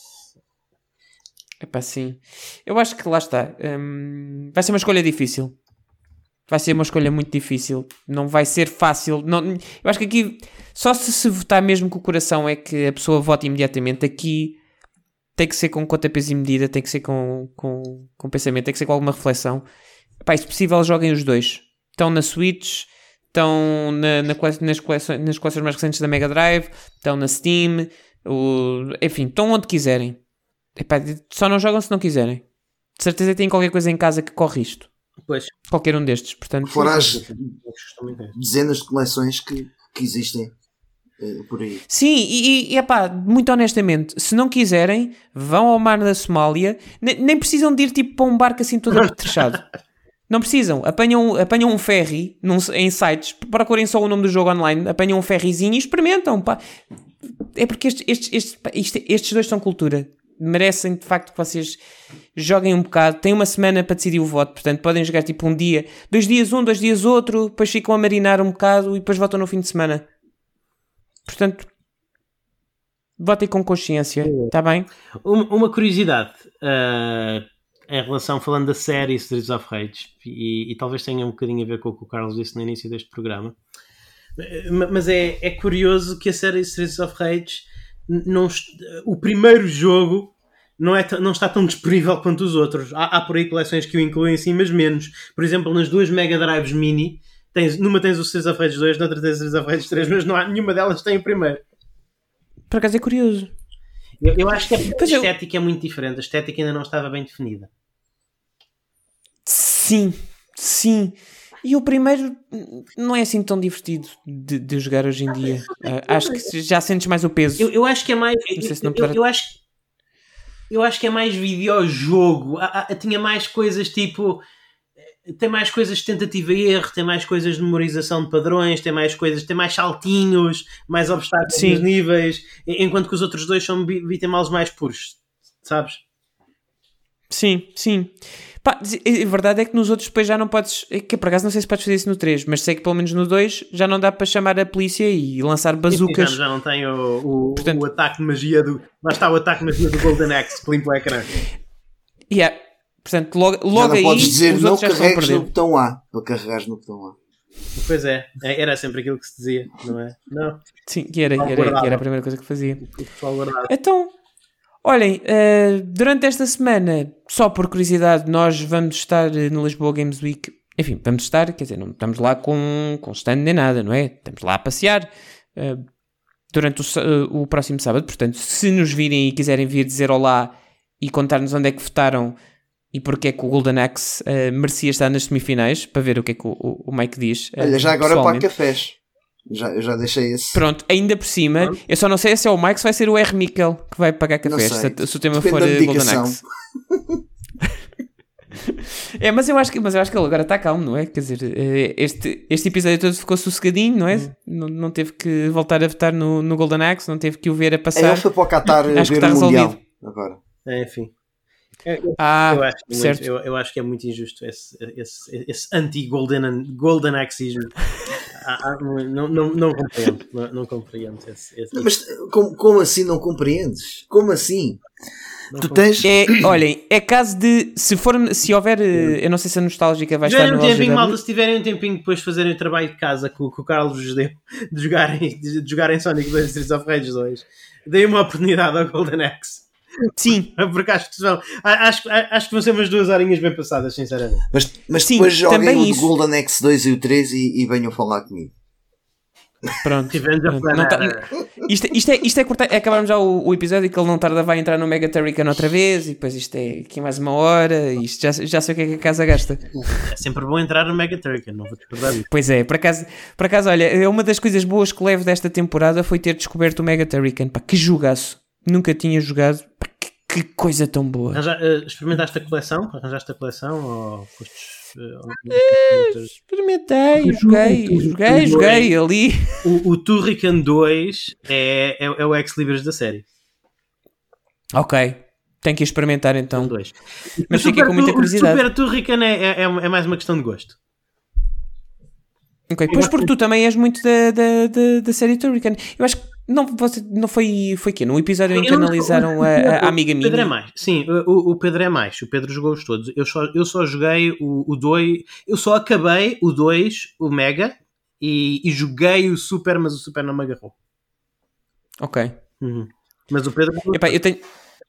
Epá, sim. Eu acho que lá está. Hum, vai ser uma escolha difícil. Vai ser uma escolha muito difícil. Não vai ser fácil. Não, eu acho que aqui, só se se votar mesmo com o coração é que a pessoa vota imediatamente. Aqui tem que ser com conta, peso e medida, tem que ser com, com, com pensamento, tem que ser com alguma reflexão. Pá, se possível, joguem os dois. Estão na Switch, estão na, na cole- nas, coleções, nas coleções mais recentes da Mega Drive, estão na Steam, o, enfim, estão onde quiserem. Epá, só não jogam se não quiserem. De certeza que têm qualquer coisa em casa que corre isto. Pois. Qualquer um destes, portanto... Fora as dezenas de coleções que, que existem uh, por aí. Sim, e, e epá, muito honestamente, se não quiserem, vão ao mar da Somália, ne- nem precisam de ir tipo para um barco assim todo apetrechado. Não precisam, apanham, apanham um ferry num, em sites, procurem só o nome do jogo online, apanham um ferryzinho e experimentam, pá. É porque estes, estes, estes, pá, isto- estes dois são cultura. Merecem de facto que vocês joguem um bocado. Têm uma semana para decidir o voto, portanto podem jogar tipo um dia, dois dias um, dois dias outro, depois ficam a marinar um bocado e depois votam no fim de semana. Portanto, votem com consciência, está bem? Uma, uma curiosidade uh, em relação, falando da série Streets of Rage, e, e talvez tenha um bocadinho a ver com o que o Carlos disse no início deste programa, mas é, é curioso que a série Streets of Rage, não, o primeiro jogo não, é, não está tão disponível quanto os outros. Há, há por aí coleções que o incluem sim, mas menos. Por exemplo, nas duas Mega Drives Mini, tens, numa tens o Streets of Rage dois, noutra tens o Streets of Rage três, mas não há, nenhuma delas tem o primeiro. Por acaso é curioso. Eu, eu acho que a Pois eu- estética é muito diferente. A estética ainda não estava bem definida. Sim, sim. E o primeiro não é assim tão divertido de, de jogar hoje em dia. Ah, acho que já sentes mais o peso. Eu, eu acho que é mais. Não sei se não eu, poderá- eu acho, eu acho que é mais videojogo. Há- há- Tinha mais coisas tipo. Tem mais coisas de tentativa e erro, tem mais coisas de memorização de padrões, tem mais coisas, tem mais saltinhos, mais obstáculos Sim. nos níveis, enquanto que os outros dois são bi- beat'em alls mais puros, sabes? Sim, sim. Pá, a verdade é que nos outros depois já não podes. É que por acaso não sei se podes fazer isso no três, mas sei que pelo menos no dois já não dá para chamar a polícia e lançar Já, bazucas. já não tem o, o, Portanto- o ataque de magia do. Lá está o ataque de magia do Golden Axe que limpa o ecrã. Yeah. Portanto, logo, Já logo não aí podes dizer os não outros já estão a carregues no perder. botão A para carregares no botão A. Pois é, era sempre aquilo que se dizia, não é? Não, Sim, que era, era, que era a primeira coisa que fazia. o pessoal guardava. Então, olhem, eh, durante esta semana, só por curiosidade, nós vamos estar eh, no Lisboa Games Week. Enfim, vamos estar, quer dizer, não estamos lá com, com stand nem nada, não é? Estamos lá a passear eh, durante o, sa- eh, o próximo sábado. Portanto, se nos virem e quiserem vir dizer olá e contar-nos onde é que votaram e porque é que o Golden Axe eh, merecia estar nas semifinais, para ver o que é que o, o- o Mike diz. eh, Olha, já agora para pessoalmente. cafés. Já, eu já deixei esse. Pronto, ainda por cima, eu só não sei se é o Mike ou se vai ser o R. Mikkel que vai pagar cafés, sei. se, se o tema Depende for da eh, Golden dedicação. Axe. É, mas eu, acho que, mas eu acho que ele agora está calmo, não é? Quer dizer, eh, este, este episódio todo ficou sossegadinho, não é? Hum. Não, não teve que voltar a votar no, no Golden Axe, não teve que o ver a É, passar. ele foi para o Qatar Acho que ver está o Mundial. resolvido. Agora. É, enfim. Eu, Ah, eu, acho que muito- certo. eu, eu acho que é muito injusto esse, esse, esse anti-Golden Golden Axismo. Ah, ah, não, não, não compreendo. Não, não compreendo esse, esse, Mas como, como assim não compreendes? Como assim? não Tu compreendo. tens. É, olhem, é caso de. Se, for, se houver. eh, Eu não sei se a nostálgica vai estar Tiverem no um tempinho, L G W. malta, se tiverem um tempinho depois de fazerem o trabalho de casa que o, que o Carlos vos deu, de jogarem, de, de jogarem Sonic dois e Streets of Rage dois, deem uma oportunidade ao Golden Axe. Sim, Porque acho que, vão, acho, acho que vão ser umas duas horinhas bem passadas, sinceramente. Mas, mas Sim, depois joguem também o do isso. Golden Axe dois e o três e, e venham falar comigo. pronto. Tivemos a Pronto, não tá- isto, isto é, isto é, cortar, é acabarmos já o, o episódio que ele não tarda vai entrar no Mega Turrican outra vez e depois isto é aqui mais uma hora e isto já, já sei o que é que a casa gasta. É sempre bom entrar no Mega Turrican, não vou discordar disso. Pois é, por acaso, por acaso, olha, é uma das coisas boas que levo desta temporada foi ter descoberto o Mega Turrican. Pá, que jogaço. Nunca tinha jogado. Pá, que, que coisa tão boa. Arranja- eh, experimentaste a coleção? Arranjaste a coleção? Ou fostes, eh, ou- Experimentei, joguei, joguei, joguei ali. o, o Turrican dois é, é, é o ex-libris da série. Ok, tenho que experimentar então. dois. Mas O fiquei com muita Tur- curiosidade. O Super Turrican é, é, é mais uma questão de gosto. Ok, pois porque tu também és muito da, da, da, da série Turrican. Eu acho que não, você, não foi, foi quê? Num episódio em que Eu não- analisaram a, a, a amiga O Pedro é minha. mais. Sim, o, o Pedro é mais. O Pedro jogou-os todos. Eu só, eu só joguei o dois. Eu só acabei o dois, o Mega, e, e joguei o Super, mas o Super não me agarrou. Ok. Uhum. Mas o Pedro. Epá, eu tenho,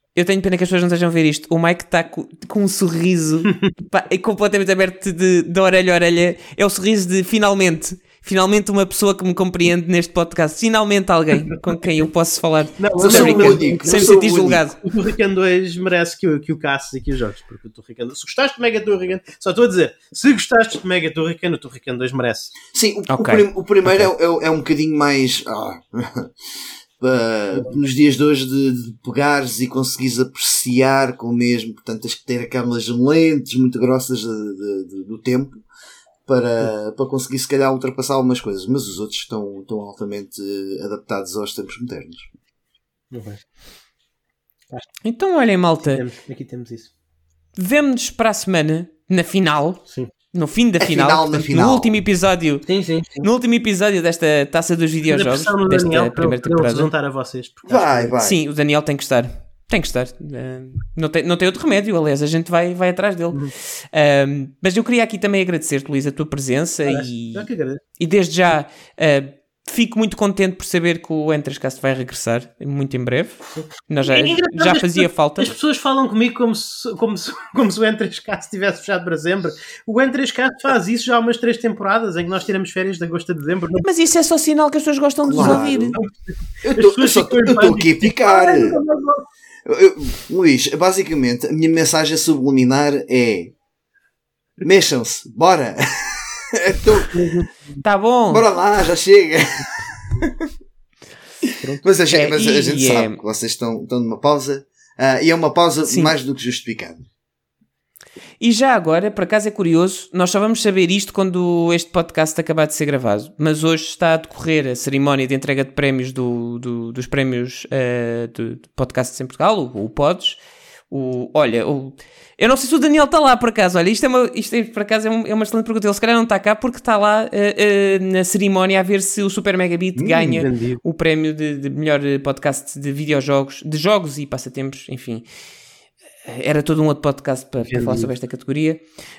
eu tenho pena que as pessoas não estejam a ver isto. O Mike está com, com um sorriso pá, é completamente aberto de, de orelha a orelha. É o sorriso de finalmente, finalmente uma pessoa que me compreende neste podcast. Finalmente alguém com quem eu posso falar Não, sobre sou o Turrican único, sem me eu sou o sentir único. julgado. O Turrican dois merece que o, que o Cassis e que os jogos, porque o Turrican, se gostaste de Mega Turrican, só estou a dizer, se gostaste de Mega Turrican, o Turrican dois merece. Sim, o, Ok. o, prim- o primeiro é, é, é um bocadinho mais. Ah, uh, nos dias de hoje, de, de pegares e conseguires apreciar com o mesmo. Portanto, tens que ter aquelas lentes muito grossas de, de, de, do tempo para, para conseguir, se calhar, ultrapassar algumas coisas. Mas os outros estão, estão altamente adaptados aos tempos modernos. Okay. Então, olhem, malta, Temos, aqui temos isso. vemo-nos para a semana, na final, Sim. no fim da É final, final na portanto, final. no último episódio, Sim, sim. sim. no último episódio desta Taça dos Videojogos, pressão no desta Daniel para primeira ele- para ele se temporada. juntar a vocês. porque Vai, acho que- vai. Sim, o Daniel tem que estar. Tem que estar. Uh, não, tem, não tem outro remédio, aliás, a gente vai, vai atrás dele. Uhum. Um, mas eu queria aqui também agradecer-te, Luís, a tua presença e, Já que agradeço. e desde já uh, fico muito contente por saber que o N três Cast vai regressar muito em breve. Nós já, É engraçado, já as fazia pessoas- falta. As pessoas falam comigo como se, como se, como se o N três K se tivesse fechado para dezembro. O N três K faz isso já há umas três temporadas em que nós tiramos férias de agosto a dezembro. Não- Mas isso é só sinal que as pessoas gostam de nos Claro. ouvir. Eu As tô- eu pessoas só- ficam eu estou aqui a empáticas. picar. Ah, não, não, não. Eu- eu- Luís, basicamente, a minha mensagem subliminar é: mexam-se, bora! Então, Tá bom. bora lá, já chega! Mas a gente, É, mas a e- gente e sabe é- que vocês estão, estão numa pausa, ah, e é uma pausa Sim. mais do que justificada. E já agora, por acaso é curioso, nós só vamos saber isto quando este podcast acabar de ser gravado, mas hoje está a decorrer a cerimónia de entrega de prémios do, do- dos prémios uh, de, de podcasts em Portugal, o, o Pods. O, olha, o, eu não sei se o Daniel está lá por acaso, olha, isto, é uma, isto é, por acaso é, um- é uma excelente pergunta, ele se calhar não está cá porque está lá uh, uh, na cerimónia a ver se o Super Megabit Hum, ganha vendido. o prémio de, de melhor podcast de videojogos, de jogos e passatempos, enfim. Era todo um outro podcast para, para falar sobre esta categoria.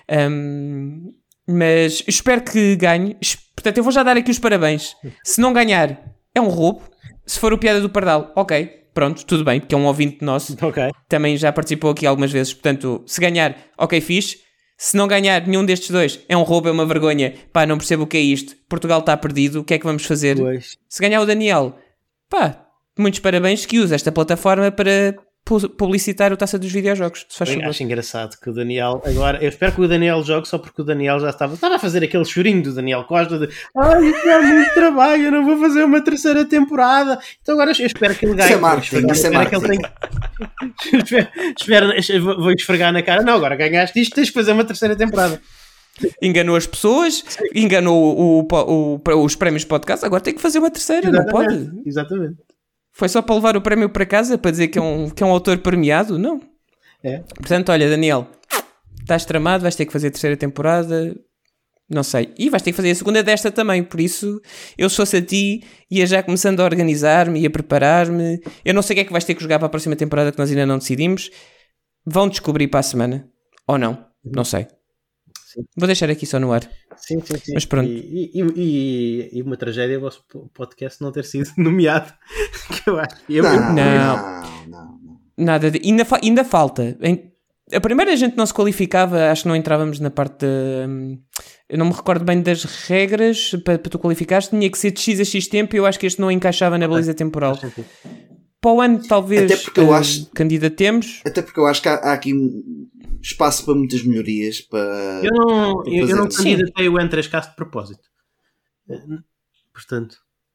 Um, mas espero que ganhe. Es- Portanto, eu vou já dar aqui os parabéns. Se não ganhar, é um roubo. Se for o Piada do Pardal, ok, pronto, tudo bem, porque é um ouvinte nosso. Ok. Também já participou aqui algumas vezes. Portanto, se ganhar, ok, fixe. Se não ganhar nenhum destes dois, é um roubo, é uma vergonha. Pá, não percebo o que é isto. Portugal está perdido, o que é que vamos fazer? Pois. Se ganhar o Daniel, pá, muitos parabéns, que use esta plataforma para pu- publicitar o Taça dos Videojogos, se faz Eu favor. acho engraçado que o Daniel agora, eu espero que o Daniel jogue só porque o Daniel já estava, estava a fazer aquele chorinho do Daniel Costa de ai, isso é muito trabalho, eu não vou fazer uma terceira temporada. Então agora eu espero que ele ganhe. Isso é marketing, Eu isso é espero que ele marketing. tenha- espero, espero, vou- vou esfregar na cara. Não, agora ganhaste isto, tens de fazer uma terceira temporada. Enganou as pessoas, enganou o, o- o- os prémios de podcast, agora tem que fazer uma terceira, não pode? Exatamente. Exatamente. Foi só para levar o prémio para casa, para dizer que é um, que é um autor premiado? Não. É. Portanto, olha, Daniel, estás tramado, vais ter que fazer a terceira temporada, não sei. E vais ter que fazer a segunda desta também, por isso, eu se fosse a ti, ia já começando a organizar-me, ia preparar-me. Eu não sei o que é que vais ter que jogar para a próxima temporada que nós ainda não decidimos. Vão descobrir para a semana. Ou não, não sei. Sim. Vou deixar aqui só no ar. Sim, sim, sim. Mas pronto. E, e, e, e uma tragédia o vosso podcast não ter sido nomeado. Que eu acho. Eu, Não, Não. não, não, não. Nada de... ainda, fa- ainda falta. Em- A primeira a gente não se qualificava, acho que não entrávamos na parte de... hum, Eu não me recordo bem das regras para, para tu qualificares, tinha que ser de X a X tempo e eu acho que este não encaixava na baliza temporal. Faz sentido. Para o ano talvez Até porque eu eh, acho- candidatemos. Até porque eu acho que há, há aqui espaço para muitas melhorias. Para... Eu não, eu, eu não Sim. candidatei o N três K de propósito. Eh, Portanto,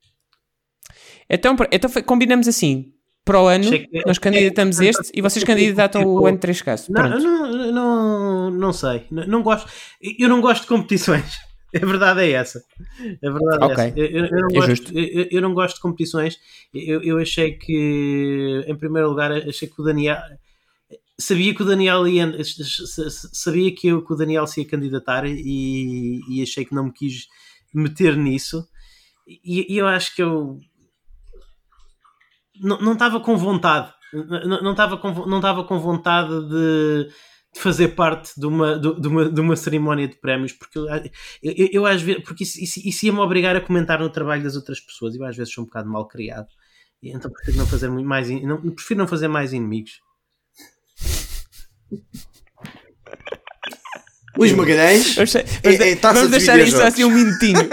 Então, pr- então foi- combinamos assim. Para o ano Achei que- nós candidatamos este e vocês candidatam o N três K. não, eu Pronto. não, não, não sei. Não, não gosto, eu não gosto de competições. A verdade é essa. A verdade Ok. é essa. Eu, eu- eu não É gosto, justo. eu, eu não gosto de competições. Eu, eu achei que, em primeiro lugar, achei que o Daniel. Sabia que o Daniel ia. Sabia que, eu, que o Daniel se ia candidatar e, e achei que não me quis meter nisso. E, e eu acho que eu. Não não estava com vontade. Não não estava com, não estava com vontade de, de fazer parte de uma, de, de uma, de uma cerimónia de prémios, porque eu, eu, eu às vezes, porque isso, isso, isso ia-me obrigar a comentar no trabalho das outras pessoas e eu às vezes sou um bocado mal criado. E então prefiro não fazer muito mais in- não, prefiro não fazer mais inimigos. Luís Magalhães. Vamos, é, é taça vamos de deixar isto videojogos. assim um minutinho.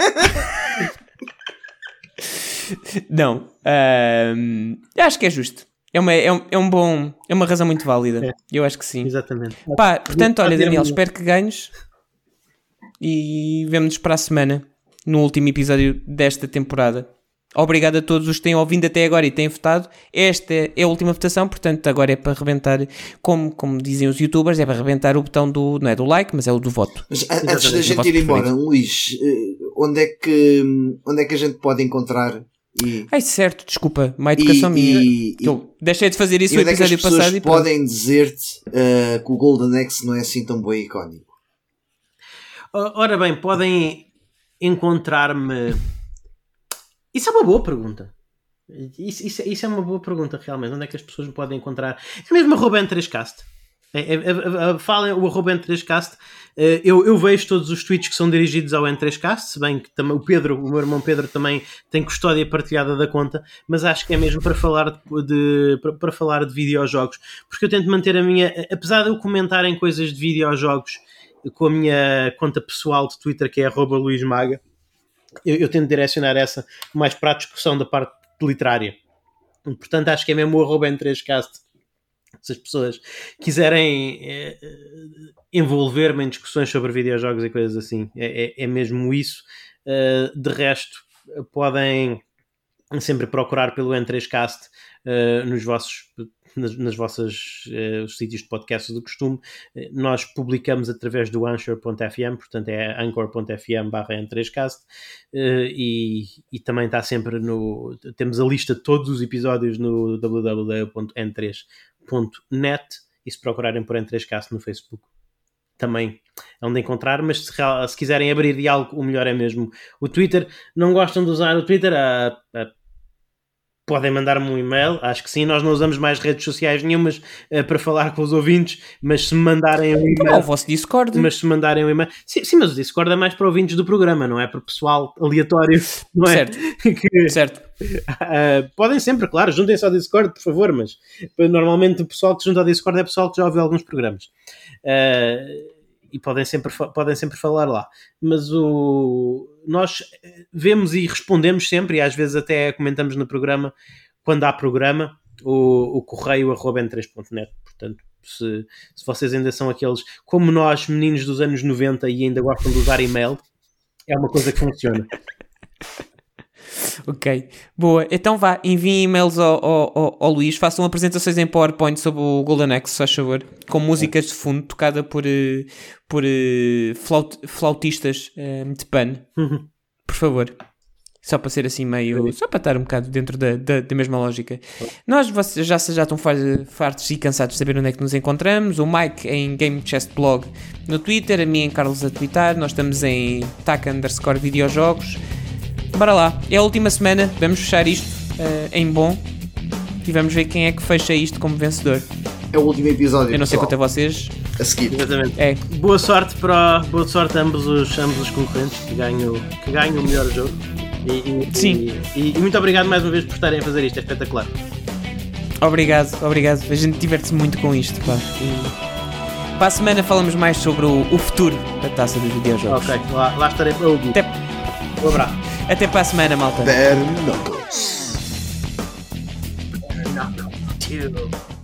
Não. ahm, acho que é justo. É, uma, é, um, é um bom. É uma razão muito válida. É. Eu acho que sim. Exatamente. Pá, portanto, olha, Fazer Daniel, um- espero que ganhes. E vemo-nos para a semana. No último episódio desta temporada. Obrigado a todos os que têm ouvido até agora e têm votado. Esta é a última votação, portanto agora é para arrebentar, como, como dizem os youtubers, é para arrebentar o botão do, não é do like, mas é o do voto. Mas a- antes da O gente vosso ir embora, preferido. Luís, eh, onde é que, onde é que a gente pode encontrar e, Ai, certo, desculpa, má educação e, minha. e, e, Eu deixei de fazer isso e no onde é que as episódio pessoas passado e pronto. podem dizer-te eh, que o Golden Axe não é assim tão bem icónico? Ora bem, podem encontrar-me. Isso é uma boa pergunta. Isso, isso, isso é uma boa pergunta, realmente. Onde é que as pessoas me podem encontrar? É mesmo arroba N três cast. É, é, é, é, falem o arroba N três cast. É, eu, eu vejo todos os tweets que são dirigidos ao N três cast, se bem que também, o Pedro, o meu irmão Pedro, também tem custódia partilhada da conta, mas acho que é mesmo para falar de, de, para, para falar de videojogos, porque eu tento manter a minha, apesar de eu comentar em coisas de videojogos com a minha conta pessoal de Twitter, que é arroba Luís Maga, eu, eu tento direcionar essa mais para a discussão da parte literária. Portanto, acho que é mesmo o arroba N três cast. Se as pessoas quiserem é, envolver-me em discussões sobre videojogos e coisas assim, é, é, é mesmo isso. Uh, de resto, podem sempre procurar pelo N três cast uh, nos vossos, nas, nas vossas uh, sítios de podcasts do costume. Uh, nós publicamos através do anchor ponto f m, portanto é anchor ponto f m barra N três cast, uh, e, e também está sempre no... Temos a lista de todos os episódios no w w w ponto n três ponto net, e se procurarem por N três cast no Facebook também é onde encontrar, mas se, se quiserem abrir diálogo, o melhor é mesmo o Twitter. Não gostam de usar o Twitter? A, a, podem mandar-me um e-mail, acho que sim. Nós não usamos mais redes sociais nenhumas uh, para falar com os ouvintes, mas se me mandarem um e-mail... Então, o vosso Discord. Mas se mandarem um e-mail... Sim, sim, mas o Discord é mais para ouvintes do programa, não é para pessoal aleatório, não é? Certo, que, certo. Uh, podem sempre, claro, juntem-se ao Discord, por favor, mas normalmente o pessoal que se junta ao Discord é pessoal que já ouviu alguns programas. Uh, e podem sempre, podem sempre falar lá. Mas o, nós vemos e respondemos sempre, e às vezes até comentamos no programa, quando há programa, o, o correio arroba n três ponto net. Portanto, se, se vocês ainda são aqueles, como nós, meninos dos anos noventa, e ainda gostam de usar e-mail, é uma coisa que funciona. Ok, boa. Então vá, enviem e-mails ao, ao, ao, ao Luís, façam apresentações em PowerPoint sobre o Golden Axe, se faz favor, com músicas de fundo, tocada por, por flaut, flautistas um, de pano, Uhum. por favor. Só para ser assim meio... Só para estar um bocado dentro da, da, da mesma lógica. Nós vocês já, já estão fartos e cansados de saber onde é que nos encontramos. O Mike em Game Chest Blog no Twitter, a mim em Carlos a twittar. Nós estamos em taca underscore videojogos. Bora lá, é a última semana, vamos fechar isto uh, em bom e vamos ver quem é que fecha isto como vencedor. É o último episódio. Eu não sei pessoal. quanto a vocês. A seguir. Exatamente. É, Boa sorte para boa sorte a ambos os, ambos os concorrentes que ganham, que ganham o melhor jogo. E, e, Sim. E, e muito obrigado mais uma vez por estarem a fazer isto, é espetacular. obrigado, obrigado. A gente diverte-se muito com isto, pá. E para a semana falamos mais sobre o, o futuro da taça dos videojogos. Ok, lá, lá estarei para ouvir. Até, Um abraço. até para a semana, malta. Bare Knuckles. Two.